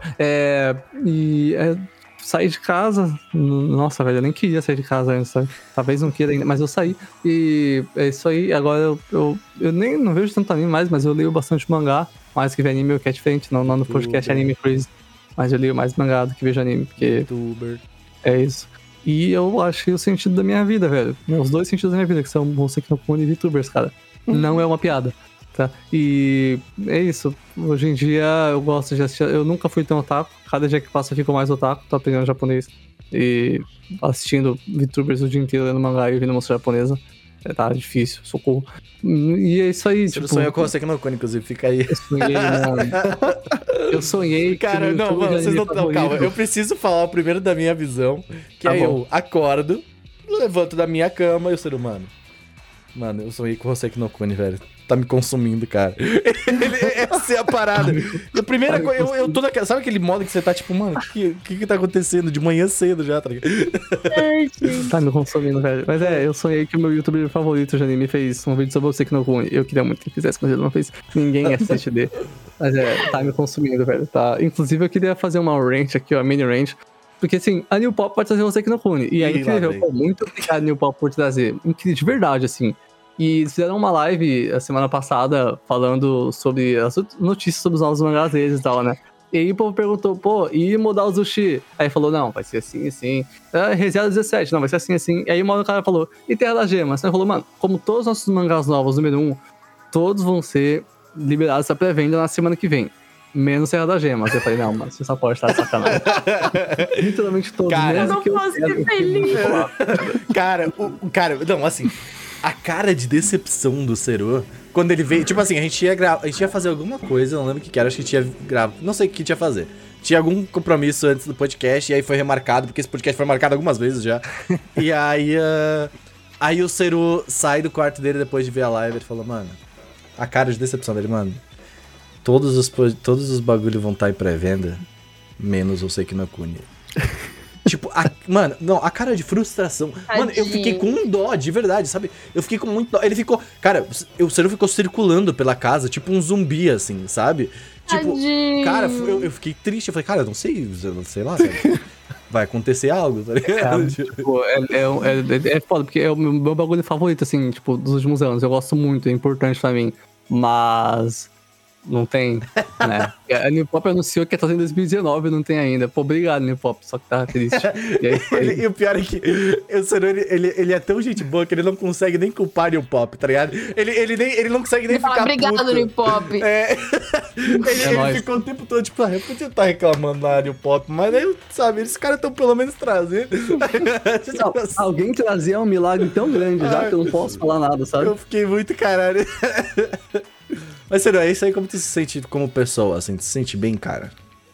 Saí de casa, nossa, velho, eu nem queria sair de casa antes, sabe? Talvez não queira ainda, mas eu saí. E é isso aí, agora eu nem não vejo tanto anime mais, mas eu leio bastante mangá, mais que ver anime, o que é diferente, não no podcast Anime Crazy. Mas eu leio mais mangá do que vejo anime, porque... YouTuber. É isso. E eu achei o sentido da minha vida, velho. Os dois sentidos da minha vida, que são você que não come VTubers, cara. Não é uma piada. Tá? E é isso. Hoje em dia eu gosto de assistir. Eu nunca fui tão otaku. Cada dia que passa eu fico mais otaku. Tô aprendendo japonês. E assistindo VTubers o dia inteiro, lendo mangá e ouvindo música japonesa. Tá difícil, socorro. E é isso aí, Você tipo... sonhou com você que não conhe, inclusive, fica aí. Eu sonhei, mano. Eu sonhei... Cara, não, mano, vocês não... Não, calma, eu preciso falar primeiro da minha visão, que Tá é bom. eu acordo, levanto da minha cama e o ser humano. Mano, eu sonhei com você que não conhe, velho. Tá me consumindo, cara. Essa é a parada. E a primeira coisa, eu tô naquela... Sabe aquele modo que você tá tipo, mano, o que tá acontecendo? De manhã cedo já, tá ligado? Tá me consumindo, velho. Mas eu sonhei que o meu youtuber favorito, Janine, me fez um vídeo sobre você que não conhe. Eu queria muito que ele fizesse, mas ele não fez. Ninguém assiste dele. Mas tá me consumindo, velho. Tá. Inclusive, eu queria fazer uma rant aqui, ó, mini rant. Porque assim, a New Pop pode trazer você que não conhe. E é Ih, incrível. lá vem. Pô, muito obrigado, New Pop, por trazer. Incrível, de verdade, assim. E eles fizeram uma live a semana passada falando sobre as notícias sobre os novos mangás deles e tal, né? E aí o povo perguntou, pô, e mudar o Zushi? Aí falou, não, vai ser assim, assim. Reseada 17, não, vai ser assim, assim. E aí o cara falou, e Terra das Gemas? Aí falou, mano, como todos os nossos mangás novos, número 1, todos vão ser liberados pra pré-venda na semana que vem. Menos Terra das Gemas. Eu falei, não, mas você só pode estar de sacanagem. Literalmente todos. Cara, menos eu o que não posso quero. ser feliz. Cara, cara, não, assim, a cara de decepção do Seru, quando ele veio, tipo assim, a gente ia fazer alguma coisa, não lembro o que era, acho que tinha gravado, não sei o que tinha fazer. Tinha algum compromisso antes do podcast, e aí foi remarcado, porque esse podcast foi marcado algumas vezes já. E aí, aí o Seru sai do quarto dele depois de ver a live, ele falou, mano, a cara de decepção dele, mano, todos os bagulho vão estar em pré-venda, menos eu sei que não Kuni. Tipo, mano, não, a cara de frustração. Mano, eu fiquei com um dó, de verdade, sabe? Eu fiquei com muito dó. Ele ficou. Cara, o Seru ficou circulando pela casa, tipo um zumbi, assim, sabe? Tipo, Tadinho. cara, eu fiquei triste. Eu falei, cara, eu não sei lá, sabe? Vai acontecer algo, tá ligado? Tipo, é foda, porque é o meu bagulho favorito, assim, tipo, dos últimos anos. Eu gosto muito, é importante pra mim. Mas não tem, né? A New Pop anunciou que ia trazer em 2019, não tem ainda. Pô, obrigado, New Pop, só que tá triste. E aí, E o pior é que o Seru, ele é tão gente boa que ele não consegue nem culpar New Pop, tá ligado? Ele não consegue nem Fala, ficar obrigado, puto. New Pop. Ele nóis. ficou o tempo todo, tipo, eu podia estar reclamando da New Pop, mas aí, sabe, esses caras estão pelo menos trazendo. não, alguém trazia um milagre tão grande já que eu não posso falar nada, sabe? Eu fiquei muito caralho. Mas, Seru, é isso aí, como tu se sente como pessoa, assim, tu se sente bem, cara?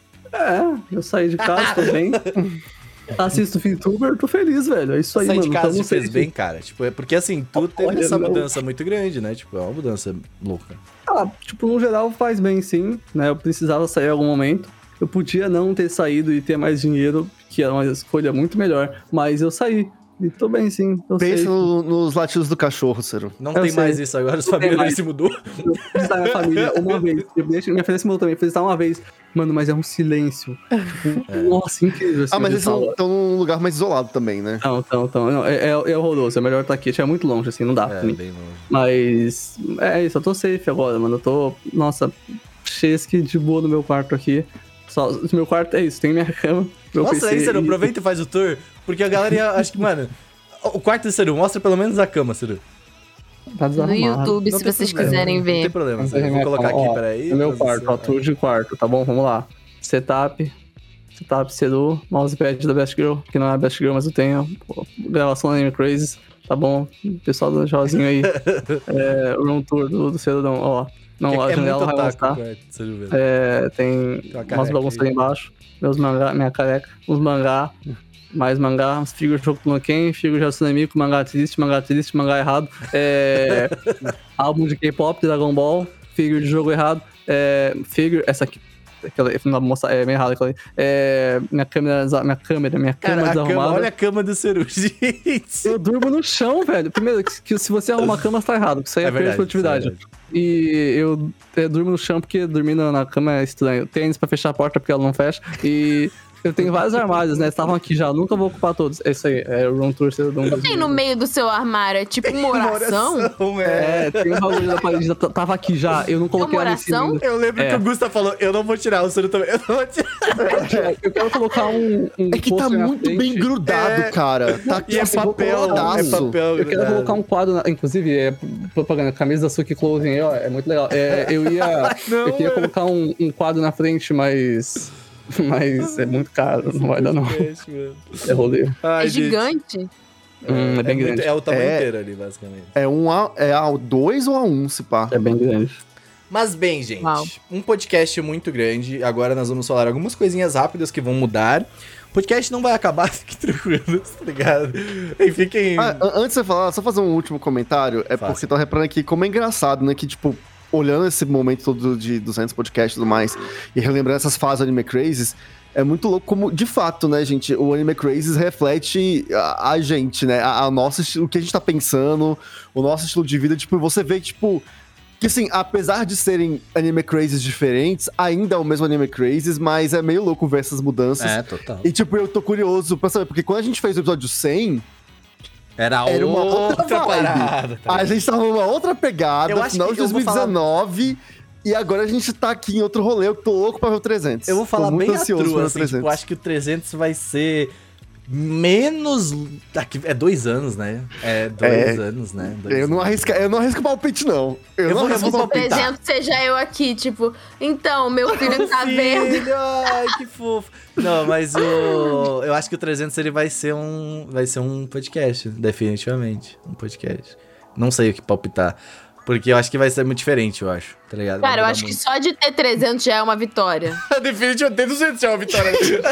Eu saí de casa, tô bem. Assisto VTuber, tô feliz, velho. É isso aí, Sair mano. de casa Tamo te fez safe. bem, cara? Tipo, é porque assim, tu teve Olha, essa não. mudança muito grande, né? Tipo, é uma mudança louca. Tipo, no geral faz bem sim, né? Eu precisava sair em algum momento. Eu podia não ter saído e ter mais dinheiro, que era uma escolha muito melhor. Mas eu saí. E tô bem sim. Tô Pensa safe. nos latidos do cachorro, Ciro. Não Eu tem sei. mais isso agora, os Não tem famílias mais. se mudou. Eu fui visitar minha família uma vez. Minha filha se mudou também. Fui visitar uma vez. Mano, mas é um silêncio. Tipo, nossa, incrível. Assim, Ah, mas onde eles eu tava. estão num lugar mais isolado também, né? Não. Não, é horroroso. É melhor estar aqui. É muito longe, assim, não dá pra mim. Bem longe. Mas é isso, eu tô safe agora, mano. Eu tô, nossa, chesque de boa no meu quarto aqui. Só, meu quarto é isso, tem minha cama, meu Nossa, PC aí, Seru, e- aproveita e faz o tour, porque a galera ia, acho que, mano, o quarto do Seru, mostra pelo menos a cama, Seru. Tá No desarrumado. YouTube, Não se tem vocês problema, quiserem Não tem ver. problema, Não Seru. tem Eu vou minha colocar cama, aqui, ó, peraí. No meu transição. quarto, ó, tour de quarto, tá bom? Vamos lá. Setup, Seru, mousepad da Best Girl, que não é a Best Girl, mas eu tenho. Pô, gravação da Anime Crazy, tá bom? Pessoal do Jozinho aí. Room tour do Serudão, ó. Não, a É muito janela vai otaku o mostrar. quarto do Seru, velho. Tem uma umas careca bagunças aí. ali embaixo. Meus mangá, minha careca. Uns mangá. Mais mangá. Uns figuras de Hokuto no Ken. Figuras de Tsunamiku. Mangá triste, mangá errado. Álbum de K-pop, de Dragon Ball. Figure de jogo errado. Figure... Essa aqui. Aquela, não dá pra mostrar, é meio errado aquela ali. Minha câmera Cara, cama a cama, desarrumada. olha a cama do Seru, gente. Eu durmo no chão, velho. Primeiro, que se você arrumar a cama, você tá errado. Porque isso aí é, perda de produtividade. isso é verdade. E eu durmo no chão porque dormir na cama é estranho. Tênis pra fechar a porta porque ela não fecha. E eu tenho vários armários, né? Estavam aqui já, nunca vou ocupar todos. É isso aí, é o room tour. O que tem no meio do seu armário? É tipo uma oração? Tem um bagulho da parede, tava aqui já. Eu não coloquei ela nesse oração? lindo. Eu lembro que o Gusta falou, eu não vou tirar, o Seru também, eu não vou tirar. Eu quero colocar um É que tá pôster na muito frente. bem grudado, cara. Tá aqui E é assim, papel, coladaço. é papel. Eu quero colocar um quadro, inclusive, propaganda, camisa da Suki Clothing aí, ó, é muito legal. Eu queria colocar um quadro na frente, mas é muito caro, não vai dar não. É rolê. Ai, É gente. gigante? É bem grande. É o tamanho inteiro ali, basicamente. É A2 ou A1, se pá. É bem grande. Mas bem, gente, Uau. um podcast muito grande. Agora nós vamos falar algumas coisinhas rápidas que vão mudar. O podcast não vai acabar, fiquem tranquilos, tá ligado? E fiquem... Antes de você falar, só fazer um último comentário. É Faça. porque tô reparando aqui como é engraçado, né? Que, tipo, olhando esse momento todo de 200 podcasts e tudo mais, e relembrando essas fases do Anime Crazes, é muito louco como, de fato, né, gente, o Anime Crazes reflete a gente, né? A nossa, o que a gente tá pensando, o nosso estilo de vida. Tipo, você vê, tipo... Que assim, apesar de serem Anime Crazes diferentes, ainda é o mesmo Anime Crazes, mas é meio louco ver essas mudanças. total. E tipo, eu tô curioso pra saber, porque quando a gente fez o episódio 100, Era uma outra vibe. parada. Tá a gente tava numa outra pegada, Eu acho final que de eu vou 2019, e agora a gente tá aqui em outro rolê, eu tô louco pra ver o 300. Eu vou falar tô muito bem a ansioso true, pra ver o assim, 300. tipo, acho que o 300 vai ser menos... É 2 anos, né? É 2 anos, né? Eu não arrisco palpite, não. Eu não arrisco vou palpite. palpitar. Exemplo, seja eu aqui, tipo, então, meu filho tá vendo. Filho, ai, que fofo. Não, mas eu acho que o 300 ele vai ser um podcast, definitivamente. Um podcast. Não sei o que palpitar. Porque eu acho que vai ser muito diferente, eu acho, tá ligado? Cara, eu Vai acho mudar que só de ter 300 já é uma vitória. definitivamente, tem 200 é uma vitória.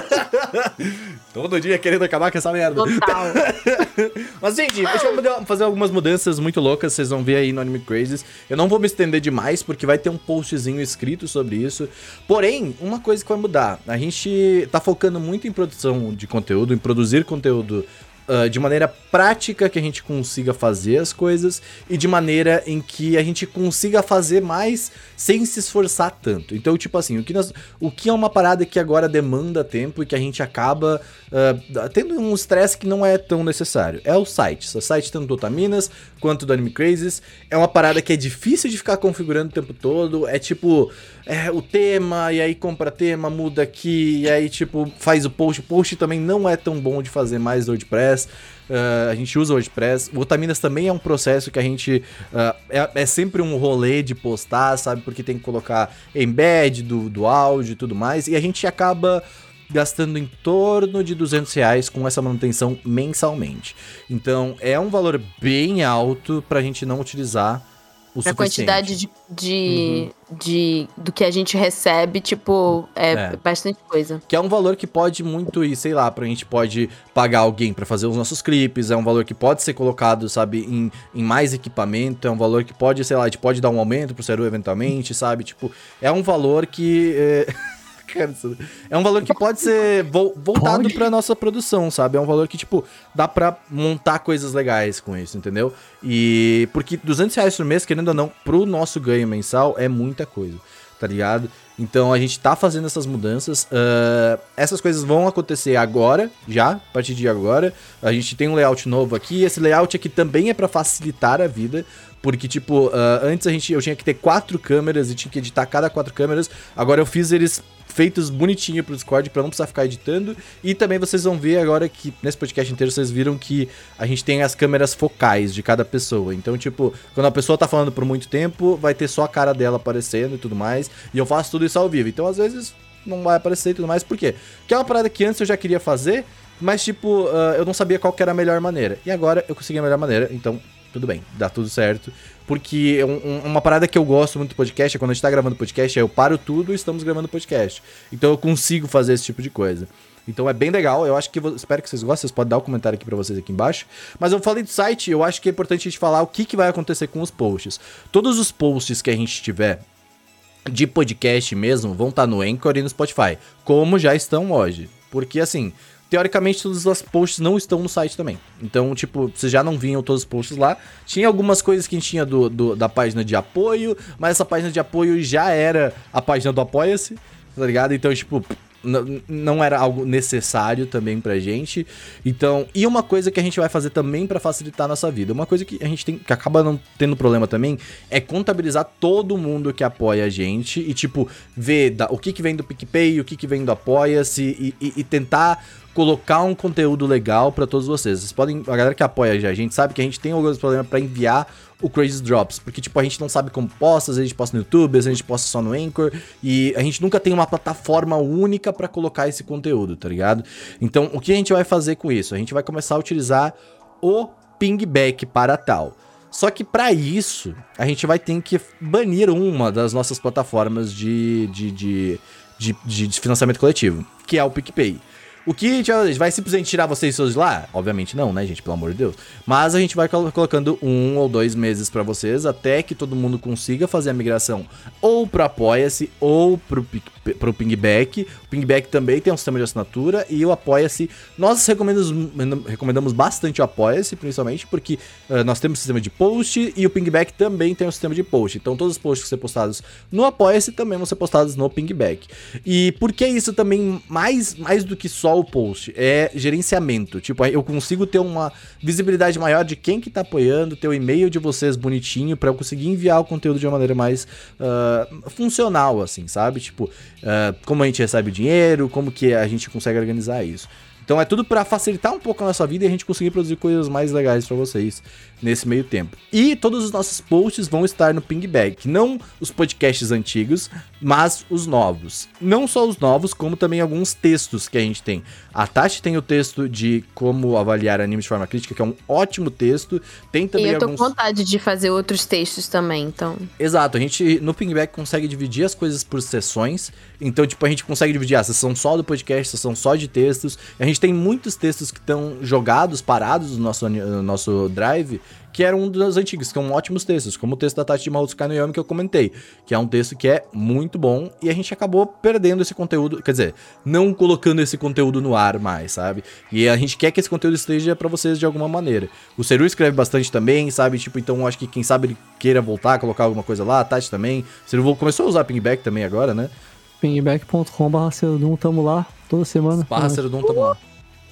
Todo dia querendo acabar com essa merda. Total. Mas, gente, deixa eu fazer algumas mudanças muito loucas, vocês vão ver aí no Anime Crazes. Eu não vou me estender demais, porque vai ter um postzinho escrito sobre isso. Porém, uma coisa que vai mudar, a gente tá focando muito em produção de conteúdo, em produzir conteúdo de maneira prática, que a gente consiga fazer as coisas, e de maneira em que a gente consiga fazer mais sem se esforçar tanto. Então, tipo assim, o que é uma parada que agora demanda tempo e que a gente acaba tendo um estresse que não é tão necessário. É o site. O site tanto do Otaminas quanto do Anime Crazes. É uma parada que é difícil de ficar configurando o tempo todo. É tipo, o tema, e aí compra tema, muda aqui, e aí tipo, faz o post. O post também não é tão bom de fazer mais do WordPress. A gente usa o WordPress. O Otaminas também é um processo que a gente... é sempre um rolê de postar, sabe? Porque tem que colocar embed do áudio e tudo mais. E a gente acaba gastando em torno de R$200 com essa manutenção mensalmente. Então, é um valor bem alto pra gente não utilizar o A suficiente. quantidade do que a gente recebe, tipo, é bastante coisa. Que é um valor que pode muito ir, sei lá, a gente pode pagar alguém pra fazer os nossos clipes, é um valor que pode ser colocado, sabe, em mais equipamento, é um valor que pode, sei lá, a gente pode dar um aumento pro Seru eventualmente, sabe, tipo, é um valor que... É um valor que pode ser voltado pra nossa produção, sabe? É um valor que, tipo, dá pra montar coisas legais com isso, entendeu? E porque R$200 por mês, querendo ou não, pro nosso ganho mensal, é muita coisa, tá ligado? Então a gente tá fazendo essas mudanças. Essas coisas vão acontecer agora, já, a partir de agora. A gente tem um layout novo aqui. Esse layout aqui também é pra facilitar a vida. Porque, tipo, antes eu tinha que ter 4 câmeras e tinha que editar cada 4 câmeras. Agora eu fiz eles feitos bonitinho pro Discord pra não precisar ficar editando. E também vocês vão ver agora que nesse podcast inteiro vocês viram que a gente tem as câmeras focais de cada pessoa. Então, tipo, quando a pessoa tá falando por muito tempo, vai ter só a cara dela aparecendo e tudo mais. E eu faço tudo isso ao vivo. Então, às vezes, não vai aparecer e tudo mais. Por quê? Porque é uma parada que antes eu já queria fazer, mas, tipo, eu não sabia qual que era a melhor maneira. E agora eu consegui a melhor maneira, então... Tudo bem, dá tudo certo. Porque uma parada que eu gosto muito do podcast é quando a gente tá gravando podcast, eu paro tudo e estamos gravando podcast. Então eu consigo fazer esse tipo de coisa. Então é bem legal, eu acho que... espero que vocês gostem, vocês podem dar um comentário aqui pra vocês aqui embaixo. Mas eu falei do site, eu acho que é importante a gente falar o que vai acontecer com os posts. Todos os posts que a gente tiver de podcast mesmo vão estar no Anchor e no Spotify, como já estão hoje. Porque assim... Teoricamente, todos os posts não estão no site também. Então, tipo, vocês já não vinham todos os posts lá. Tinha algumas coisas que a gente tinha da página de apoio, mas essa página de apoio já era a página do Apoia-se, tá ligado? Então, tipo, não era algo necessário também pra gente. Então, e uma coisa que a gente vai fazer também pra facilitar a nossa vida. Uma coisa que a gente que acaba não tendo problema também é contabilizar todo mundo que apoia a gente e, tipo, ver o que vem do PicPay, o que vem do Apoia-se e tentar colocar um conteúdo legal pra todos vocês. Vocês podem, a galera que apoia a gente sabe que a gente tem alguns problemas pra enviar o Crazy Drops, porque tipo, a gente não sabe como posta, às vezes a gente posta no YouTube, às vezes a gente posta só no Anchor, e a gente nunca tem uma plataforma única pra colocar esse conteúdo, tá ligado? Então, o que a gente vai fazer com isso? A gente vai começar a utilizar o pingback para tal. Só que para isso, a gente vai ter que banir uma das nossas plataformas de financiamento coletivo, que é o PicPay. O que a gente vai simplesmente tirar vocês de lá? Obviamente não, né, gente? Pelo amor de Deus. Mas a gente vai colocando 1 ou 2 meses pra vocês, até que todo mundo consiga fazer a migração ou pro Apoia-se ou pro Pingback. O Pingback também tem um sistema de assinatura e o Apoia-se, nós recomendamos bastante o Apoia-se, principalmente porque nós temos um sistema de post e o Pingback também tem um sistema de post. Então todos os posts que vão ser postados no Apoia-se também vão ser postados no Pingback. E por que isso também, mais do que só o post, é gerenciamento. Tipo, eu consigo ter uma visibilidade maior de quem que tá apoiando, ter o e-mail de vocês bonitinho pra eu conseguir enviar o conteúdo de uma maneira mais funcional, assim, sabe? Tipo, como a gente recebe o dinheiro, como que a gente consegue organizar isso. Então é tudo pra facilitar um pouco a nossa vida e a gente conseguir produzir coisas mais legais pra vocês nesse meio tempo. E todos os nossos posts vão estar no Pingback, não os podcasts antigos, mas os novos. Não só os novos, como também alguns textos que a gente tem. A Tati tem o texto de como avaliar anime de forma crítica, que é um ótimo texto. Tem também e eu tô com vontade de fazer outros textos também, então... Exato, a gente no Pingback consegue dividir as coisas por sessões. Então, tipo, a gente consegue dividir a sessão só do podcast, a sessão só de textos. A gente tem muitos textos que estão jogados, parados no nosso drive, que era um dos antigos, que são ótimos textos, como o texto da Tati de Mahotsukai no Yomi que eu comentei, que é um texto que é muito bom, e a gente acabou perdendo esse conteúdo, quer dizer, não colocando esse conteúdo no ar mais, sabe? E a gente quer que esse conteúdo esteja pra vocês de alguma maneira. O Seru escreve bastante também, sabe? Tipo, então acho que quem sabe ele queira voltar, colocar alguma coisa lá, a Tati também. O Seru começou a usar Pingback também agora, né? Pingback.com/Serudum, tamo lá, toda semana. /Serudum, tamo lá.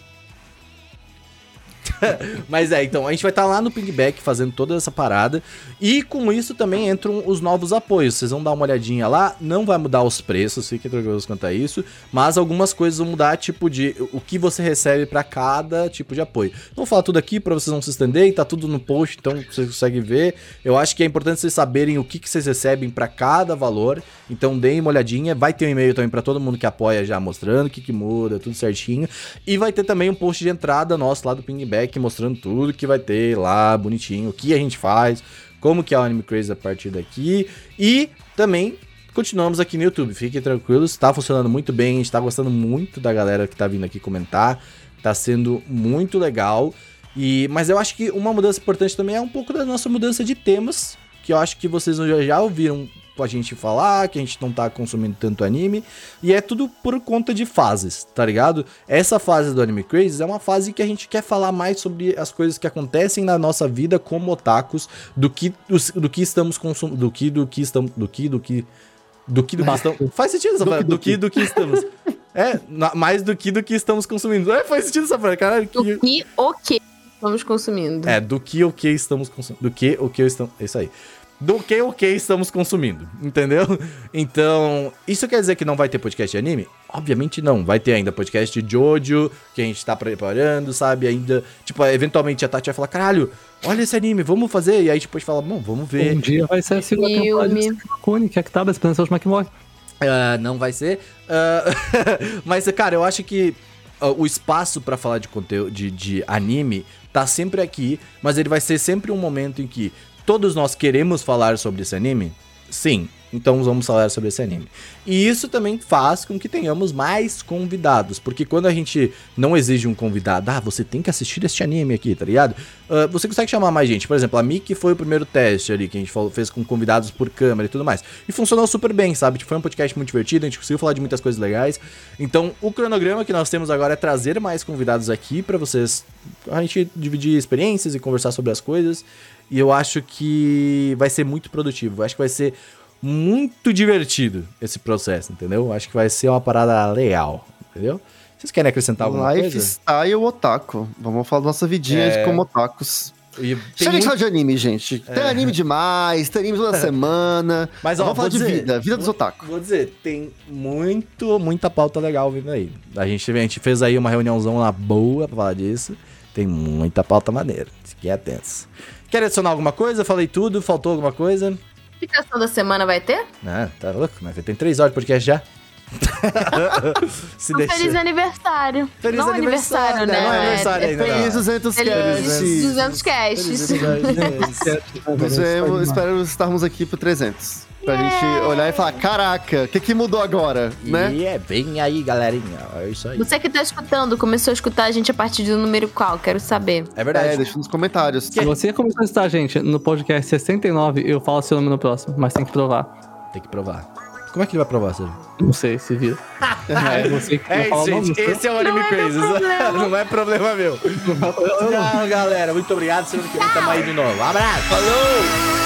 Mas então, a gente vai estar lá no Pingback fazendo toda essa parada. E com isso também entram os novos apoios. Vocês vão dar uma olhadinha lá. Não vai mudar os preços, fiquem tranquilos quanto a isso. Mas algumas coisas vão mudar, tipo, de o que você recebe pra cada tipo de apoio. Vou falar tudo aqui pra vocês não se estenderem. Tá tudo no post, então vocês conseguem ver. Eu acho que é importante vocês saberem o que vocês recebem pra cada valor. Então deem uma olhadinha. Vai ter um e-mail também pra todo mundo que apoia já, mostrando o que muda, tudo certinho. E vai ter também um post de entrada nosso lá do Pingback, mostrando tudo que vai ter lá, bonitinho, o que a gente faz, como que é o Anime Crazy a partir daqui. E também continuamos aqui no YouTube, fiquem tranquilos, tá funcionando muito bem, a gente tá gostando muito da galera que tá vindo aqui comentar, tá sendo muito legal. Mas eu acho que uma mudança importante também é um pouco da nossa mudança de temas, que eu acho que vocês já ouviram a gente falar, que a gente não tá consumindo tanto anime, e é tudo por conta de fases, tá ligado? Essa fase do Anime Crazy é uma fase que a gente quer falar mais sobre as coisas que acontecem na nossa vida como otakus, do que estamos consumindo, do que estamos... Faz sentido essa frase? Do que estamos... mais do que estamos consumindo. Faz sentido essa frase, caralho. Do que o que estamos consumindo. Do que o que estamos consumindo. Do que o que estamos... É isso aí. Do que o que estamos consumindo, entendeu? Então, isso quer dizer que não vai ter podcast de anime? Obviamente não, vai ter ainda podcast de Jojo, que a gente tá preparando, sabe? Ainda, tipo, eventualmente a Tati vai falar, caralho, olha esse anime, vamos fazer? E aí depois fala, bom, vamos ver. Um dia vai ser a segunda temporada de Sakakuni, que é que tá, da Esperança de Makimori. Não vai ser. Mas, cara, eu acho que o espaço pra falar de conteúdo, de anime, tá sempre aqui, mas ele vai ser sempre um momento em que todos nós queremos falar sobre esse anime? Sim, então vamos falar sobre esse anime. E isso também faz com que tenhamos mais convidados, porque quando a gente não exige um convidado, você tem que assistir este anime aqui, tá ligado? Você consegue chamar mais gente. Por exemplo, a Miki foi o primeiro teste ali, que a gente fez com convidados por câmera e tudo mais. E funcionou super bem, sabe? Foi um podcast muito divertido, a gente conseguiu falar de muitas coisas legais. Então, o cronograma que nós temos agora é trazer mais convidados aqui pra vocês, a gente dividir experiências e conversar sobre as coisas. E eu acho que vai ser muito produtivo. Eu acho que vai ser muito divertido esse processo, entendeu? Eu acho que vai ser uma parada legal, entendeu? Vocês querem acrescentar alguma coisa? Lifestyle otaku. Vamos falar da nossa vidinha como otakus. Chega de falar de anime, gente. Tem anime demais, tem anime toda semana. Mas vamos falar de vida dos otaku. Vou dizer, tem muita pauta legal vindo aí. A gente fez aí uma reuniãozão lá boa pra falar disso. Tem muita pauta maneira. Fiquem atentos. Quer adicionar alguma coisa? Falei tudo, faltou alguma coisa? Indicação da semana vai ter? Tá louco, mas tem 3 horas de podcast já. Se Feliz aniversário. Feliz não aniversário, né? não é aniversário ainda. Feliz 200 Feliz casts. 200 casts. Nos vemos, espero estarmos aqui pro 300. Pra gente olhar e falar, caraca, o que mudou agora, né? E vem aí, galerinha. É isso aí. Você que tá escutando, começou a escutar a gente a partir do número qual? Quero saber. É verdade. Deixa nos comentários. Se você começou a escutar a gente no podcast 69, eu falo seu nome no próximo, mas tem que provar. Tem que provar. Como é que ele vai provar, Sérgio? Não sei, se vira. Você que vai falar o nome, gente. Esse é o Anime Crazes. Não é problema meu. Tchau, galera. Muito obrigado. Semana que vem tamo aí de novo. Abraço. Falou!